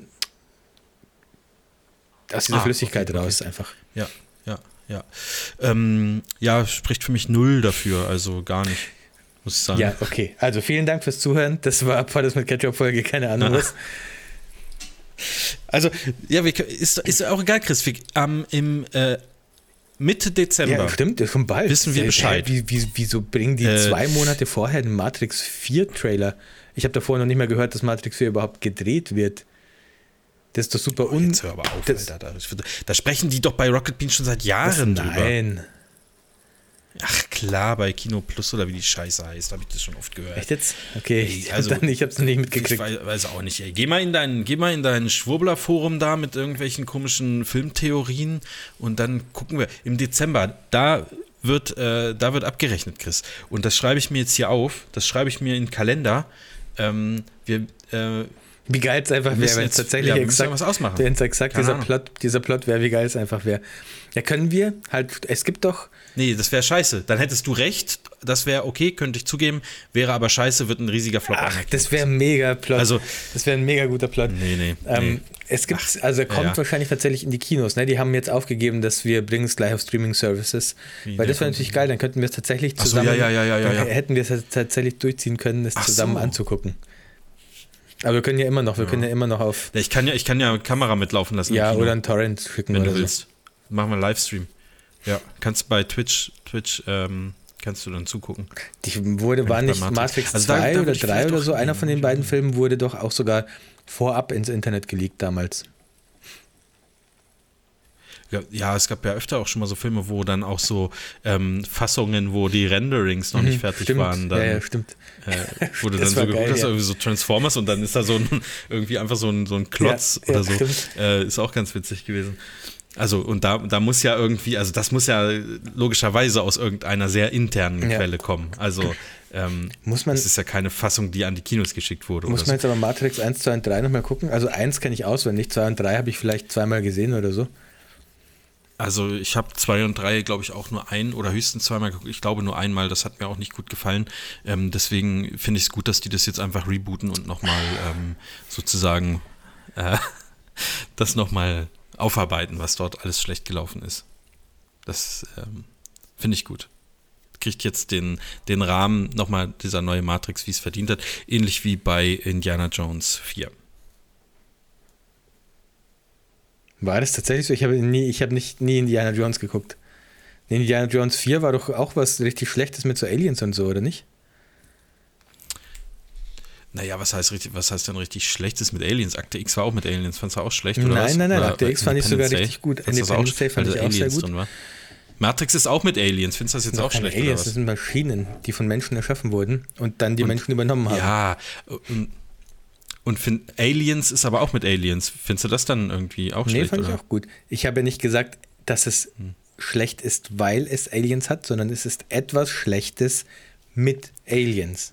S3: aus dieser
S2: Ah,
S3: Flüssigkeit
S2: okay, okay.
S3: raus einfach.
S2: Ja, ja, ja. Ähm, ja, spricht für mich null dafür, also gar nicht, muss ich sagen.
S3: Ja, okay. Also vielen Dank fürs Zuhören. Das war Poddes mit Ketchup-Folge, keine Ahnung was.
S2: Also, ja, wir, ist, ist auch egal, Chris. Wir, ähm, im äh, Mitte Dezember.
S3: Ja, stimmt, das ist schon bald.
S2: Wissen wir
S3: Hä,
S2: Bescheid.
S3: Wie, wie, wieso bringen die
S2: Äh,
S3: zwei Monate vorher den Matrix vier Trailer? Ich habe davor noch nicht mal gehört, dass Matrix vier überhaupt gedreht wird. Das ist doch super un...
S2: Jetzt hör aber auf,
S3: das,
S2: Alter. Da, da sprechen die doch bei Rocket Beans schon seit Jahren drüber.
S3: Nein.
S2: Ach klar, bei Kino Plus oder wie die Scheiße heißt, habe ich das schon oft gehört.
S3: Echt jetzt? Okay,
S2: Ey,
S3: ich,
S2: also,
S3: hab dann, ich hab's noch nicht
S2: Ich
S3: mitgekriegt.
S2: weiß, weiß auch nicht, ey. Geh mal in dein, geh mal in dein Schwurbler-Forum da mit irgendwelchen komischen Filmtheorien und dann gucken wir. Im Dezember, da wird, äh, da wird abgerechnet, Chris. Und das schreibe ich mir jetzt hier auf, das schreibe ich mir in den Kalender. Ähm, wir, äh,
S3: Wie geil es einfach
S2: wir
S3: wäre,
S2: müssen
S3: wenn es
S2: jetzt-
S3: tatsächlich
S2: ja, wir müssen
S3: exakt,
S2: was ausmachen.
S3: wenn es exakt
S2: Keine
S3: dieser
S2: Ahnung.
S3: Plot, dieser Plot wäre, wie geil es einfach wäre. Ja, können wir halt, es gibt doch,
S2: Nee, das wäre scheiße. Dann hättest du recht, das wäre okay, könnte ich zugeben, wäre aber scheiße, wird ein riesiger Flop.
S3: ach,
S2: anerkannt.
S3: das wäre ein mega Plot.
S2: Also-
S3: das wäre ein mega guter Plot.
S2: Nee, nee,
S3: Ähm,
S2: nee.
S3: Es gibt, also er kommt
S2: ja.
S3: wahrscheinlich tatsächlich in die Kinos. Ne? Die haben jetzt aufgegeben, dass wir bringen es gleich auf Streaming-Services.
S2: Wie,
S3: Weil
S2: der
S3: das wäre
S2: kommt
S3: natürlich geil, dann könnten wir es tatsächlich
S2: Ach so,
S3: zusammen,
S2: ja, ja, ja, ja,
S3: dann
S2: ja.
S3: hätten wir es tatsächlich durchziehen können, es
S2: Ach
S3: zusammen
S2: so.
S3: anzugucken. Aber wir können ja immer noch, wir können ja immer noch auf,
S2: Ja, ich kann ja, ich kann ja Kamera mitlaufen lassen. im
S3: ja,
S2: Kino.
S3: oder einen Torrent schicken
S2: wenn
S3: oder
S2: du
S3: so.
S2: willst. Machen wir einen Livestream. Ja, kannst bei Twitch, Twitch, ähm, kannst du dann zugucken.
S3: Die wurde, war
S2: bei
S3: nicht
S2: Matrix.
S3: Matrix
S2: Also da-
S3: zwei
S2: da
S3: oder
S2: würd ich
S3: drei
S2: vielleicht
S3: oder
S2: doch
S3: so, einer
S2: hingehen,
S3: von den
S2: ich
S3: beiden
S2: weiß
S3: Filmen wurde doch auch sogar vorab ins Internet geleakt damals.
S2: Ja, ja, es gab ja öfter auch schon mal so Filme, wo dann auch so ähm, Fassungen, wo die Renderings noch nicht fertig
S3: stimmt.
S2: waren, dann,
S3: ja, ja, stimmt.
S2: äh, wo du
S3: Das
S2: dann
S3: war
S2: so geguckt
S3: geil,
S2: hast,
S3: ja.
S2: irgendwie so Transformers und dann ist da so ein, irgendwie einfach so ein, so ein Klotz
S3: Ja,
S2: oder
S3: ja,
S2: so.
S3: stimmt.
S2: Äh, ist auch ganz witzig gewesen. Also, und da, da muss ja irgendwie, also das muss ja logischerweise aus irgendeiner sehr internen
S3: Ja.
S2: Quelle kommen. Also, ähm,
S3: Muss man-
S2: das ist ja keine Fassung, die an die Kinos geschickt wurde.
S3: Muss
S2: oder
S3: man
S2: so.
S3: jetzt aber Matrix eins, zwei und drei nochmal gucken? Also eins kenne ich auswendig, zwei und drei habe ich vielleicht zweimal gesehen oder so.
S2: Also ich habe zwei und drei, glaube ich, auch nur ein oder höchstens zweimal geguckt. Ich glaube nur einmal, das hat mir auch nicht gut gefallen. Ähm, deswegen finde ich es gut, dass die das jetzt einfach rebooten und nochmal ähm, sozusagen äh, das nochmal aufarbeiten, was dort alles schlecht gelaufen ist. Das ähm, finde ich gut. Kriegt jetzt den, den Rahmen nochmal dieser neue Matrix, wie es verdient hat. Ähnlich wie bei Indiana Jones vier.
S3: War das tatsächlich so? Ich habe nie, ich habe nicht nie Indiana Jones geguckt. Nee, Indiana Jones vier war doch auch was richtig Schlechtes mit so Aliens und so, oder nicht?
S2: Naja, was heißt, richtig, was heißt denn richtig Schlechtes mit Aliens? Akte X war auch mit Aliens. Fandst du auch schlecht, oder
S3: Nein,
S2: was?
S3: nein, nein,
S2: Oder
S3: Akte X fand ich sogar
S2: Independence
S3: richtig gut.
S2: Day? Fandst du das auch,
S3: Independence Day fand
S2: weil
S3: ich
S2: da
S3: auch sehr
S2: Aliens
S3: gut.
S2: drin war? Matrix ist auch mit Aliens. Findest du das jetzt auch
S3: Keine
S2: schlecht,
S3: Aliens,
S2: oder
S3: das
S2: was?
S3: sind Maschinen, die von Menschen erschaffen wurden und dann die Menschen übernommen haben.
S2: Ja, und, und find, Aliens ist aber auch mit Aliens. Findest du das dann irgendwie auch
S3: nee,
S2: schlecht,
S3: fand
S2: oder?
S3: ich auch gut. Ich habe ja nicht gesagt, dass es schlecht ist, weil es Aliens hat, sondern es ist etwas Schlechtes mit Aliens.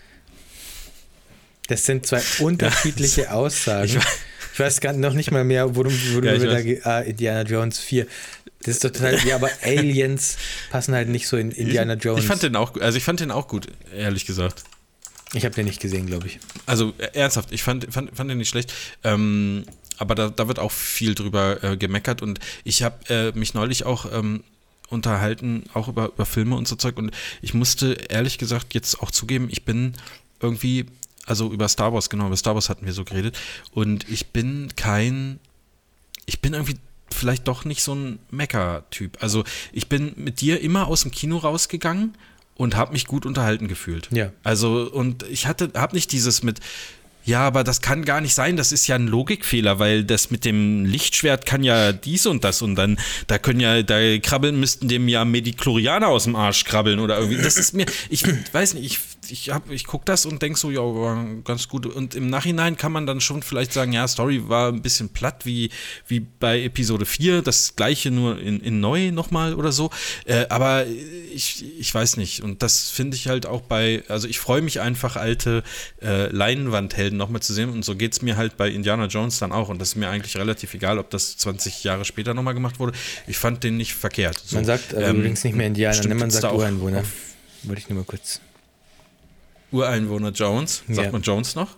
S3: Das sind zwei unterschiedliche Aussagen.
S2: ich
S3: Ich,
S2: weiß-
S3: weiß gar noch nicht mal mehr, worum, worüber
S2: Ja, ich
S3: wir da
S2: weiß.
S3: ge- ah, Indiana Jones vier. Das ist total, ja, aber Aliens passen halt nicht so in Indiana Jones.
S2: Ich fand den auch, also ich fand den auch gut, ehrlich gesagt.
S3: Ich habe den nicht gesehen, glaube ich.
S2: Also äh, ernsthaft, ich fand, fand, fand den nicht schlecht. Ähm, aber da, da wird auch viel drüber äh, gemeckert und ich habe äh, mich neulich auch ähm, unterhalten, auch über, über Filme und so Zeug und ich musste ehrlich gesagt jetzt auch zugeben, ich bin irgendwie, also über Star Wars, genau, über Star Wars hatten wir so geredet und ich bin kein, ich bin irgendwie vielleicht doch nicht so ein Mecker-Typ. Also ich bin mit dir immer aus dem Kino rausgegangen und habe mich gut unterhalten gefühlt.
S3: Ja.
S2: Also und ich hatte, habe nicht dieses mit, ja, aber das kann gar nicht sein, das ist ja ein Logikfehler, weil das mit dem Lichtschwert kann ja dies und das und dann, da können ja, da krabbeln müssten dem ja Mediklorianer aus dem Arsch krabbeln oder irgendwie. Das ist mir, ich weiß nicht, ich ich, hab, ich gucke das und denke so, ja, war ganz gut. Und im Nachhinein kann man dann schon vielleicht sagen, ja, Story war ein bisschen platt, wie, wie bei Episode vier, das gleiche nur in, in neu nochmal oder so. Äh, aber ich, ich weiß nicht. Und das finde ich halt auch bei, also ich freue mich einfach, alte äh, Leinwandhelden nochmal zu sehen. Und so geht es mir halt bei Indiana Jones dann auch. Und das ist mir eigentlich relativ egal, ob das zwanzig Jahre später nochmal gemacht wurde. Ich fand den nicht verkehrt. So,
S3: Man sagt äh,
S2: ähm,
S3: übrigens nicht mehr Indianer,
S2: bestimmt
S3: ne? Man
S2: gibt's
S3: sagt
S2: da auch
S3: Ureinwohner. Wollte ich nur mal kurz.
S2: Ureinwohner Jones. Sagt
S3: Ja.
S2: man Jones noch?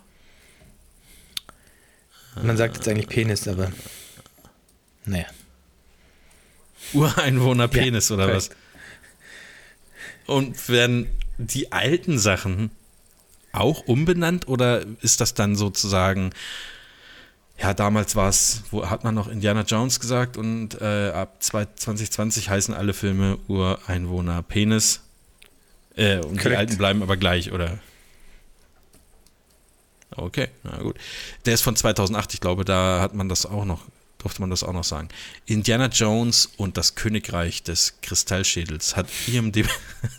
S3: Man sagt jetzt eigentlich Penis, aber naja.
S2: Ureinwohner Penis
S3: Ja,
S2: oder
S3: korrekt.
S2: was? Und werden die alten Sachen auch umbenannt oder ist das dann sozusagen, ja, damals war es, wo hat man noch Indiana Jones gesagt und äh, ab zwanzig zwanzig heißen alle Filme Ureinwohner Penis äh, und die
S3: Korrekt.
S2: alten bleiben aber gleich, oder? Okay, na gut. Der ist von zweitausendacht, ich glaube, da hat man das auch noch, durfte man das auch noch sagen. Indiana Jones und das Königreich des Kristallschädels hat I M D B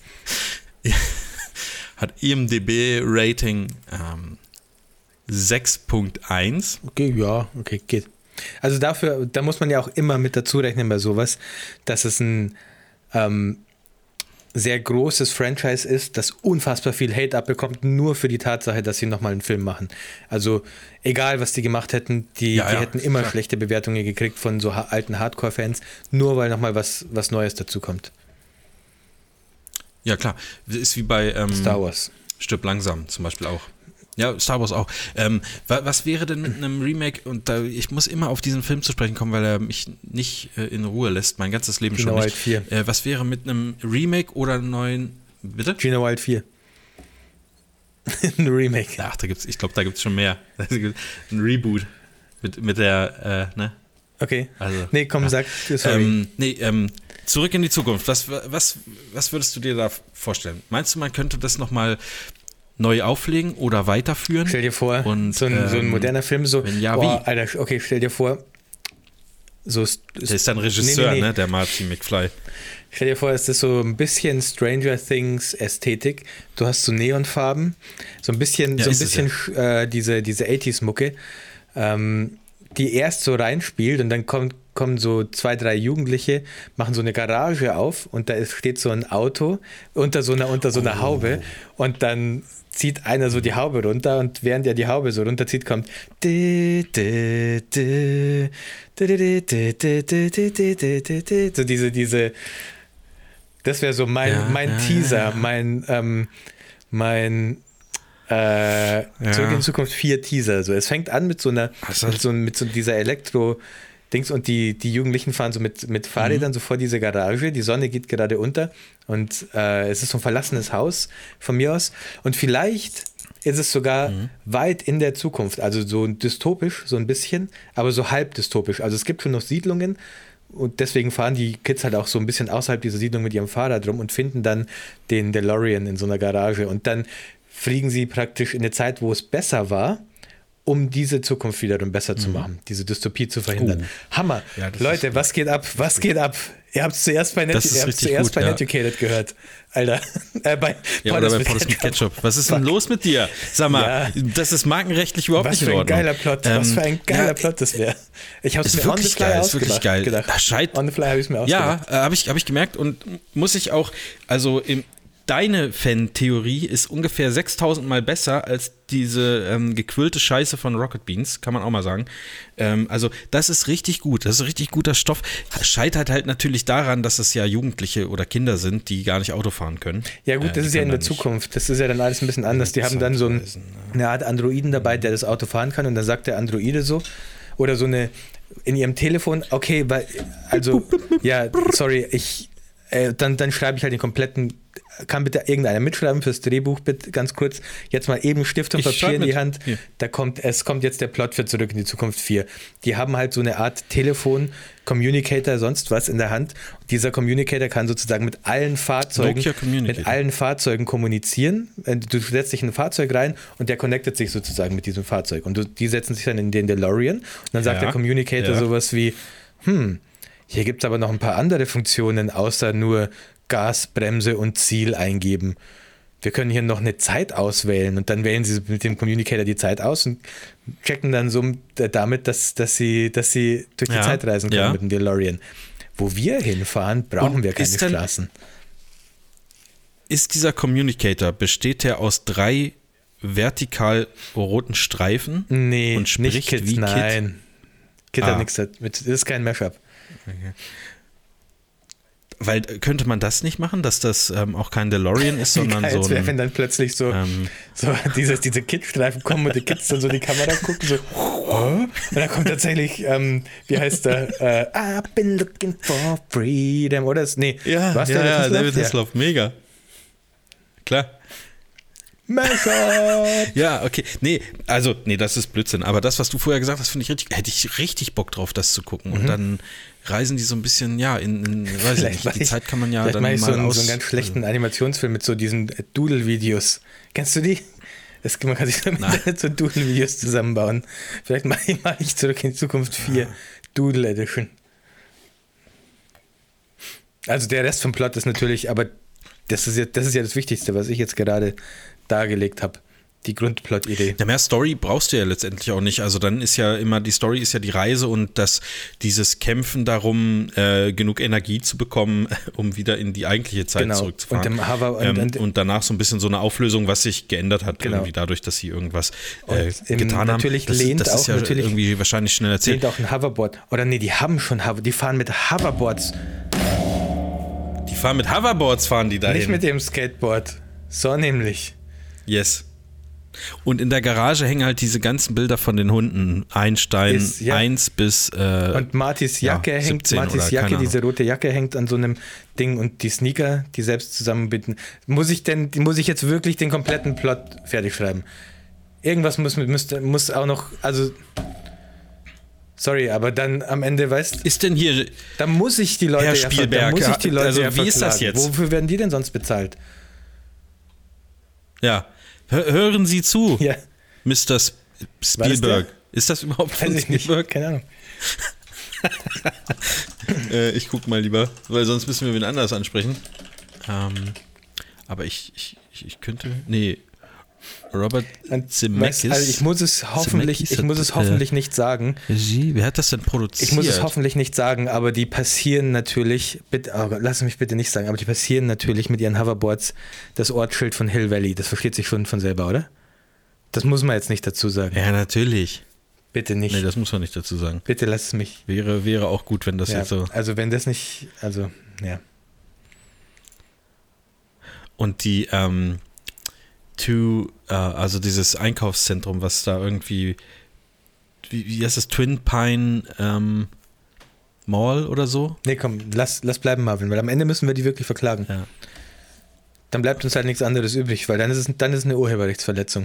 S2: hat I M D B-Rating ähm, sechs Punkt eins.
S3: Okay, ja, okay, geht. Also dafür, da muss man ja auch immer mit dazu rechnen bei sowas, dass es ein ähm, sehr großes Franchise ist, das unfassbar viel Hate abbekommt, nur für die Tatsache, dass sie nochmal einen Film machen. Also egal, was die gemacht hätten, die,
S2: Ja,
S3: die
S2: ja,
S3: hätten immer
S2: klar.
S3: schlechte Bewertungen gekriegt von so ha- alten Hardcore-Fans, nur weil nochmal was, was Neues dazu kommt.
S2: Ja, klar. Ist wie bei ähm,
S3: Star Wars.
S2: Stirb langsam zum Beispiel auch. Ja, Star Wars auch. Ähm, wa- was wäre denn mit einem Remake, und da, ich muss immer auf diesen Film zu sprechen kommen, weil er mich nicht äh, in Ruhe lässt, mein ganzes Leben
S3: Gino
S2: schon
S3: Wild
S2: nicht.
S3: vier.
S2: Äh, was wäre mit einem Remake oder einem neuen, bitte?
S3: Gino Wild vier. Ein Remake.
S2: Ach, da gibt's, ich glaube, da gibt es schon mehr. Ein Reboot mit, mit der, äh, ne?
S3: Okay.
S2: Also,
S3: Nee, komm,
S2: ja.
S3: sag, sorry.
S2: Ähm, nee, ähm, zurück in die Zukunft. Was, was, was würdest du dir da vorstellen? Meinst du, man könnte das nochmal neu auflegen oder weiterführen?
S3: Stell dir vor,
S2: Und,
S3: so, ein, so ein
S2: ähm,
S3: moderner Film, so,
S2: wenn ja,
S3: boah,
S2: wie?
S3: Alter, okay, stell dir vor, so ist,
S2: Der ist dann Regisseur,
S3: nee, nee, nee.
S2: ne? Der Marty McFly.
S3: Stell dir vor, es ist so ein bisschen Stranger Things Ästhetik. Du hast so Neonfarben, so ein bisschen,
S2: Ja,
S3: so ein
S2: ist es
S3: bisschen äh, diese, diese achtziger-Mucke, ähm, die erst so reinspielt und dann kommt, kommen so zwei, drei Jugendliche, machen so eine Garage auf und da ist, steht so ein Auto unter so einer, unter so einer
S2: Oh.
S3: Haube und dann zieht einer so die Haube runter und während er die Haube so runterzieht, kommt di, di, di, di, di, di, di, di, di, di, di, di, di. So diese, diese das wäre so mein,
S2: Ja,
S3: mein
S2: ja,
S3: Teaser,
S2: ja, ja.
S3: mein ähm, mein äh, Zurück in die Zukunft vier Teaser. So, es fängt an mit so einer,
S2: Also-
S3: mit so, mit so dieser Elektro-Dings und die, die Jugendlichen fahren so mit, mit Fahrrädern
S2: Mhm.
S3: so vor diese Garage. Die Sonne geht gerade unter und äh, es ist so ein verlassenes Haus von mir aus. Und vielleicht ist es sogar
S2: Mhm.
S3: weit in der Zukunft, also so dystopisch, so ein bisschen, aber so halb dystopisch. Also es gibt schon noch Siedlungen. Und deswegen fahren die Kids halt auch so ein bisschen außerhalb dieser Siedlung mit ihrem Fahrrad rum und finden dann den DeLorean in so einer Garage. Und dann fliegen sie praktisch in eine Zeit, wo es besser war, um diese Zukunft wiederum besser zu machen, diese Dystopie zu verhindern.
S2: Oh.
S3: Hammer.
S2: Ja, das
S3: Leute,
S2: ist-
S3: was geht ab? Was geht ab? Ihr habt es zuerst bei, Net
S2: Das ist
S3: ihr habt's
S2: richtig
S3: zuerst
S2: gut,
S3: bei
S2: ja.
S3: Netucated gehört. Alter. Äh, bei
S2: Ja, oder bei
S3: mit
S2: Pommes mit
S3: Ketchup.
S2: Ketchup. Was ist denn
S3: Fuck.
S2: los mit dir? Sag mal,
S3: Ja.
S2: das ist markenrechtlich überhaupt
S3: Was
S2: nicht in
S3: für ein
S2: Ordnung.
S3: geiler Plot. Was
S2: Ähm,
S3: für ein geiler
S2: ja,
S3: Plot das wäre. Ich habe es
S2: Ist
S3: mir on the
S2: wirklich
S3: fly
S2: geil, ist wirklich
S3: ausgedacht.
S2: geil.
S3: Gedacht.
S2: Ach, scheit-
S3: On the fly habe ich es mir
S2: Ja,
S3: ausgedacht.
S2: äh, habe ich, hab ich gemerkt und muss ich auch, also im, deine Fan-Theorie ist ungefähr sechstausend Mal besser als diese ähm, gequillte Scheiße von Rocket Beans, kann man auch mal sagen. Ähm, also das ist richtig gut, das ist richtig guter Stoff. Scheitert halt natürlich daran, dass es ja Jugendliche oder Kinder sind, die gar nicht Auto fahren können.
S3: Ja gut,
S2: Äh,
S3: das
S2: die
S3: ist ja in
S2: können
S3: der
S2: da nicht-
S3: Zukunft. Das ist ja dann alles ein bisschen anders. Die haben dann so ein,
S2: Zeitreisen,
S3: eine Art Androiden dabei, der das Auto fahren kann und dann sagt der Androide so oder so eine in ihrem Telefon, okay, weil, also, ja, sorry, ich, äh, dann, dann schreibe ich halt den kompletten, kann bitte irgendeiner mitschreiben fürs Drehbuch, bitte ganz kurz, jetzt mal eben Stift und
S2: Ich
S3: Papier
S2: schreib
S3: in die
S2: mit.
S3: Hand,
S2: Hier.
S3: da kommt, es kommt jetzt der Plot für Zurück in die Zukunft vier. Die haben halt so eine Art Telefon, Communicator, sonst was in der Hand. Dieser Communicator kann sozusagen mit allen Fahrzeugen,
S2: Nokia Communicator.
S3: mit allen Fahrzeugen kommunizieren. Du setzt dich in ein Fahrzeug rein und der connectet sich sozusagen mit diesem Fahrzeug. Und du, die setzen sich dann in den DeLorean und dann sagt
S2: Ja,
S3: der Communicator
S2: ja.
S3: sowas wie, hm, hier gibt es aber noch ein paar andere Funktionen, außer nur Gas, Bremse und Ziel eingeben. Wir können hier noch eine Zeit auswählen und dann wählen sie mit dem Communicator die Zeit aus und checken dann so damit, dass, dass, sie, dass sie durch die
S2: Ja,
S3: Zeit reisen können
S2: ja.
S3: mit dem DeLorean. Wo wir hinfahren, brauchen
S2: Und
S3: wir keine
S2: ist denn-
S3: Straßen.
S2: Ist dieser Communicator, besteht der aus drei vertikal roten Streifen?
S3: Nee,
S2: und spricht
S3: nicht Kids,
S2: wie Kid?
S3: nein. Kid
S2: Ah.
S3: hat nichts damit. Das ist kein Mashup.
S2: weil könnte man das nicht machen, dass das ähm, auch kein DeLorean ist, sondern
S3: Geil,
S2: so
S3: wäre,
S2: ein,
S3: wenn dann plötzlich so,
S2: ähm,
S3: so dieses, diese Kids-Streifen kommen und die Kids dann so die Kamera gucken, so, oh? Und dann kommt tatsächlich, ähm, wie heißt der, äh, I've been looking for freedom, oder? Nee,
S2: ja,
S3: was,
S2: ja,
S3: David
S2: ja,
S3: Hasselhoff?
S2: David
S3: Ja.
S2: Hasselhoff, mega. Klar.
S3: Messer!
S2: Ja, okay. Nee, also, nee, das ist Blödsinn. Aber das, was du vorher gesagt hast, finde ich richtig, hätte ich richtig Bock drauf, das zu gucken. Und dann reisen die so ein bisschen, ja, in, in weiß ich nicht,
S3: mach
S2: die
S3: ich-
S2: Zeit kann man ja
S3: vielleicht
S2: dann
S3: mache
S2: mal
S3: ich so einen,
S2: aus...
S3: so einen ganz schlechten Animationsfilm mit so diesen äh, Doodle-Videos. Kennst du die? Das, man kann sich so im
S2: Nein.
S3: Internet so Doodle-Videos zusammenbauen. Vielleicht mache ich, mach ich Zurück in die Zukunft vier Doodle Edition. Also der Rest vom Plot ist natürlich, aber das ist ja das, ist ja das Wichtigste, was ich jetzt gerade dargelegt habe. Die Grundplot-Idee.
S2: Ja, mehr Story brauchst du ja letztendlich auch nicht. Also dann ist ja immer, die Story ist ja die Reise und das, dieses Kämpfen darum, äh, genug Energie zu bekommen, um wieder in die eigentliche Zeit
S3: Genau.
S2: zurückzufahren.
S3: Und im Hover- und-
S2: ähm,
S3: und-
S2: und danach so ein bisschen so eine Auflösung, was sich geändert hat,
S3: Genau.
S2: irgendwie dadurch, dass sie irgendwas
S3: Und
S2: äh,
S3: im-
S2: getan haben.
S3: natürlich
S2: Das,
S3: lehnt
S2: das ist
S3: auch
S2: ja
S3: natürlich-
S2: irgendwie wahrscheinlich schnell erzählt.
S3: Lehnt auch ein Hoverboard. Oder nee, die haben schon Hover, die fahren mit Hoverboards.
S2: Die fahren mit Hoverboards, fahren die dahin.
S3: Nicht mit dem Skateboard. So nämlich.
S2: Yes. Und in der Garage hängen halt diese ganzen Bilder von den Hunden. Einstein
S3: Ist, ja.
S2: eins bis äh,
S3: Und Martys
S2: ja,
S3: Jacke hängt,
S2: siebzehn
S3: Martys
S2: oder
S3: Jacke,
S2: keine
S3: diese rote Jacke hängt an so einem Ding und die Sneaker, die selbst zusammenbinden. Muss ich denn, muss ich jetzt wirklich den kompletten Plot fertig schreiben? Irgendwas muss, müsste, muss auch noch, also, sorry, aber dann am Ende, weißt,
S2: Ist denn hier,
S3: da muss ich die Leute
S2: Herr
S3: ja, ver-
S2: Spielberg,
S3: da muss ich die Leute
S2: also
S3: ja
S2: wie ist das
S3: verklagen.
S2: jetzt?
S3: Wofür werden die denn sonst bezahlt?
S2: ja, hör, hören Sie zu,
S3: Ja,
S2: Mister Sp- Spielberg. Ist das überhaupt
S3: weiß
S2: von
S3: ich nicht,
S2: Spielberg?
S3: keine Ahnung.
S2: Äh, ich guck mal lieber, weil sonst müssen wir wen anders ansprechen. Ähm, aber ich, ich, ich, ich könnte, nee, Robert
S3: Und,
S2: Zemeckis.
S3: weißt, also ich muss es hoffentlich,
S2: Zemeckis
S3: ich muss
S2: hat,
S3: es hoffentlich nicht sagen.
S2: Regie, wer hat das denn produziert?
S3: Ich muss es hoffentlich nicht sagen, aber die passieren natürlich, bitte, oh Gott, lass mich bitte nicht sagen, aber die passieren natürlich mit ihren Hoverboards das Ortsschild von Hill Valley. Das versteht sich schon von selber, oder? Das muss man jetzt nicht dazu sagen.
S2: Ja, natürlich.
S3: Bitte nicht.
S2: Nee, das muss man nicht dazu sagen.
S3: Bitte lass es mich.
S2: Wäre, wäre auch gut, wenn das
S3: Ja,
S2: jetzt so.
S3: also wenn das nicht, also, ja.
S2: Und die, ähm, to, äh, also dieses Einkaufszentrum, was da irgendwie, wie, wie heißt das, Twin Pine ähm, Mall oder so?
S3: Nee, komm, lass, lass bleiben, Marvin, weil am Ende müssen wir die wirklich verklagen.
S2: Ja.
S3: Dann bleibt uns halt nichts anderes übrig, weil dann ist es, dann ist es eine Urheberrechtsverletzung.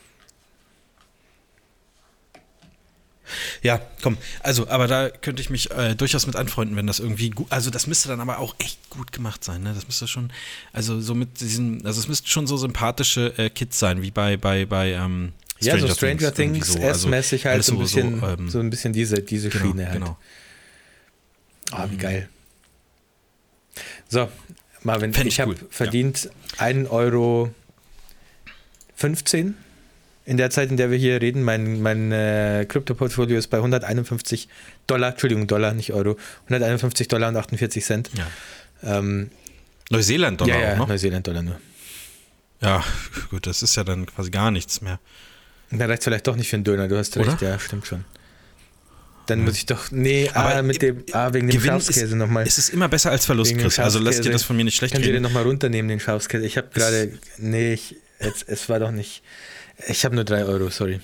S2: Ja, komm, also, aber da könnte ich mich äh, durchaus mit anfreunden, wenn das irgendwie gut, also das müsste dann aber auch echt gut gemacht sein, ne? Das müsste schon, also so mit diesen, also es müssten schon so sympathische äh, Kids sein, wie bei, bei, bei, ähm,
S3: Ja, so Stranger
S2: irgendwie
S3: Things,
S2: so.
S3: S-mäßig halt
S2: alles
S3: so ein bisschen, so,
S2: ähm,
S3: ein bisschen diese, diese
S2: genau,
S3: Schiene halt.
S2: Genau.
S3: Ah, wie geil. So, Marvin,
S2: Fänd
S3: ich
S2: ich
S3: habe
S2: cool,
S3: verdient ein Euro fünfzehn in der Zeit, in der wir hier reden. Mein, mein äh, Krypto-Portfolio ist bei hunderteinundfünfzig Dollar, Entschuldigung, Dollar, nicht Euro, hunderteinundfünfzig Dollar und achtundvierzig Cent.
S2: Ja.
S3: Ähm,
S2: Neuseeland-Dollar
S3: ja, ja,
S2: auch noch?
S3: Neuseeland-Dollar nur.
S2: Ja, gut, das ist ja dann quasi gar nichts mehr.
S3: Da reicht vielleicht doch nicht für einen Döner, du hast
S2: Oder?
S3: recht, ja, stimmt schon. Dann muss ich doch, nee,
S2: Aber
S3: ah, mit dem, ah, wegen dem
S2: Gewinn
S3: Schafskäse nochmal.
S2: Es ist immer besser als Verlust,
S3: Wegen dem
S2: Chris. Also lass dir
S3: Schafskäse.
S2: das von mir nicht schlecht
S3: Könnt ihr den
S2: reden.
S3: nochmal runternehmen, den Schafskäse? Ich habe gerade, nee, ich, jetzt, es war doch nicht, ich habe nur drei Euro, sorry.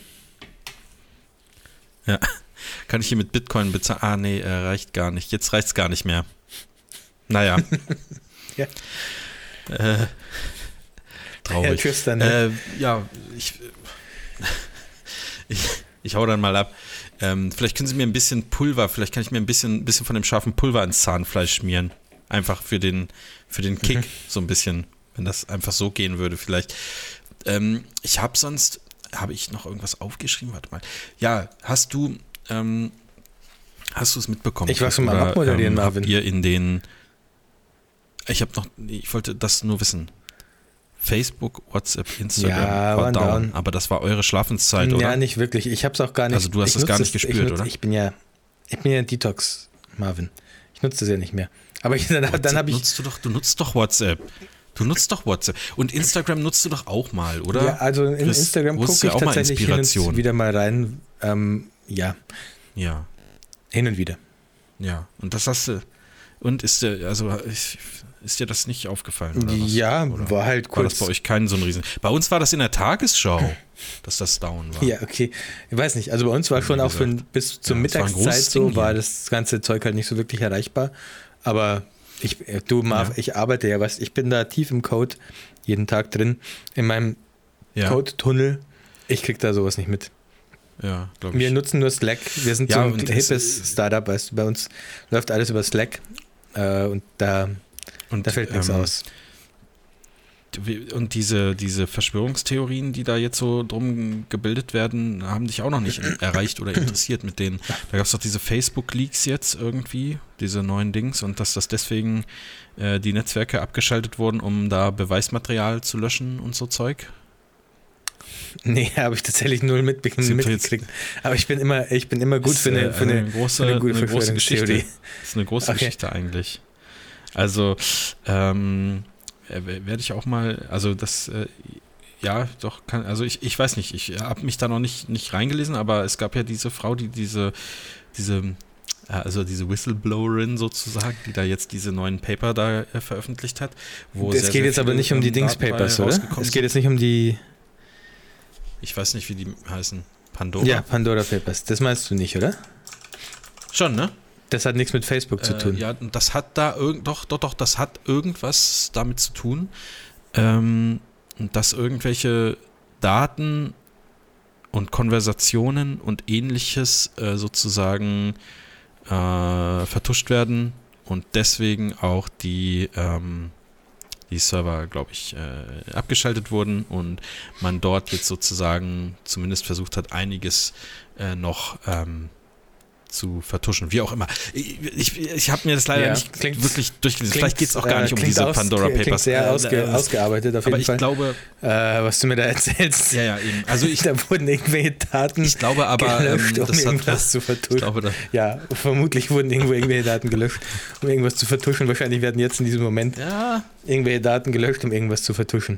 S2: Ja. Kann ich hier mit Bitcoin bezahlen? Ah, nee, äh, reicht gar nicht. Jetzt reicht es gar nicht mehr. Naja.
S3: Ja.
S2: Äh, traurig.
S3: Ja, tschüss dann, ne?
S2: Äh, ja, ich, ich, ich hau dann mal ab. Ähm, vielleicht können Sie mir ein bisschen Pulver, vielleicht kann ich mir ein bisschen, ein bisschen von dem scharfen Pulver ins Zahnfleisch schmieren. Einfach für den, für den Kick,
S3: Mhm.
S2: so ein bisschen. Wenn das einfach so gehen würde, vielleicht. Ähm, ich habe sonst, habe ich noch irgendwas aufgeschrieben? Warte mal. Ja, hast du, ähm, hast du es mitbekommen?
S3: Ich war schon mal am
S2: Oder,
S3: Abmoderieren,
S2: ähm,
S3: Marvin.
S2: Habt ihr in den, ich habe noch, ich wollte das nur wissen. Facebook, WhatsApp, Instagram
S3: Ja,
S2: war
S3: waren
S2: down,
S3: down.
S2: aber das war eure Schlafenszeit,
S3: Ja,
S2: oder?
S3: nicht wirklich. Ich habe es auch gar nicht.
S2: Also du hast
S3: ich
S2: es gar
S3: nutze
S2: nicht
S3: ich
S2: gespürt,
S3: nutze,
S2: oder?
S3: Ich bin ja, ich bin ja Detox, Marvin. Ich nutze das ja nicht mehr. Aber ich, dann, dann
S2: WhatsApp
S3: habe ich,
S2: nutzt du doch, du nutzt doch WhatsApp. Du nutzt doch WhatsApp. Und Instagram nutzt du doch auch mal, oder?
S3: ja, also in
S2: Chris,
S3: Instagram
S2: wo ist
S3: gucke
S2: ja
S3: ich
S2: auch mal
S3: tatsächlich hin
S2: Inspiration.
S3: und wieder mal rein. Ähm, ja,
S2: Ja,
S3: hin und wieder.
S2: ja. Und das hast du. Und ist dir, also ist, ist dir das nicht aufgefallen? Oder was?
S3: Ja,
S2: oder
S3: war halt kurz.
S2: War das bei euch kein so ein Riesen? Bei uns war das in der Tagesschau, dass das down war.
S3: Ja, okay. Ich weiß nicht. Also bei uns war schon auch für, bis zur
S2: Ja, das war ein
S3: Mittagszeit
S2: großes
S3: so,
S2: Ding
S3: war
S2: hier.
S3: das ganze Zeug halt nicht so wirklich erreichbar. Aber ich, du, Marv,
S2: Ja.
S3: ich arbeite ja, weißt, ich bin da tief im Code jeden Tag drin, in meinem
S2: Ja,
S3: Code-Tunnel. Ich krieg da sowas nicht mit.
S2: ja glaube
S3: Wir
S2: ich.
S3: nutzen nur Slack. Wir sind
S2: Ja,
S3: so ein
S2: und es-
S3: hippes Startup, weißt du, bei uns läuft alles über Slack äh, und da,
S2: Und,
S3: da fällt nichts
S2: ähm,
S3: aus.
S2: Und diese, diese Verschwörungstheorien, die da jetzt so drum gebildet werden, haben dich auch noch nicht erreicht oder interessiert mit denen. Da gab es doch diese Facebook-Leaks jetzt irgendwie, diese neuen Dings, und dass das deswegen äh, die Netzwerke abgeschaltet wurden, um da Beweismaterial zu löschen und so Zeug.
S3: Nee, habe ich tatsächlich null mitbe-
S2: Sind wir
S3: mitgekriegt. Aber ich bin immer, ich bin immer gut
S2: Ist,
S3: für eine,
S2: äh,
S3: für eine,
S2: große,
S3: für eine gute
S2: eine große Geschichte.
S3: Verschwörungstheorie.
S2: Das ist eine große
S3: Okay.
S2: Geschichte eigentlich. Also, ähm, äh, werde ich auch mal, also das, äh, ja, doch, kann, also ich, ich weiß nicht, ich habe mich da noch nicht, nicht reingelesen, aber es gab ja diese Frau, die diese, diese, äh, also diese Whistleblowerin sozusagen, die da jetzt diese neuen Paper da äh, veröffentlicht hat. Wo
S3: Es
S2: sehr,
S3: geht
S2: sehr
S3: jetzt aber
S2: viele,
S3: nicht um die
S2: ähm,
S3: Dings-Papers,
S2: Daten bei
S3: oder?
S2: rausgekommen
S3: Es geht
S2: sind.
S3: jetzt nicht um die
S2: Ich weiß nicht, wie die heißen. Pandora?
S3: ja, Pandora Papers. Das meinst du nicht, oder?
S2: Schon, ne?
S3: Das hat nichts mit Facebook zu tun.
S2: Äh, ja, und das hat da irgend, doch, doch, doch, das hat irgendwas damit zu tun, ähm, dass irgendwelche Daten und Konversationen und ähnliches äh, sozusagen äh, vertuscht werden und deswegen auch die, ähm, die Server, glaube ich, äh, abgeschaltet wurden und man dort jetzt sozusagen zumindest versucht hat, einiges äh, noch ähm, zu vertuschen, wie auch immer. Ich, ich, ich habe mir das leider
S3: Ja,
S2: nicht
S3: klingt-
S2: wirklich durchgelesen.
S3: Klingt,
S2: Vielleicht geht es auch gar
S3: äh,
S2: nicht um
S3: klingt
S2: diese
S3: aus-
S2: Pandora
S3: Klingt
S2: Papers.
S3: sehr
S2: Äh,
S3: ausge,
S2: äh,
S3: ausgearbeitet auf
S2: aber
S3: jeden
S2: ich
S3: Fall.
S2: glaube,
S3: äh, was du mir da erzählst.
S2: ja, ja, eben. Also ich,
S3: Da wurden irgendwelche Daten
S2: ich glaube aber,
S3: gelöscht,
S2: ähm,
S3: um
S2: das hat,
S3: irgendwas zu vertuschen.
S2: ich glaube, da,
S3: Ja, vermutlich wurden irgendwo irgendwelche Daten gelöscht, um irgendwas zu vertuschen. Wahrscheinlich werden jetzt in diesem Moment
S2: ja,
S3: irgendwelche Daten gelöscht, um irgendwas zu vertuschen.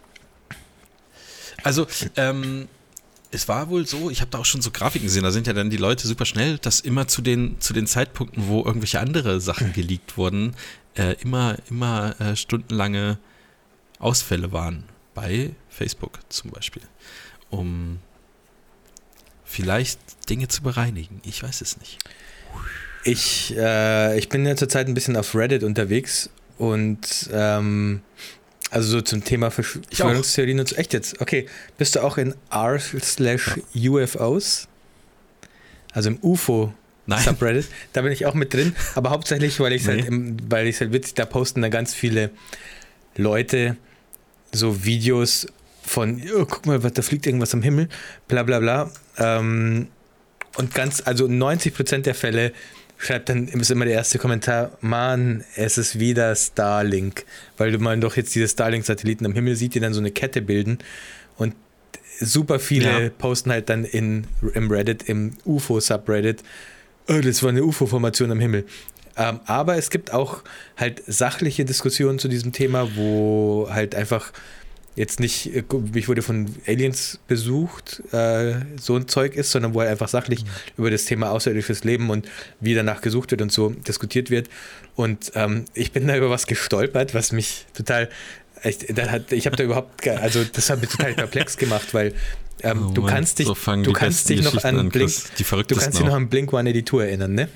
S2: also, ähm, es war wohl so, ich habe da auch schon so Grafiken gesehen, da sind ja dann die Leute super schnell, dass immer zu den, zu den Zeitpunkten, wo irgendwelche andere Sachen geleakt wurden, äh, immer, immer äh, stundenlange Ausfälle waren. Bei Facebook zum Beispiel. Um vielleicht Dinge zu bereinigen. Ich weiß es nicht.
S3: Ich, äh, ich bin ja zurzeit ein bisschen auf Reddit unterwegs und ähm, also so zum Thema Versch-
S2: Ich auch.
S3: Verschwörungstheorien und so. Echt jetzt? Okay. Bist du auch in r slash U F Os? Also im U F O
S2: Nein.
S3: Subreddit. Da bin ich auch mit drin, aber hauptsächlich, weil ich es
S2: Nee.
S3: halt, im- weil ich halt witzig, da posten dann ganz viele Leute so Videos von, oh, guck mal, was, da fliegt irgendwas am Himmel, bla bla bla. Ähm, und ganz, also neunzig Prozent der Fälle schreibt dann ist immer der erste Kommentar, Mann, es ist wieder Starlink, weil du mal doch jetzt diese Starlink-Satelliten am Himmel sieht, die dann so eine Kette bilden und super viele
S2: Ja.
S3: posten halt dann in, im Reddit, im U F O-Subreddit, oh, das war eine U F O-Formation am Himmel. Ähm, aber es gibt auch halt sachliche Diskussionen zu diesem Thema, wo halt einfach jetzt nicht, äh, ich wurde von Aliens besucht, äh, so ein Zeug ist, sondern wo halt einfach sachlich über das Thema außerirdisches Leben und wie danach gesucht wird und so diskutiert wird. Und ähm, ich bin da über was gestolpert, was mich total, ich, da hat, ich habe da überhaupt, gar, also das hat mich total perplex gemacht, weil ähm,
S2: Oh
S3: du
S2: Mann,
S3: kannst dich,
S2: so fangen
S3: du
S2: die
S3: kannst
S2: besten
S3: dich noch
S2: Geschichten
S3: an
S2: an,
S3: Blink,
S2: Chris. Die
S3: du
S2: verrücktesten
S3: kannst dich noch
S2: auch.
S3: an Blink one eighty-two erinnern, ne?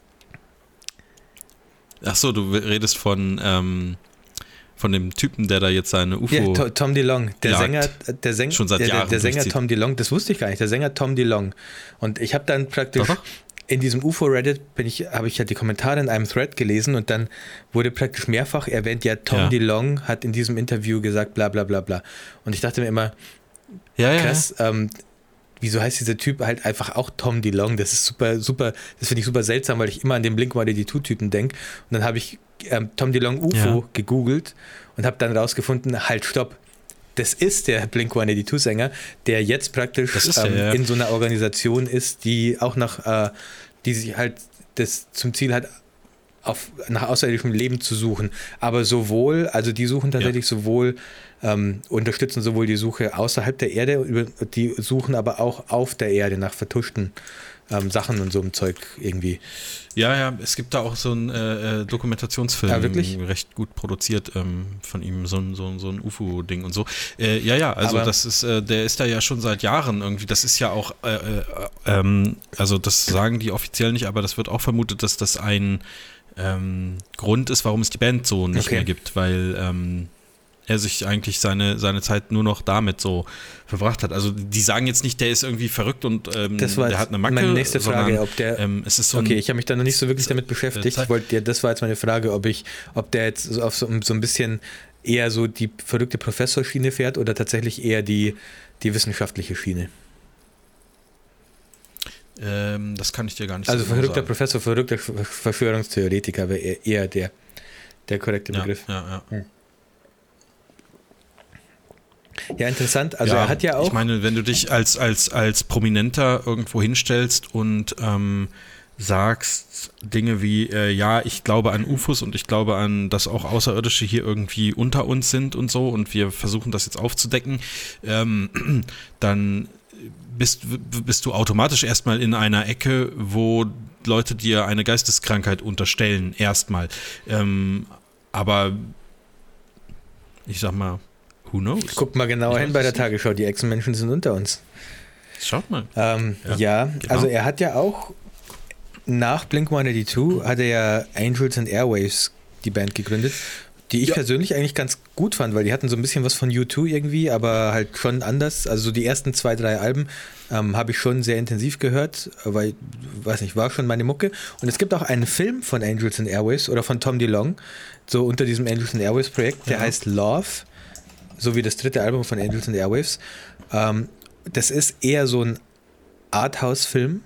S2: Ach so, du redest von, ähm, von dem Typen, der da jetzt seine U F O...
S3: Ja, To- Tom DeLonge, der
S2: Jagd.
S3: Sänger, der Sänger,
S2: Schon seit
S3: der,
S2: Jahren
S3: der Sänger
S2: durchzieht.
S3: Tom DeLonge, das wusste ich gar nicht, der Sänger Tom DeLonge. Und ich habe dann praktisch
S2: Doch, doch.
S3: in diesem U F O-Reddit bin ich, habe ich halt die Kommentare in einem Thread gelesen und dann wurde praktisch mehrfach erwähnt, ja, Tom
S2: Ja.
S3: DeLonge hat in diesem Interview gesagt, bla bla bla bla. Und ich dachte mir immer,
S2: Ja, ja,
S3: krass, ähm, wieso heißt dieser Typ halt einfach auch Tom DeLonge? Das ist super, super, das finde ich super seltsam, weil ich immer an den Blink one eighty-two-Typen denke. Und dann habe ich ähm, Tom DeLonge U F O
S2: Ja.
S3: gegoogelt und habe dann rausgefunden, halt, stopp. Das ist der Blink one eighty-two-Sänger, der jetzt praktisch
S2: Das ist der,
S3: ähm,
S2: ja.
S3: in so einer Organisation ist, die auch nach, äh, die sich halt das zum Ziel hat, auf, nach außerirdischem Leben zu suchen. Aber sowohl, also die suchen tatsächlich sowohl, ähm, unterstützen sowohl die Suche außerhalb der Erde, über- die suchen aber auch auf der Erde nach vertuschten ähm, Sachen und so ein Zeug irgendwie.
S2: Ja, ja, es gibt da auch so einen äh, Dokumentationsfilm,
S3: ja, wirklich?
S2: recht gut produziert ähm, von ihm, so ein, so, so ein U F O-Ding und so. Äh, ja, ja, also
S3: Aber
S2: das ist, äh, der ist da ja schon seit Jahren irgendwie, das ist ja auch, äh, äh, ähm, also das sagen die offiziell nicht, aber das wird auch vermutet, dass das ein ähm, Grund ist, warum es die Band so nicht
S3: Okay.
S2: mehr gibt, weil ähm, er sich eigentlich seine, seine Zeit nur noch damit so verbracht hat. Also die sagen jetzt nicht, der ist irgendwie verrückt und ähm,
S3: das war
S2: der
S3: jetzt
S2: hat eine Macke.
S3: meine nächste Frage,
S2: sondern,
S3: ob der.
S2: ähm, es ist so
S3: okay,
S2: ein,
S3: ich habe mich da noch nicht so wirklich damit beschäftigt. Ich wollte dir, das war jetzt meine Frage, ob ich, ob der jetzt so auf so, so ein bisschen eher so die verrückte Professorschiene fährt oder tatsächlich eher die, die wissenschaftliche Schiene.
S2: Ähm, das kann ich dir gar nicht
S3: Also
S2: so genau
S3: verrückter
S2: sagen.
S3: Professor, verrückter Verschwörungstheoretiker wäre eher, eher der, der korrekte
S2: Ja,
S3: Begriff.
S2: ja, ja.
S3: Ja, interessant. Also
S2: ja,
S3: er hat ja auch.
S2: Ich meine, wenn du dich als, als, als Prominenter irgendwo hinstellst und ähm, sagst Dinge wie, äh, ja, ich glaube an U F Os und ich glaube an, dass auch Außerirdische hier irgendwie unter uns sind und so und wir versuchen das jetzt aufzudecken, ähm, dann bist, bist du automatisch erstmal in einer Ecke, wo Leute dir eine Geisteskrankheit unterstellen, erstmal. Ähm, aber ich sag mal, who knows?
S3: Guck mal genauer
S2: Ich
S3: hin
S2: weiß
S3: bei der
S2: es nicht.
S3: Tagesschau, die Echsenmenschen sind unter uns.
S2: Schaut mal.
S3: Ähm, ja,
S2: Ja, genau.
S3: also er hat ja auch nach Blink one eighty-two hat er ja Angels and Airwaves, die Band, gegründet, die ich
S2: Ja.
S3: persönlich eigentlich ganz gut fand, weil die hatten so ein bisschen was von U zwei irgendwie, aber halt schon anders. Also so die ersten zwei, drei Alben ähm, habe ich schon sehr intensiv gehört, weil, weiß nicht, war schon meine Mucke. Und es gibt auch einen Film von Angels and Airwaves oder von Tom DeLonge, so unter diesem Angels and Airwaves Projekt, der
S2: Ja.
S3: heißt Love, so wie das dritte Album von Angels and Airwaves. Ähm, das ist eher so ein Arthouse-Film,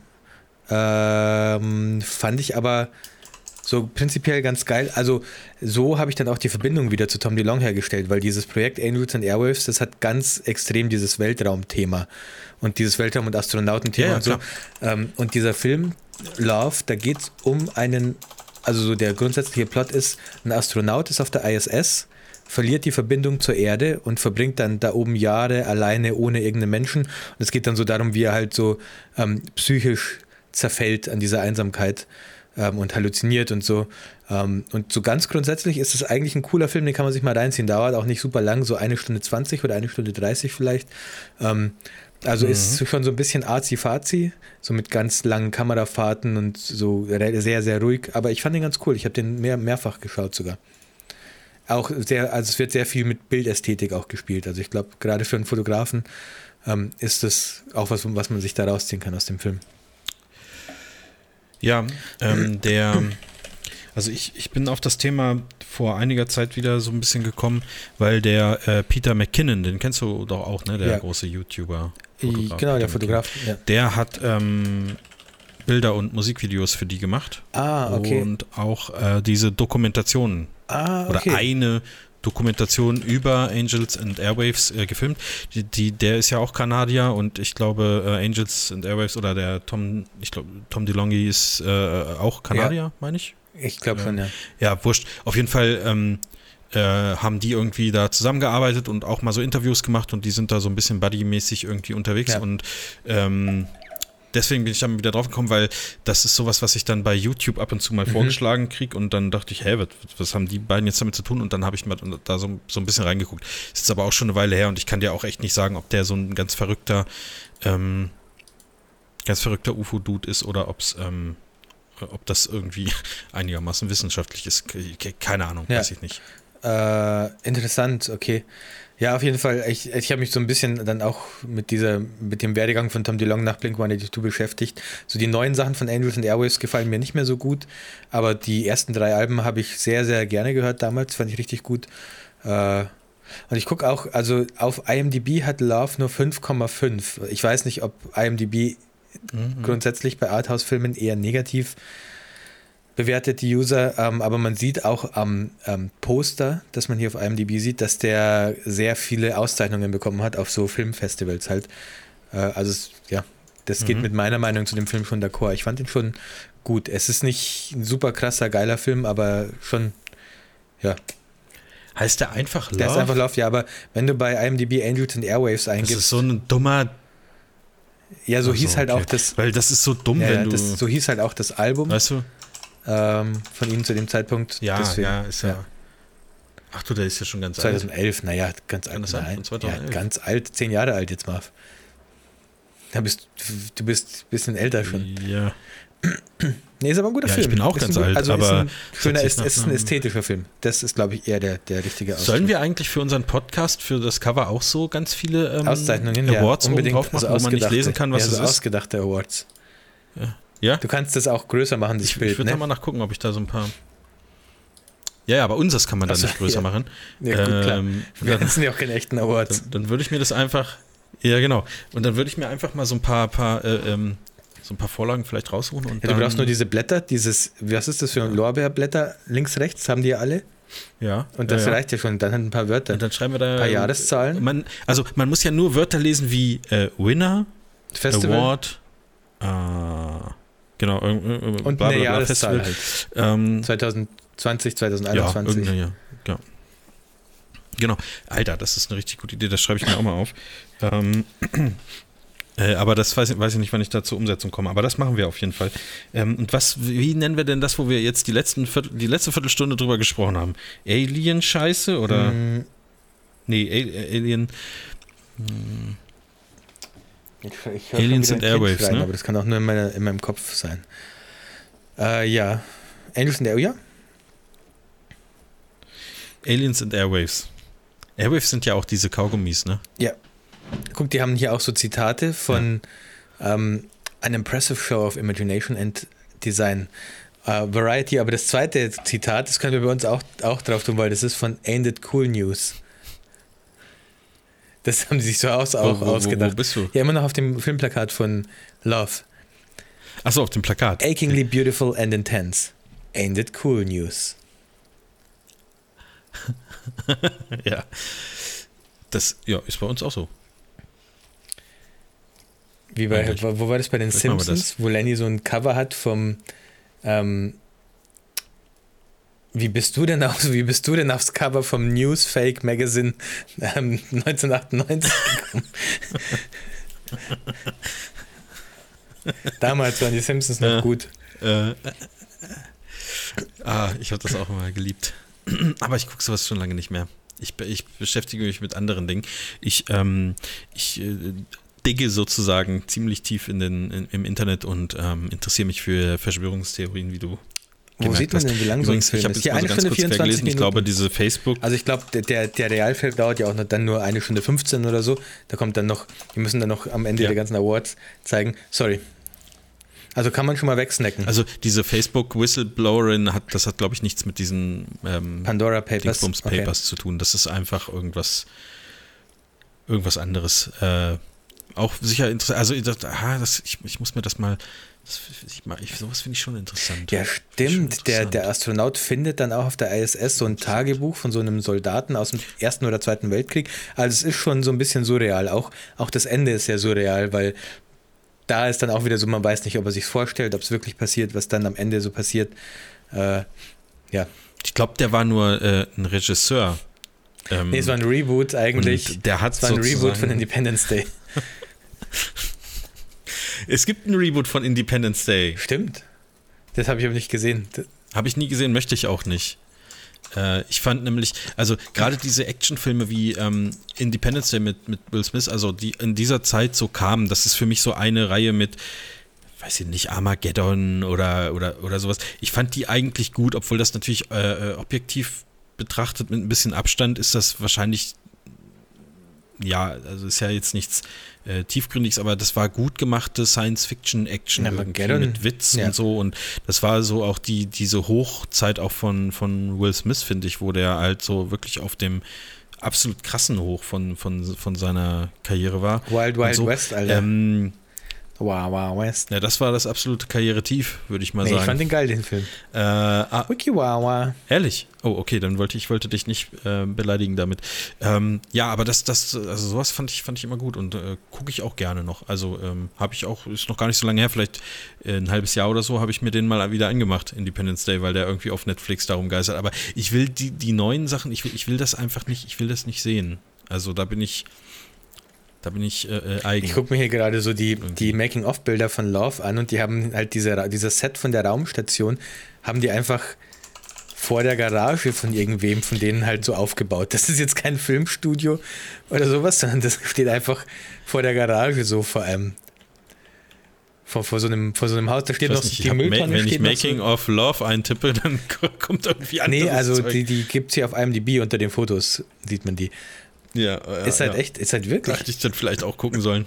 S3: ähm, fand ich aber so prinzipiell ganz geil. Also so habe ich dann auch die Verbindung wieder zu Tom DeLonge hergestellt, weil dieses Projekt Angels and Airwaves, das hat ganz extrem dieses Weltraumthema und dieses Weltraum- und Astronautenthema
S2: Ja, ja,
S3: und so.
S2: klar.
S3: Ähm, und dieser Film Love, da geht es um einen, also so der grundsätzliche Plot ist, ein Astronaut ist auf der I S S, verliert die Verbindung zur Erde und verbringt dann da oben Jahre alleine ohne irgendeinen Menschen. Und es geht dann so darum, wie er halt so ähm, psychisch zerfällt an dieser Einsamkeit ähm, und halluziniert und so. Ähm, und so ganz grundsätzlich ist es eigentlich ein cooler Film, den kann man sich mal reinziehen. Dauert auch nicht super lang, so eine Stunde zwanzig oder eine Stunde dreißig vielleicht. Ähm, also
S2: Mhm.
S3: ist schon so ein bisschen arzi-fazi, so mit ganz langen Kamerafahrten und so sehr, sehr ruhig. Aber ich fand den ganz cool. Ich habe den mehr, mehrfach geschaut sogar. Auch sehr, also es wird sehr viel mit Bildästhetik auch gespielt. Also ich glaube, gerade für einen Fotografen ähm, ist das auch was, was man sich da rausziehen kann aus dem Film.
S2: Ja, ähm, der, also ich, ich bin auf das Thema vor einiger Zeit wieder so ein bisschen gekommen, weil der äh, Peter McKinnon, den kennst du doch auch, ne, der
S3: Ja.
S2: große YouTuber.
S3: Fotograf, genau, der Fotograf. Ja.
S2: Der hat ähm, Bilder und Musikvideos für die gemacht.
S3: Ah, okay.
S2: Und auch äh, diese Dokumentationen
S3: Ah,
S2: oder
S3: okay.
S2: eine Dokumentation über Angels and Airwaves äh, gefilmt. Die, die, der ist ja auch Kanadier und ich glaube äh, Angels and Airwaves oder der Tom, ich glaube Tom DeLonge ist äh, auch Kanadier, meine ich.
S3: Ich glaube schon, ja.
S2: Ja, wurscht. Auf jeden Fall ähm, äh, haben die irgendwie da zusammengearbeitet und auch mal so Interviews gemacht und die sind da so ein bisschen buddy-mäßig irgendwie unterwegs
S3: Ja.
S2: und ähm, deswegen bin ich dann wieder drauf gekommen, weil das ist sowas, was ich dann bei YouTube ab und zu mal
S3: Mhm.
S2: vorgeschlagen kriege und dann dachte ich, hä, was, was haben die beiden jetzt damit zu tun? Und dann habe ich mal da so, so ein bisschen reingeguckt. Ist jetzt aber auch schon eine Weile her und ich kann dir auch echt nicht sagen, ob der so ein ganz verrückter, ähm, ganz verrückter U F O-Dude ist oder ob's, ähm, ob das irgendwie einigermaßen wissenschaftlich ist. Ke- Keine Ahnung,
S3: Ja.
S2: weiß ich nicht.
S3: Äh, interessant, okay. Ja, auf jeden Fall. Ich, ich habe mich so ein bisschen dann auch mit dieser, mit dem Werdegang von Tom DeLonge nach Blink one eighty-two beschäftigt. So die neuen Sachen von Angels and Airwaves gefallen mir nicht mehr so gut, aber die ersten drei Alben habe ich sehr, sehr gerne gehört damals, fand ich richtig gut. Äh, und ich gucke auch, also auf IMDb hat Love nur fünf Komma fünf. Ich weiß nicht, ob IMDb
S2: Mhm.
S3: grundsätzlich bei Arthouse-Filmen eher negativ bewertet, die User, ähm, aber man sieht auch am ähm, Poster, das man hier auf IMDb sieht, dass der sehr viele Auszeichnungen bekommen hat auf so Filmfestivals halt. Äh, also es, ja, das geht
S2: Mhm.
S3: mit meiner Meinung zu dem Film schon d'accord. Ich fand ihn schon gut. Es ist nicht ein super krasser, geiler Film, aber schon, ja.
S2: Heißt der einfach Love?
S3: Der ist einfach Love, ja, aber wenn du bei IMDb Angels and Airwaves
S2: das
S3: eingibst,
S2: ist so ein dummer
S3: Ja, so
S2: Ach so,
S3: hieß halt
S2: okay.
S3: auch das,
S2: Weil das ist so dumm,
S3: ja,
S2: wenn du,
S3: das, so hieß halt auch das Album
S2: weißt du?
S3: ähm, von ihm zu dem Zeitpunkt.
S2: Ja,
S3: Deswegen,
S2: ja, ist ja, ach du, der ist ja schon ganz alt.
S3: zweitausendelf, naja, ganz alt.
S2: das sein?
S3: Nein,
S2: Von zweitausendelf?
S3: Ja, ganz alt, zehn Jahre alt jetzt, Marv. Da bist, du bist ein bisschen älter schon.
S2: Ja.
S3: Nee, ist aber ein guter
S2: Ja,
S3: Film.
S2: ich bin auch
S3: ist
S2: ganz
S3: ein,
S2: alt,
S3: also
S2: aber
S3: ist ein
S2: es
S3: schöner,
S2: hat
S3: ist,
S2: sich
S3: ist
S2: nach
S3: ein
S2: einem-
S3: ästhetischer Film. Das ist, glaube ich, eher der, der richtige Ausdruck.
S2: Sollen wir eigentlich für unseren Podcast, für das Cover auch so ganz viele ähm,
S3: Auszeichnungen,
S2: Awards
S3: ja,
S2: oben
S3: unbedingt,
S2: drauf machen,
S3: also
S2: wo man nicht
S3: ausgedachte-
S2: lesen kann, was
S3: ja,
S2: es
S3: so
S2: ist?
S3: ausgedachte Awards.
S2: Ja?
S3: Du kannst das auch größer machen, das
S2: Ich,
S3: Bild,
S2: ich würde
S3: ne?
S2: da mal nachgucken, ob ich da so ein paar... Ja, ja, aber unseres kann man dann
S3: Ach so,
S2: nicht größer
S3: ja.
S2: machen.
S3: Ja, gut, klar.
S2: Ähm,
S3: Wir
S2: dann,
S3: sind ja auch keine echten Awards.
S2: dann, dann würde ich mir das einfach... Ja, genau. Und dann würde ich mir einfach mal so ein paar, paar, äh, ähm, so ein paar Vorlagen vielleicht raussuchen. Und
S3: Ja, du
S2: dann,
S3: brauchst nur diese Blätter, dieses, was ist das für ein Lorbeerblätter? Links, rechts haben die ja alle.
S2: Ja.
S3: Und das
S2: ja, ja.
S3: reicht ja schon. Dann halt ein paar Wörter.
S2: Und dann schreiben wir da...
S3: Ein paar Jahreszahlen.
S2: Man, also man muss ja nur Wörter lesen wie äh, Winner,
S3: Festival
S2: Award, äh, genau, äh, äh,
S3: und
S2: bla,
S3: eine
S2: bla, bla,
S3: Jahreszahl
S2: Festival.
S3: halt.
S2: Ähm,
S3: zweitausendzwanzig,
S2: ja,
S3: zweitausendeinundzwanzig.
S2: irgendeine, ja, ja. Genau. Alter, das ist eine richtig gute Idee, das schreibe ich mir auch mal auf. Ähm, äh, aber das weiß, weiß ich nicht, wann ich da zur Umsetzung komme. Aber das machen wir auf jeden Fall. Ähm, und was, wie nennen wir denn das, wo wir jetzt die, letzten Viertel, die letzte Viertelstunde drüber gesprochen haben? Alien-Scheiße oder?
S3: Hm,
S2: Nee, A- Alien. Hm.
S3: ich, ich hör
S2: Aliens
S3: schon
S2: and
S3: wieder ein Kind
S2: Airwaves,
S3: schreien,
S2: ne?
S3: Aber das kann auch nur in, meiner, in meinem Kopf sein. Äh, ja. Aliens and Airwaves, ja?
S2: Aliens and Airwaves. Airwaves sind ja auch diese Kaugummis, ne?
S3: Ja. Guck, die haben hier auch so Zitate von ähm, An Impressive Show of Imagination and Design. Uh, Variety, aber das zweite Zitat, das können wir bei uns auch, auch drauf tun, weil das ist von Ain't It Cool News. Das haben sie sich so aus, auch
S2: wo, wo,
S3: ausgedacht.
S2: Wo bist du?
S3: Ja, immer noch auf dem Filmplakat von Love.
S2: Achso, auf dem Plakat.
S3: Achingly beautiful and intense. Ain't It Cool News.
S2: Ja. Das ja, ist bei uns auch so.
S3: Wie bei,
S2: Eigentlich.
S3: wo, wo war das bei den
S2: Vielleicht machen wir
S3: Simpsons, wo Lenny so ein Cover hat vom ähm, wie bist du denn auf, wie bist du denn aufs Cover vom Newsfake Magazine ähm, neunzehnhundertachtundneunzig gekommen? Damals waren die Simpsons noch
S2: Ja.
S3: gut.
S2: Äh, äh, ah, ich habe das auch immer geliebt. Aber ich gucke sowas schon lange nicht mehr. Ich, be- ich beschäftige mich mit anderen Dingen. Ich, ähm, ich äh, digge sozusagen ziemlich tief in den, in, im Internet und ähm, interessiere mich für Verschwörungstheorien, wie du
S3: Wo
S2: gemerkt
S3: sieht man
S2: hast.
S3: denn, wie lang so ein
S2: Übrigens,
S3: Film
S2: ich habe
S3: ist?
S2: jetzt
S3: Hier
S2: mal so
S3: eine
S2: ganz
S3: Stunde
S2: kurz quer
S3: vierundzwanzig
S2: gelesen. Ich glaube,
S3: Minuten.
S2: diese Facebook...
S3: Also ich glaube, der, der, der Realfilm dauert ja auch noch, dann nur eine Stunde fünfzehn oder so. Da kommt dann noch, die müssen dann noch am Ende
S2: Ja.
S3: der ganzen Awards zeigen. Sorry. Also kann man schon mal wegsnacken.
S2: Also diese Facebook-Whistleblowerin hat, das hat, glaube ich, nichts mit diesen ähm,
S3: Pandora Papers.
S2: Dingsbums
S3: Okay.
S2: Papers zu tun. Das ist einfach irgendwas, irgendwas anderes. Äh, auch sicher interessant. Also ich, dachte, aha, das, ich, ich muss mir das mal. Das, ich, ich, sowas finde ich schon interessant.
S3: Ja,
S2: Schon
S3: stimmt. Der,
S2: interessant.
S3: der Astronaut findet dann auch auf der I S S so ein Tagebuch von so einem Soldaten aus dem Ersten oder Zweiten Weltkrieg. Also es ist schon so ein bisschen surreal. Auch, auch das Ende ist ja surreal, weil da ist dann auch wieder so, man weiß nicht, ob er sich vorstellt, ob es wirklich passiert, was dann am Ende so passiert. Äh, ja.
S2: Ich glaube, der war nur äh, ein Regisseur. Ähm,
S3: Nee, es war ein Reboot eigentlich.
S2: und der hat
S3: es war ein Reboot
S2: sozusagen-
S3: von Independence Day.
S2: Es gibt ein Reboot von Independence Day.
S3: Stimmt. Das habe ich aber nicht gesehen. Das-
S2: Habe ich nie gesehen, möchte ich auch nicht. Äh, ich fand nämlich, also gerade diese Actionfilme wie ähm, Independence Day mit, mit Will Smith, also die in dieser Zeit so kamen, das ist für mich so eine Reihe mit, weiß ich nicht, Armageddon oder, oder, oder sowas. Ich fand die eigentlich gut, obwohl das natürlich äh, objektiv betrachtet mit ein bisschen Abstand ist das wahrscheinlich, ja, also ist ja jetzt nichts äh, Tiefgründiges, aber das war gut gemachte Science-Fiction-Action irgendwie
S3: Armageddon,
S2: mit Witz
S3: ja.
S2: und so und das war so auch die diese Hochzeit auch von, von Will Smith, finde ich, wo der halt so wirklich auf dem absolut krassen Hoch von, von, von seiner Karriere war.
S3: Wild
S2: Und
S3: Wild
S2: so,
S3: West, Alter.
S2: Ähm,
S3: wow, wow, West.
S2: ja, das war das absolute Karrieretief, würde ich mal
S3: Nee, ich
S2: sagen.
S3: fand den geil, den Film.
S2: äh, ah,
S3: Wiki Wawa.
S2: Ehrlich? Oh, okay, dann wollte ich wollte dich nicht äh, beleidigen damit. Ähm, ja, aber das, das, also sowas fand ich, fand ich immer gut und äh, gucke ich auch gerne noch. Also ähm, habe ich auch, ist noch gar nicht so lange her, vielleicht äh, ein halbes Jahr oder so, habe ich mir den mal wieder angemacht, Independence Day, weil der irgendwie auf Netflix darum geistert. Aber ich will die, die neuen Sachen, ich will, ich will das einfach nicht, ich will das nicht sehen. Also da bin ich, Da bin ich äh, eigen.
S3: Ich gucke mir hier gerade so die, die Making-of-Bilder von Love an und die haben halt diese, dieses Set von der Raumstation, haben die einfach vor der Garage von irgendwem von denen halt so aufgebaut. Das ist jetzt kein Filmstudio oder sowas, sondern das steht einfach vor der Garage so vor einem vor, vor, so, einem, vor so einem Haus. Da steht noch
S2: nicht,
S3: die Mülltonne.
S2: Ma- wenn ich Making
S3: so.
S2: of Love eintippe, dann kommt irgendwie anderes
S3: Nee, also
S2: Zeug.
S3: die, die gibt es hier auf I M D B unter den Fotos, sieht man die.
S2: Ja, ja,
S3: ist halt
S2: ja.
S3: echt, ist halt wirklich.
S2: Dachte ich dann vielleicht auch gucken sollen.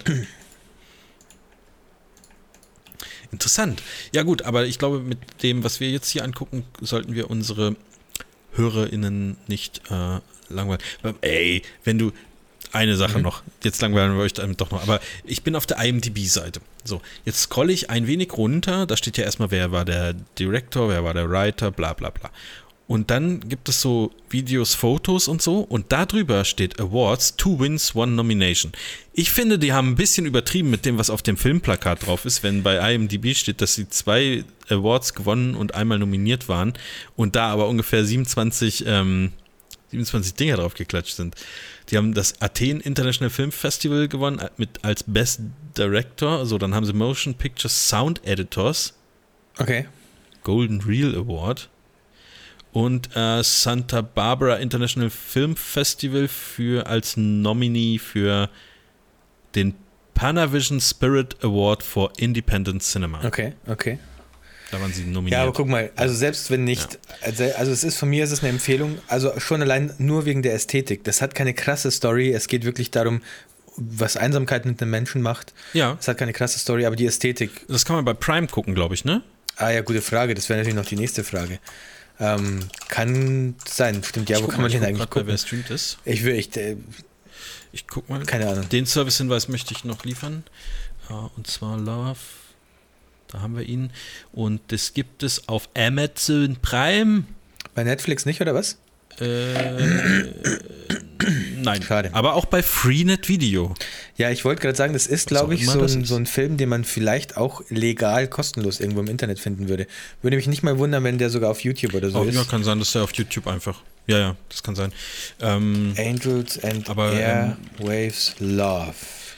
S2: Interessant. Ja gut, aber ich glaube, mit dem, was wir jetzt hier angucken, sollten wir unsere HörerInnen nicht äh, langweilen. Ey, wenn du, eine Sache mhm. noch, jetzt langweilen wir euch damit doch noch, aber ich bin auf der I M D B-Seite. So, jetzt scrolle ich ein wenig runter, da steht ja erstmal, wer war der Director, wer war der Writer, bla bla bla. Und dann gibt es so Videos, Fotos und so und da drüber steht Awards, two wins, one nomination. Ich finde, die haben ein bisschen übertrieben mit dem, was auf dem Filmplakat drauf ist, wenn bei I M D B steht, dass sie zwei Awards gewonnen und einmal nominiert waren und da aber ungefähr siebenundzwanzig, ähm, siebenundzwanzig Dinger drauf geklatscht sind. Die haben das Athen International Film Festival gewonnen mit als Best Director, also dann haben sie Motion Picture Sound Editors,
S3: okay,
S2: Golden Reel Award. Und äh, Santa Barbara International Film Festival für als Nominee für den Panavision Spirit Award for Independent Cinema.
S3: Okay, okay.
S2: Da waren sie nominiert.
S3: Ja, aber guck mal, also selbst wenn nicht, ja. also, also es ist von mir ist es eine Empfehlung, also schon allein nur wegen der Ästhetik. Das hat keine krasse Story, es geht wirklich darum, was Einsamkeit mit einem Menschen macht.
S2: Ja.
S3: Es hat keine krasse Story, aber die Ästhetik.
S2: Das kann man bei Prime gucken, glaube ich, ne?
S3: Ah ja, gute Frage, das wäre natürlich noch die nächste Frage. Ähm, kann sein, stimmt. Ja,
S2: ich
S3: wo kann man den eigentlich gucken?
S2: Mal, wer streamt ist.
S3: Ich will, ich, äh,
S2: ich guck mal.
S3: Keine Ahnung.
S2: Den Service-Hinweis möchte ich noch liefern. Uh, und zwar Love. Da haben wir ihn. Und das gibt es auf Amazon Prime.
S3: Bei Netflix nicht, oder was?
S2: Äh, nein.
S3: Schade.
S2: Aber auch bei Freenet Video.
S3: Ja, ich wollte gerade sagen, das ist, glaube ich, so ein, so ein Film, den man vielleicht auch legal kostenlos irgendwo im Internet finden würde. Würde mich nicht mal wundern, wenn der sogar auf YouTube oder so
S2: oh,
S3: ist.
S2: Ja, kann sein, dass der auf YouTube einfach. Ja, ja, das kann sein. Ähm,
S3: Angels and
S2: aber,
S3: Airwaves ähm, Love.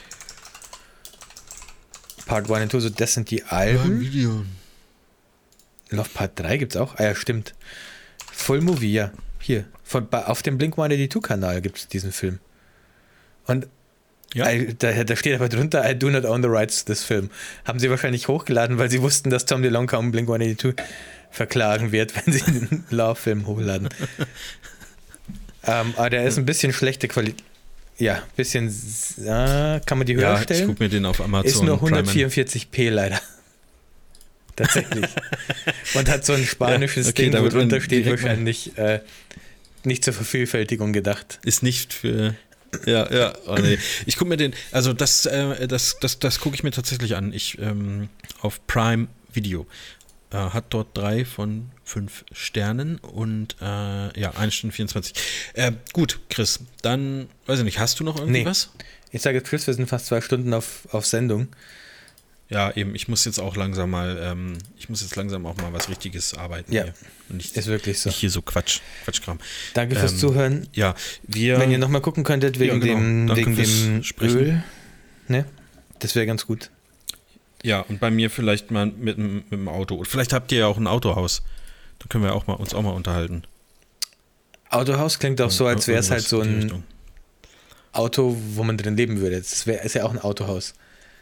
S3: Part eins und zwei, so das sind die Alben.
S2: Video.
S3: Love Part drei gibt's auch? Ah ja, stimmt. Full Movie, ja. Hier. Von, auf dem Blink one eighty-two Kanal gibt es diesen Film. Und
S2: ja.
S3: I, da, da steht aber drunter, I do not own the rights to this film. Haben sie wahrscheinlich hochgeladen, weil sie wussten, dass Tom DeLonge kaum Blink one eighty-two verklagen wird, wenn sie den Love-Film hochladen. ähm, aber der ist ein bisschen schlechte Qualität. Ja, bisschen, äh, kann man die höher
S2: ja,
S3: stellen?
S2: Ich gucke mir den auf Amazon.
S3: Ist nur hundertvierundvierzig p leider. Tatsächlich. Und hat so ein spanisches ja, okay, Ding, wo drunter steht wahrscheinlich äh, nicht zur Vervielfältigung gedacht.
S2: Ist nicht für... Ja, ja. Oh nee. Ich gucke mir den... Also das, äh, das, das, das gucke ich mir tatsächlich an. Ich ähm, auf Prime Video. Äh, hat dort drei von fünf Sternen und äh, ja, eine Stunde vierundzwanzig. Äh, gut, Chris, dann, weiß ich nicht, hast du noch irgendwie
S3: nee.
S2: was?
S3: Ich sage Chris, wir sind fast zwei Stunden auf, auf Sendung.
S2: Ja, eben, ich muss jetzt auch langsam mal, ähm, ich muss jetzt langsam auch mal was Richtiges arbeiten.
S3: Ja,
S2: hier. Und nicht,
S3: ist wirklich so.
S2: Nicht hier so Quatsch, Quatschkram.
S3: Danke fürs
S2: ähm,
S3: Zuhören.
S2: Ja, wir...
S3: Wenn ihr nochmal gucken könntet wegen
S2: ja, genau.
S3: dem, wegen dem
S2: Sprechen.
S3: Öl, ne? Das wäre ganz gut.
S2: Ja, und bei mir vielleicht mal mit, mit dem Auto. Vielleicht habt ihr ja auch ein Autohaus. Da können wir auch mal, uns auch mal unterhalten.
S3: Autohaus klingt auch so, als wäre es halt so ein
S2: Richtung.
S3: Auto, wo man drin leben würde. Das wär, ist ja auch ein Autohaus.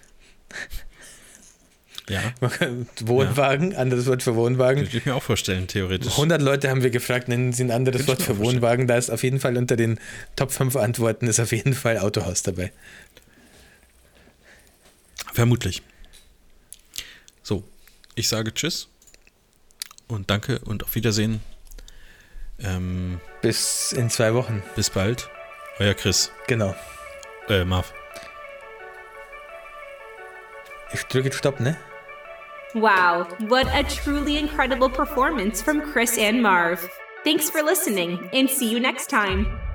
S2: Ja.
S3: Wohnwagen, ja. Anderes Wort für Wohnwagen.
S2: Könnte ich mir auch vorstellen, theoretisch.
S3: hundert Leute haben wir gefragt, nennen Sie ein anderes Könnte Wort für Wohnwagen. Da ist auf jeden Fall unter den Top fünf Antworten ist auf jeden Fall Autohaus dabei.
S2: Vermutlich. So, ich sage Tschüss und danke und auf Wiedersehen. Ähm,
S3: bis in zwei Wochen.
S2: Bis bald. Euer Chris.
S3: Genau.
S2: Äh, Marv.
S3: Ich drücke Stopp, ne?
S1: Wow, what a truly incredible performance from Chris and Marv. Thanks for listening and see you next time.